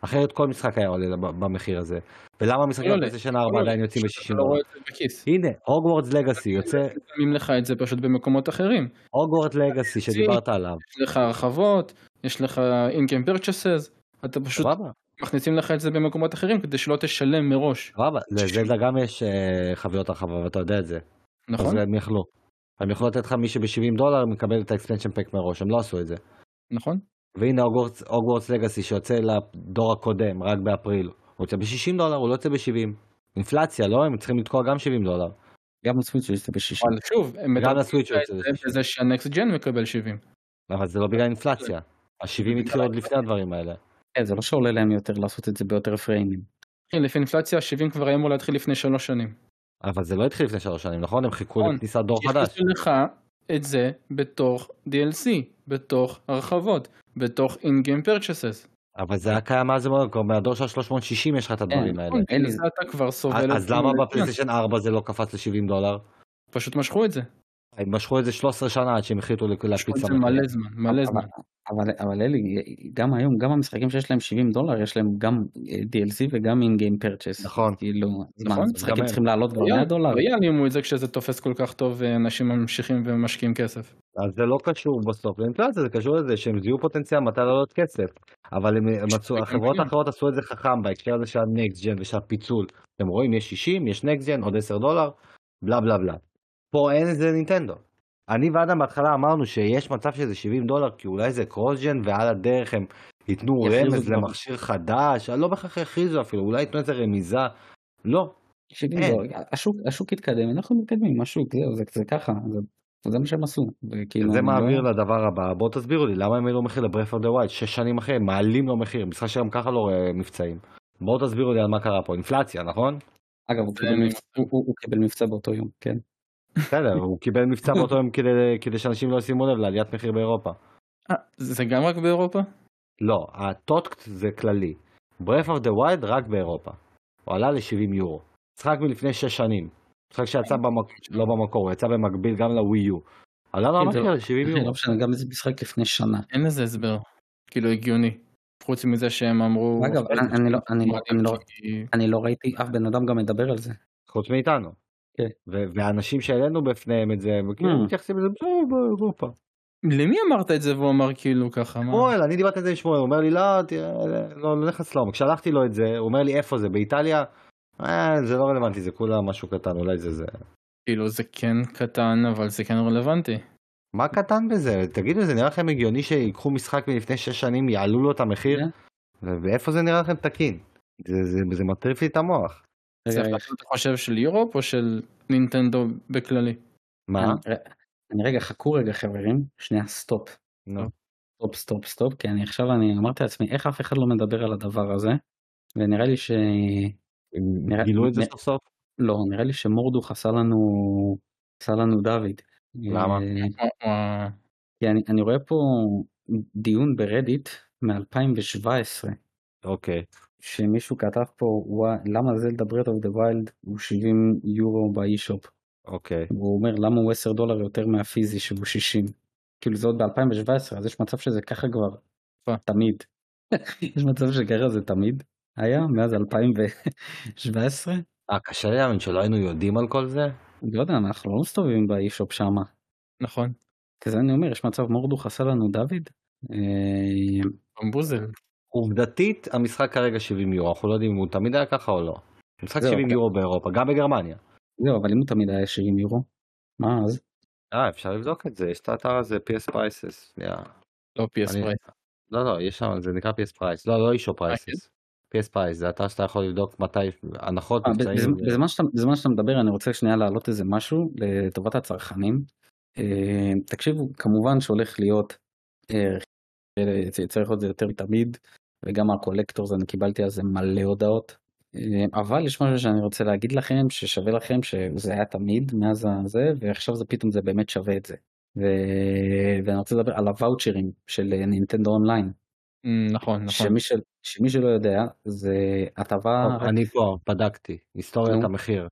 אחרת כל משחק היה עולה במחיר הזה. ולמה משחקים בפלייסטיישן 4 עדיין יוצאים ב-$60? הנה, הוגוורטס לגאסי יוצא... שמים לך את זה פשוט במקומות אחרים. הוגוורטס לגאסי שדיברת עליו. יש לך הרחבות, יש לך in-game purchases, אתה פשוט מכניסים לך את זה במקומות אחרים כדי שלא תשלם מראש. לזלדה גם יש חוויות הרחבה, ואתה יודע את זה. נכון. אז הם יכלו. הם יכלו לתת לך מי שב$70 מקבל את האקספנשן פק מראש, הם לא עשו את זה. נכון. והנה הוגוורטס לגאסי שיוצא לדור הקודם רק באפריל, הוא יוצא ב$60, הוא לא יוצא ב$70. אינפלציה, לא? הם צריכים לתקוע גם $70. גם הסוויץ' יוצא ב$60. אבל שוב, הם גם הסוויץ' יוצא ב$60. בזה שהנקסט ג'ן מקבל 70. אבל זה לא בגלל אינפלציה. ה-70 התחיל עוד לפני הדברים האלה. זה לא שעולה להם יותר לעשות את זה ביותר פריימים. לפי אינפלציה, ה-70 כבר היה אמור להתחיל לפני 3 שנים. אבל זה לא התחיל לפני 3 שנים, נכון? הם חיכו לכניסת דור חדש. יש לך את זה בתוך DLC, בתוך הרחבות, בתוך in-game purchases. אבל זה היה קיים אז מהדור של 360 יש לך את הדברים האלה. זה אתה כבר סובל. אז למה בפלייסטיישן 4 זה לא קפץ ל$70? פשוט משכו את זה. הם משכו את זה 13 שנה עד שהם החליטו להקפיץ את המחיר. מלא זמן. אבל אלי, גם היום, גם המשחקים שיש להם $70, יש להם גם DLC וגם in-game purchase. נכון. כאילו, המשחקים צריכים לעלות כבר $100. ויעלימו את זה כשזה תופס כל כך טוב ואנשים ממשיכים ומשקיעים כסף. אז זה לא קשור בסוף לאינפלציה, זה קשור לזה שהם זיהו פוטנציאל מתי לעלות כסף. אבל החברות האחרות עשו את זה חכם בהקשר הזה של הנקסט ג'ן ושל הפיצול. אתם רואים, יש 60, יש נקסט ג'ן, עוד $10, בלה בלה בלה. פה אין איזה נינטנדו. אני ואדם בהתחלה אמרנו שיש מצב שזה $70, כי אולי זה קרוס-ג'ן, ועל הדרך הם ייתנו רמז למכשיר חדש, לא בכך יכריזו אפילו, אולי ייתנו איזה רמיזה. לא. השוק יתקדם, אנחנו מתקדמים, השוק, זה ככה, זה מה שהם עשו. זה מעביר לדבר הבא, בואו תסבירו לי, למה הם העלו מחיר ל-Breath of the Wild, 6 שנים אחרי, מעלים לו מחיר, משחק שגם ככה לא רואה מבצעים. בואו תסבירו לי על מה קרה פה, אינפלציה, נכון? אגב, הוא קיבל מבצע באותו יום, כן. בסדר, הוא קיבל מבצע באותו יום כדי שאנשים לא ישימו לב לעליית מחיר באירופה. זה גם רק באירופה? לא, הטוטקט זה כללי. Breath of the Wild רק באירופה. הוא עלה ל$70. משחק מלפני 6 שנים. משחק שיצא לא במקור, הוא יצא במקביל גם לווי יו. עלה לו המחיר ל$70. לא משנה, גם איזה משחק לפני שנה. אין לזה הסבר, כאילו הגיוני. חוץ מזה שהם אמרו... אגב, אני לא ראיתי אף בן אדם גם מדבר על זה. חוץ מאיתנו. והאנשים שהעלינו בפניהם את זה, וכאילו מתייחסים לזה באירופה. למי אמרת את זה והוא אמר כאילו ככה? שמואל, אני דיברתי את זה עם שמואל, הוא אומר לי לא נכנס לעומק, כשהלכתי לו את זה, הוא אומר לי איפה זה, באיטליה? זה לא רלוונטי, זה כולה משהו קטן, אולי זה. כאילו זה כן קטן, אבל זה כן רלוונטי. מה קטן בזה? תגידו, זה נראה לכם הגיוני שיקחו משחק מלפני 6 שנים, יעלו לו את המחיר? ואיפה זה נראה לכם תקין? זה מטריף לי את המוח. זה אתה חושב של יורופ או של נינטנדו בכללי? מה? אני רגע, חכו רגע חברים, שנייה סטופ. סטופ, כי עכשיו אני אמרתי לעצמי, איך אף אחד לא מדבר על הדבר הזה, ונראה לי גילו את זה סוף סוף? לא, נראה לי שמורדוך עשה לנו דוד. למה? כי אני רואה פה דיון ברדיט מ-2017. אוקיי. שמישהו כתב פה, למה זלדה Breath of the Wild הוא €70 באי-שופ. אוקיי. והוא אומר, למה הוא $10 יותר מהפיזי שהוא 60. כאילו זה עוד ב-2017, אז יש מצב שזה ככה כבר תמיד. יש מצב שככה זה תמיד היה, מאז 2017. קשה להאמין שלא היינו יודעים על כל זה? לא יודע, אנחנו לא מסתובבים באי-שופ שמה. נכון. כזה אני אומר, יש מצב מורדוך עשה לנו דוד? במבוזל. עובדתית, המשחק כרגע €70, אנחנו לא יודעים אם הוא תמיד היה ככה או לא. המשחק €70 באירופה, גם בגרמניה. זהו, אבל אם הוא תמיד היה €70, מה אז? אפשר לבדוק את זה, יש את האתר הזה, PS Prices. לא PS Price. לא, יש שם, זה נקרא PS Price. לא אישו Prices. PS Price, זה אתר שאתה יכול לבדוק מתי הנחות מבצעים. בזמן שאתה מדבר, אני רוצה שנייה להעלות איזה משהו לטובת הצרכנים. תקשיבו, כמובן שהולך להיות, צריך להיות זה יותר תמיד, וגם הקולקטורס, אני קיבלתי על זה מלא הודעות. אבל יש משהו שאני רוצה להגיד לכם, ששווה לכם שזה היה תמיד מאז הזה, ועכשיו זה פתאום זה באמת שווה את זה. ואני רוצה לדבר על הוואוצ'רים של נינטנדו אונליין. נכון. שמי שלא יודע, זה הטבה... אני פה, בדקתי, היסטוריית המחיר.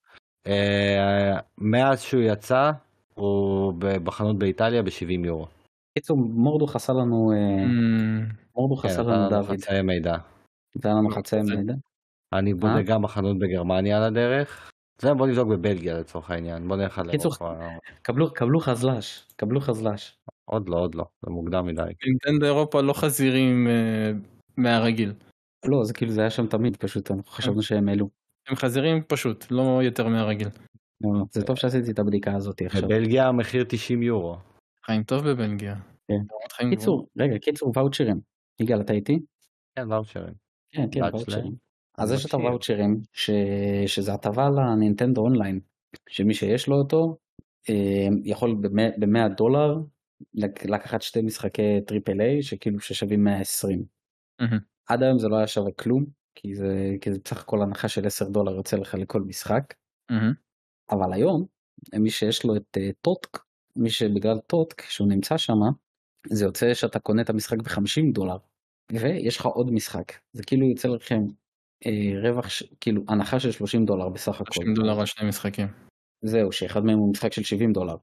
מאז שהוא יצא, הוא בחנות באיטליה ב€70. קיצור, מורדוך עשה לנו דוד. חצאי מידע. זה היה לנו חצי מידע. אני בודק גם בחנות בגרמניה על הדרך. בוא נבדוק בבלגיה לצורך העניין. בוא נלך על אירופה. קבלו חזל"ש. עוד לא, זה מוקדם מדי. נינטנדו אירופה לא חזירים מהרגיל. לא, זה כאילו זה היה שם תמיד פשוט, חשבנו שהם אלו. הם חזירים פשוט, לא יותר מהרגיל. זה טוב שעשיתי את הבדיקה הזאת עכשיו. בבלגיה המחיר 90 יורו. חיים טוב בבלגיה. קיצור, ואוצ'רים. יגאל, אתה איתי? כן, ואוצ'רים. כן, ואוצ'רים. אז יש את הוואוצ'רים, שזה הטבה לנינטנדו אונליין, שמי שיש לו אותו, יכול $100 לקחת 2 משחקי טריפל איי, שכאילו ששווים 120. עד היום זה לא היה שווה כלום, כי זה בסך הכל הנחה של $10 יוצא לך לכל משחק. אבל היום, מי שיש לו את טוטק, מי שבגלל טוטק, שהוא נמצא שם, זה יוצא שאתה קונה את המשחק $50, ויש לך עוד משחק. זה כאילו יוצא לכם רווח, כאילו הנחה של $30 בסך הכל. $30 על 2 משחקים. זהו, שאחד מהם הוא משחק של $70.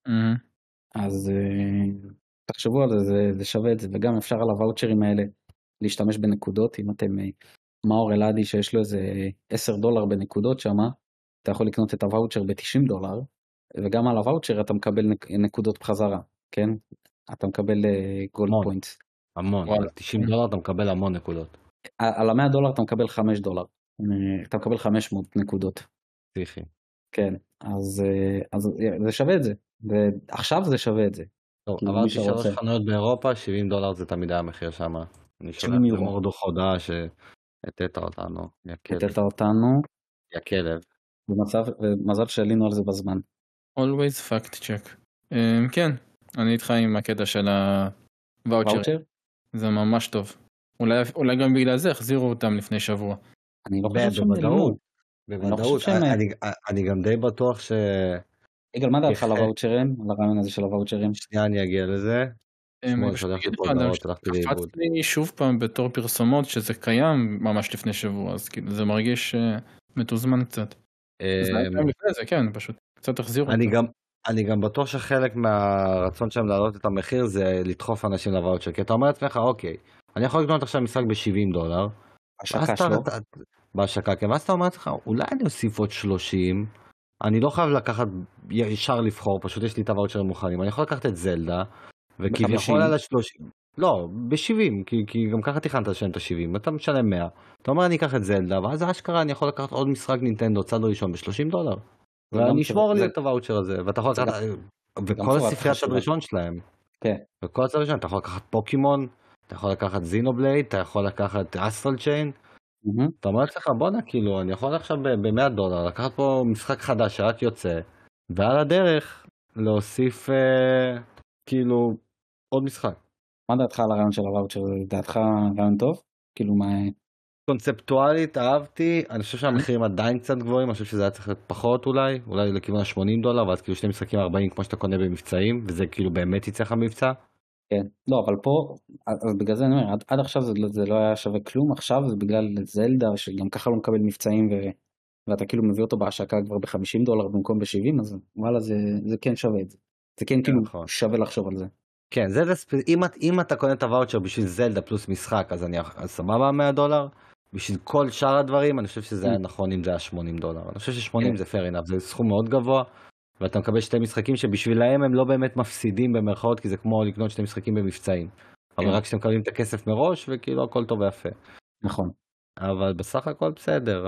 אז תחשבו על זה, זה שווה את זה, וגם אפשר על הוואוצ'רים האלה להשתמש בנקודות, אם אתם מאור אלעדי שיש לו איזה $10 בנקודות שם, אתה יכול לקנות את הוואוצ'ר $90, וגם על הוואוצ'ר אתה מקבל נקודות בחזרה, כן? אתה מקבל גולד פוינטס. המון, על $90 אתה מקבל המון נקודות. על $100 אתה מקבל $5, אתה מקבל 500 נקודות. צריכים. כן, אז זה שווה את זה, ועכשיו זה שווה את זה. טוב, עברתי 3 חנויות באירופה, $70 זה תמיד היה המחיר שם. אני שולח למורדוך הודעה שהטעת אותנו. הטעת אותנו. יא כלב. ומזל שעלינו על זה בזמן. always fact check. כן, אני איתך עם הקטע של הוואוצ'ר. זה ממש טוב. אולי גם בגלל זה החזירו אותם לפני שבוע. אני לא חושב שהם נעלמו. בוודאות, אני גם די בטוח ש... יגאל, מה דעתך על הוואוצ'רים? על הרעיון הזה של הוואוצ'רים? שנייה, אני אגיע לזה. קפץ לי שוב פעם בתור פרסומות שזה קיים ממש לפני שבוע, אז זה מרגיש מתוזמן קצת. זה כן, פשוט קצת החזירו. אני גם בטוח שחלק מהרצון שלהם להעלות את המחיר זה לדחוף אנשים לוואוצ'ר, כי אתה אומר לעצמך, אוקיי, אני יכול לקנות עכשיו משחק $70. השקה שלו. בהשקה, כן, ואז אתה אומר לך, אולי אני אוסיף עוד 30, אני לא חייב לקחת, ישר לבחור, פשוט יש לי את הוואוצ'רים מוכנים, אני יכול לקחת את זלדה, וכביכול על ה-30, לא, ב-70, כי גם ככה תכנת לשלם את ה-70, אתה משלם 100, אתה אומר אני אקח את זלדה, ואז אשכרה אני יכול לקחת עוד משחק נינטנדו צד ראשון $30, ואני אשמור לי את הוואוצ'ר הזה, ואתה יכול לקחת, וכל הספריית הראשון שלהם, וכל הספריית הראשון, אתה יכול לקחת פוקימון, אתה יכול לקחת זינובלייד, אתה יכול לקחת אסטרל צ'יין, אתה אומר לך בונה כאילו אני יכול עכשיו $100 לקחת פה משחק חדש שאת יוצא ועל הדרך להוסיף כאילו עוד משחק. מה דעתך על הרעיון של הוואוצ'ר? דעתך רעיון טוב? כאילו מה... קונספטואלית אהבתי, אני חושב שהמחירים עדיין קצת גבוהים, אני חושב שזה היה צריך להיות פחות אולי לכיוון $80 ואז כאילו 2 משחקים 40 כמו שאתה קונה במבצעים וזה כאילו באמת יצא לך מבצע. כן, לא, אבל פה, אז בגלל זה אני אומר, עד עכשיו זה לא היה שווה כלום, עכשיו זה בגלל זלדה, שגם ככה לא מקבל מבצעים, ואתה כאילו מביא אותו בהשקה כבר $50 במקום ב-70, אז וואלה, זה כן שווה את זה. זה כן כאילו שווה לחשוב על זה. כן, אם אתה קונה את הוואוצ'ר בשביל זלדה פלוס משחק, אז סבבה $100, בשביל כל שאר הדברים, אני חושב שזה היה נכון אם זה היה $80. אני חושב ש-80 זה fair enough, זה סכום מאוד גבוה. ואתה מקבל 2 משחקים שבשבילהם הם לא באמת מפסידים במרכאות, כי זה כמו לקנות 2 משחקים במבצעים. אבל רק שאתם מקבלים את הכסף מראש, וכאילו הכל טוב ויפה. נכון. אבל בסך הכל בסדר.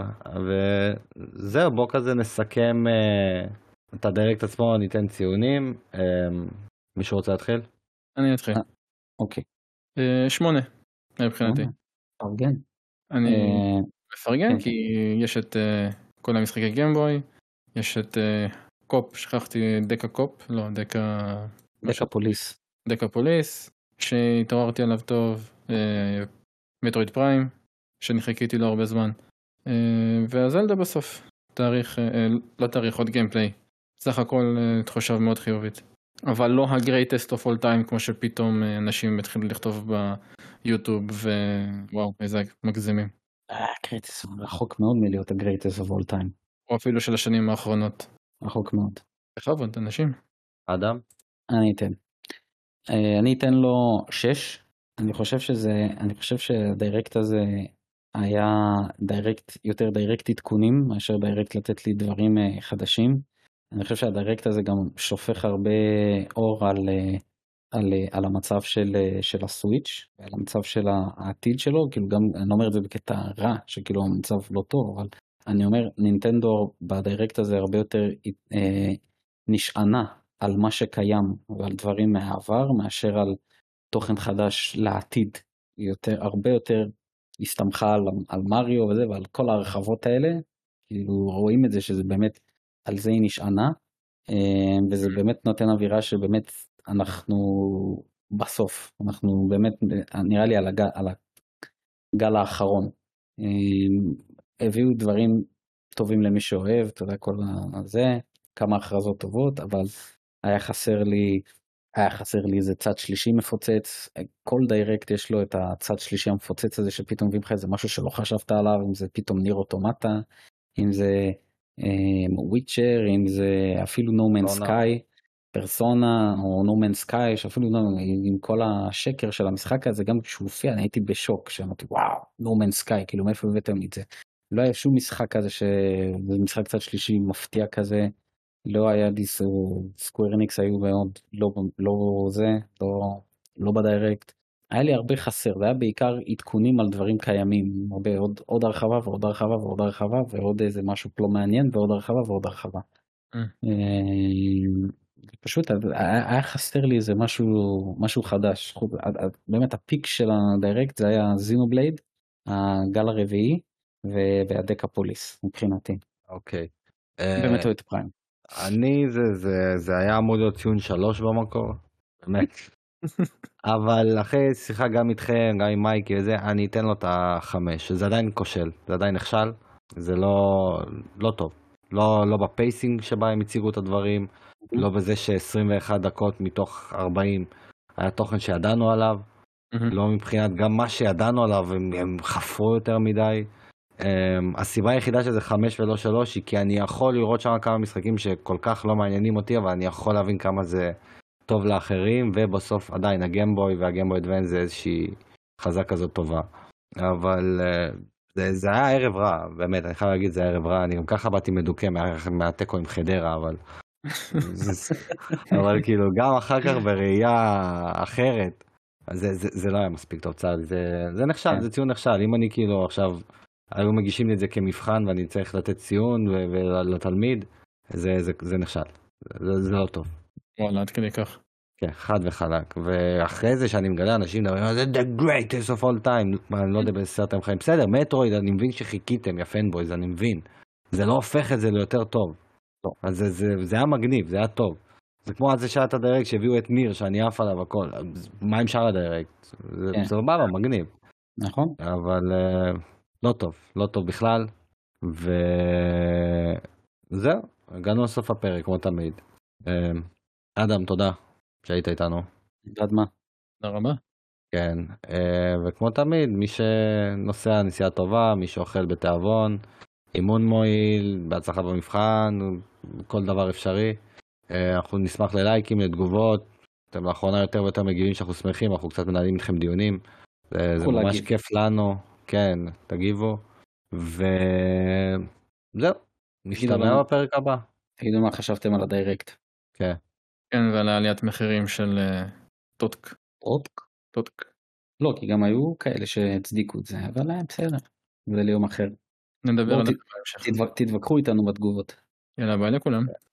וזהו, בוא כזה נסכם את הדירקט עצמו, ניתן ציונים. מישהו רוצה להתחיל? אני אתחיל. אוקיי. 8, מבחינתי. פרגן. אני מפרגן, כי יש את כל המשחקי גיימבוי, יש את... קופ, שכחתי דקה קופ, לא, דקה פוליס. דקה פוליס, שהתעוררתי עליו טוב, מטרויד פריים, שאני חיכיתי לו הרבה זמן, והזלדה בסוף, עוד גיימפליי, סך הכל תחושה מאוד חיובית, אבל לא ה-greatest of all time, כמו שפתאום אנשים התחילו לכתוב ביוטיוב, ווואו, איזה מגזימים. greatest, רחוק מאוד מלהיות ה-greatest of all time. או אפילו של השנים האחרונות. רחוק מאוד. בכבוד, אנשים. אדם? אני אתן לו 6. אני חושב שהדירקט הזה היה יותר דיירקט עדכונים, מאשר דיירקט לתת לי דברים חדשים. אני חושב שהדיירקט הזה גם שופך הרבה אור על המצב של הסוויץ', ועל המצב של העתיד שלו, כאילו גם, אני לא אומר את זה בקטע רע, שכאילו המצב לא טוב, אבל אני אומר, נינטנדו בדיירקט הזה הרבה יותר נשענה על מה שקיים, ועל דברים מהעבר, מאשר על תוכן חדש לעתיד. הרבה יותר הסתמכה על מריו וזה, ועל כל ההרחבות האלה, כאילו רואים את זה שזה באמת, על זה היא נשענה, וזה באמת נותן אווירה שבאמת אנחנו בסוף, אנחנו באמת, נראה לי על הגל האחרון, הביאו דברים טובים למי שאוהב, אתה יודע, כל הזה, כמה הכרזות טובות, אבל היה חסר לי איזה צד שלישי מפוצץ, כל דיירקט יש לו את הצד שלישי המפוצץ הזה, שפתאום מביא לך איזה משהו שלא חשבת עליו, אם זה פתאום ניר אוטומטה, אם זה וויצ'ר, אם זה אפילו No Man's Sky, פרסונה או No Man's Sky, שאפילו עם כל השקר של המשחק הזה, גם כשהוא הופיע, אני הייתי בשוק, שאמרתי וואו, No Man's Sky, כאילו מאיפה הבאתם את זה? לא היה שום משחק כזה, שזה משחק קצת שלישי מפתיע כזה, לא היה סקוואר אניקס היו מאוד, לא בדיירקט, היה לי הרבה חסר, זה היה בעיקר עדכונים על דברים קיימים, הרבה עוד הרחבה ועוד הרחבה ועוד הרחבה, ועוד איזה משהו לא מעניין, ועוד הרחבה ועוד הרחבה. פשוט היה חסר לי איזה משהו חדש, באמת הפיק של הדיירקט זה היה זינובלייד, הגל הרביעי, והדקאפוליס מבחינתי. אוקיי. במטרויד פריים. זה היה אמור להיות ציון 3 במקור, באמת. אבל אחרי שיחה גם איתכם, גם עם מייקי וזה, אני אתן לו את ה5, זה עדיין כושל, זה עדיין נכשל, זה לא טוב. לא בפייסינג שבה הם הציגו את הדברים, לא בזה ש21 דקות מתוך 40 היה תוכן שידענו עליו, לא מבחינת גם מה שידענו עליו, הם חפרו יותר מדי. הסיבה היחידה שזה 5 ולא 3 היא כי אני יכול לראות שם כמה משחקים שכל כך לא מעניינים אותי, אבל אני יכול להבין כמה זה טוב לאחרים, ובסוף עדיין הגיימבוי והגיימבוי אדוונס זה איזושהי חזק כזאת טובה. אבל זה היה ערב רע, באמת, אני חייב להגיד זה ערב רע, אני גם ככה באתי מדוכא מהטקו עם חדרה, אבל כאילו גם אחר כך בראייה אחרת, זה לא היה מספיק טוב, זה נכשל, זה ציון נכשל, אם אני כאילו עכשיו, היו מגישים לי את זה כמבחן ואני צריך לתת ציון לתלמיד, זה נכשל, זה לא טוב. וואלה, עד כדי כך. כן, חד וחלק, ואחרי זה שאני מגלה אנשים מדברים, זה the greatest of all time, אני לא יודע באיזה סרט הם חיים, בסדר, מטרויד, אני מבין שחיכיתם, יא פנבויז, אני מבין, זה לא הופך את זה ליותר טוב, אז זה היה מגניב, זה היה טוב, זה כמו על זה שעת הדיירקט שהביאו את ניר, שאני עף עליו הכל, מה עם שאר הדיירקט, זה בא מגניב, נכון, אבל לא טוב בכלל, וזהו, הגענו לסוף הפרק, כמו תמיד. אדם, תודה שהיית איתנו. עד מה? תודה רבה. כן, וכמו תמיד, מי שנוסע נסיעה טובה, מי שאוכל בתיאבון, אימון מועיל, בהצלחה במבחן, כל דבר אפשרי. אנחנו נשמח ללייקים, לתגובות, אתם לאחרונה יותר ויותר מגיבים שאנחנו שמחים, אנחנו קצת מנהלים איתכם דיונים, זה ממש כיף לנו, כן, תגיבו, וזהו, נשתמע בפרק הבא. תגידו מה חשבתם על הדיירקט. כן. כן, ועל העליית מחירים של טוטק. טוטק? לא, כי גם היו כאלה שהצדיקו את זה, אבל בסדר, זה ליום אחר. נדבר על זה בהמשך. תתווכחו איתנו בתגובות. יאללה, ביי לכולם.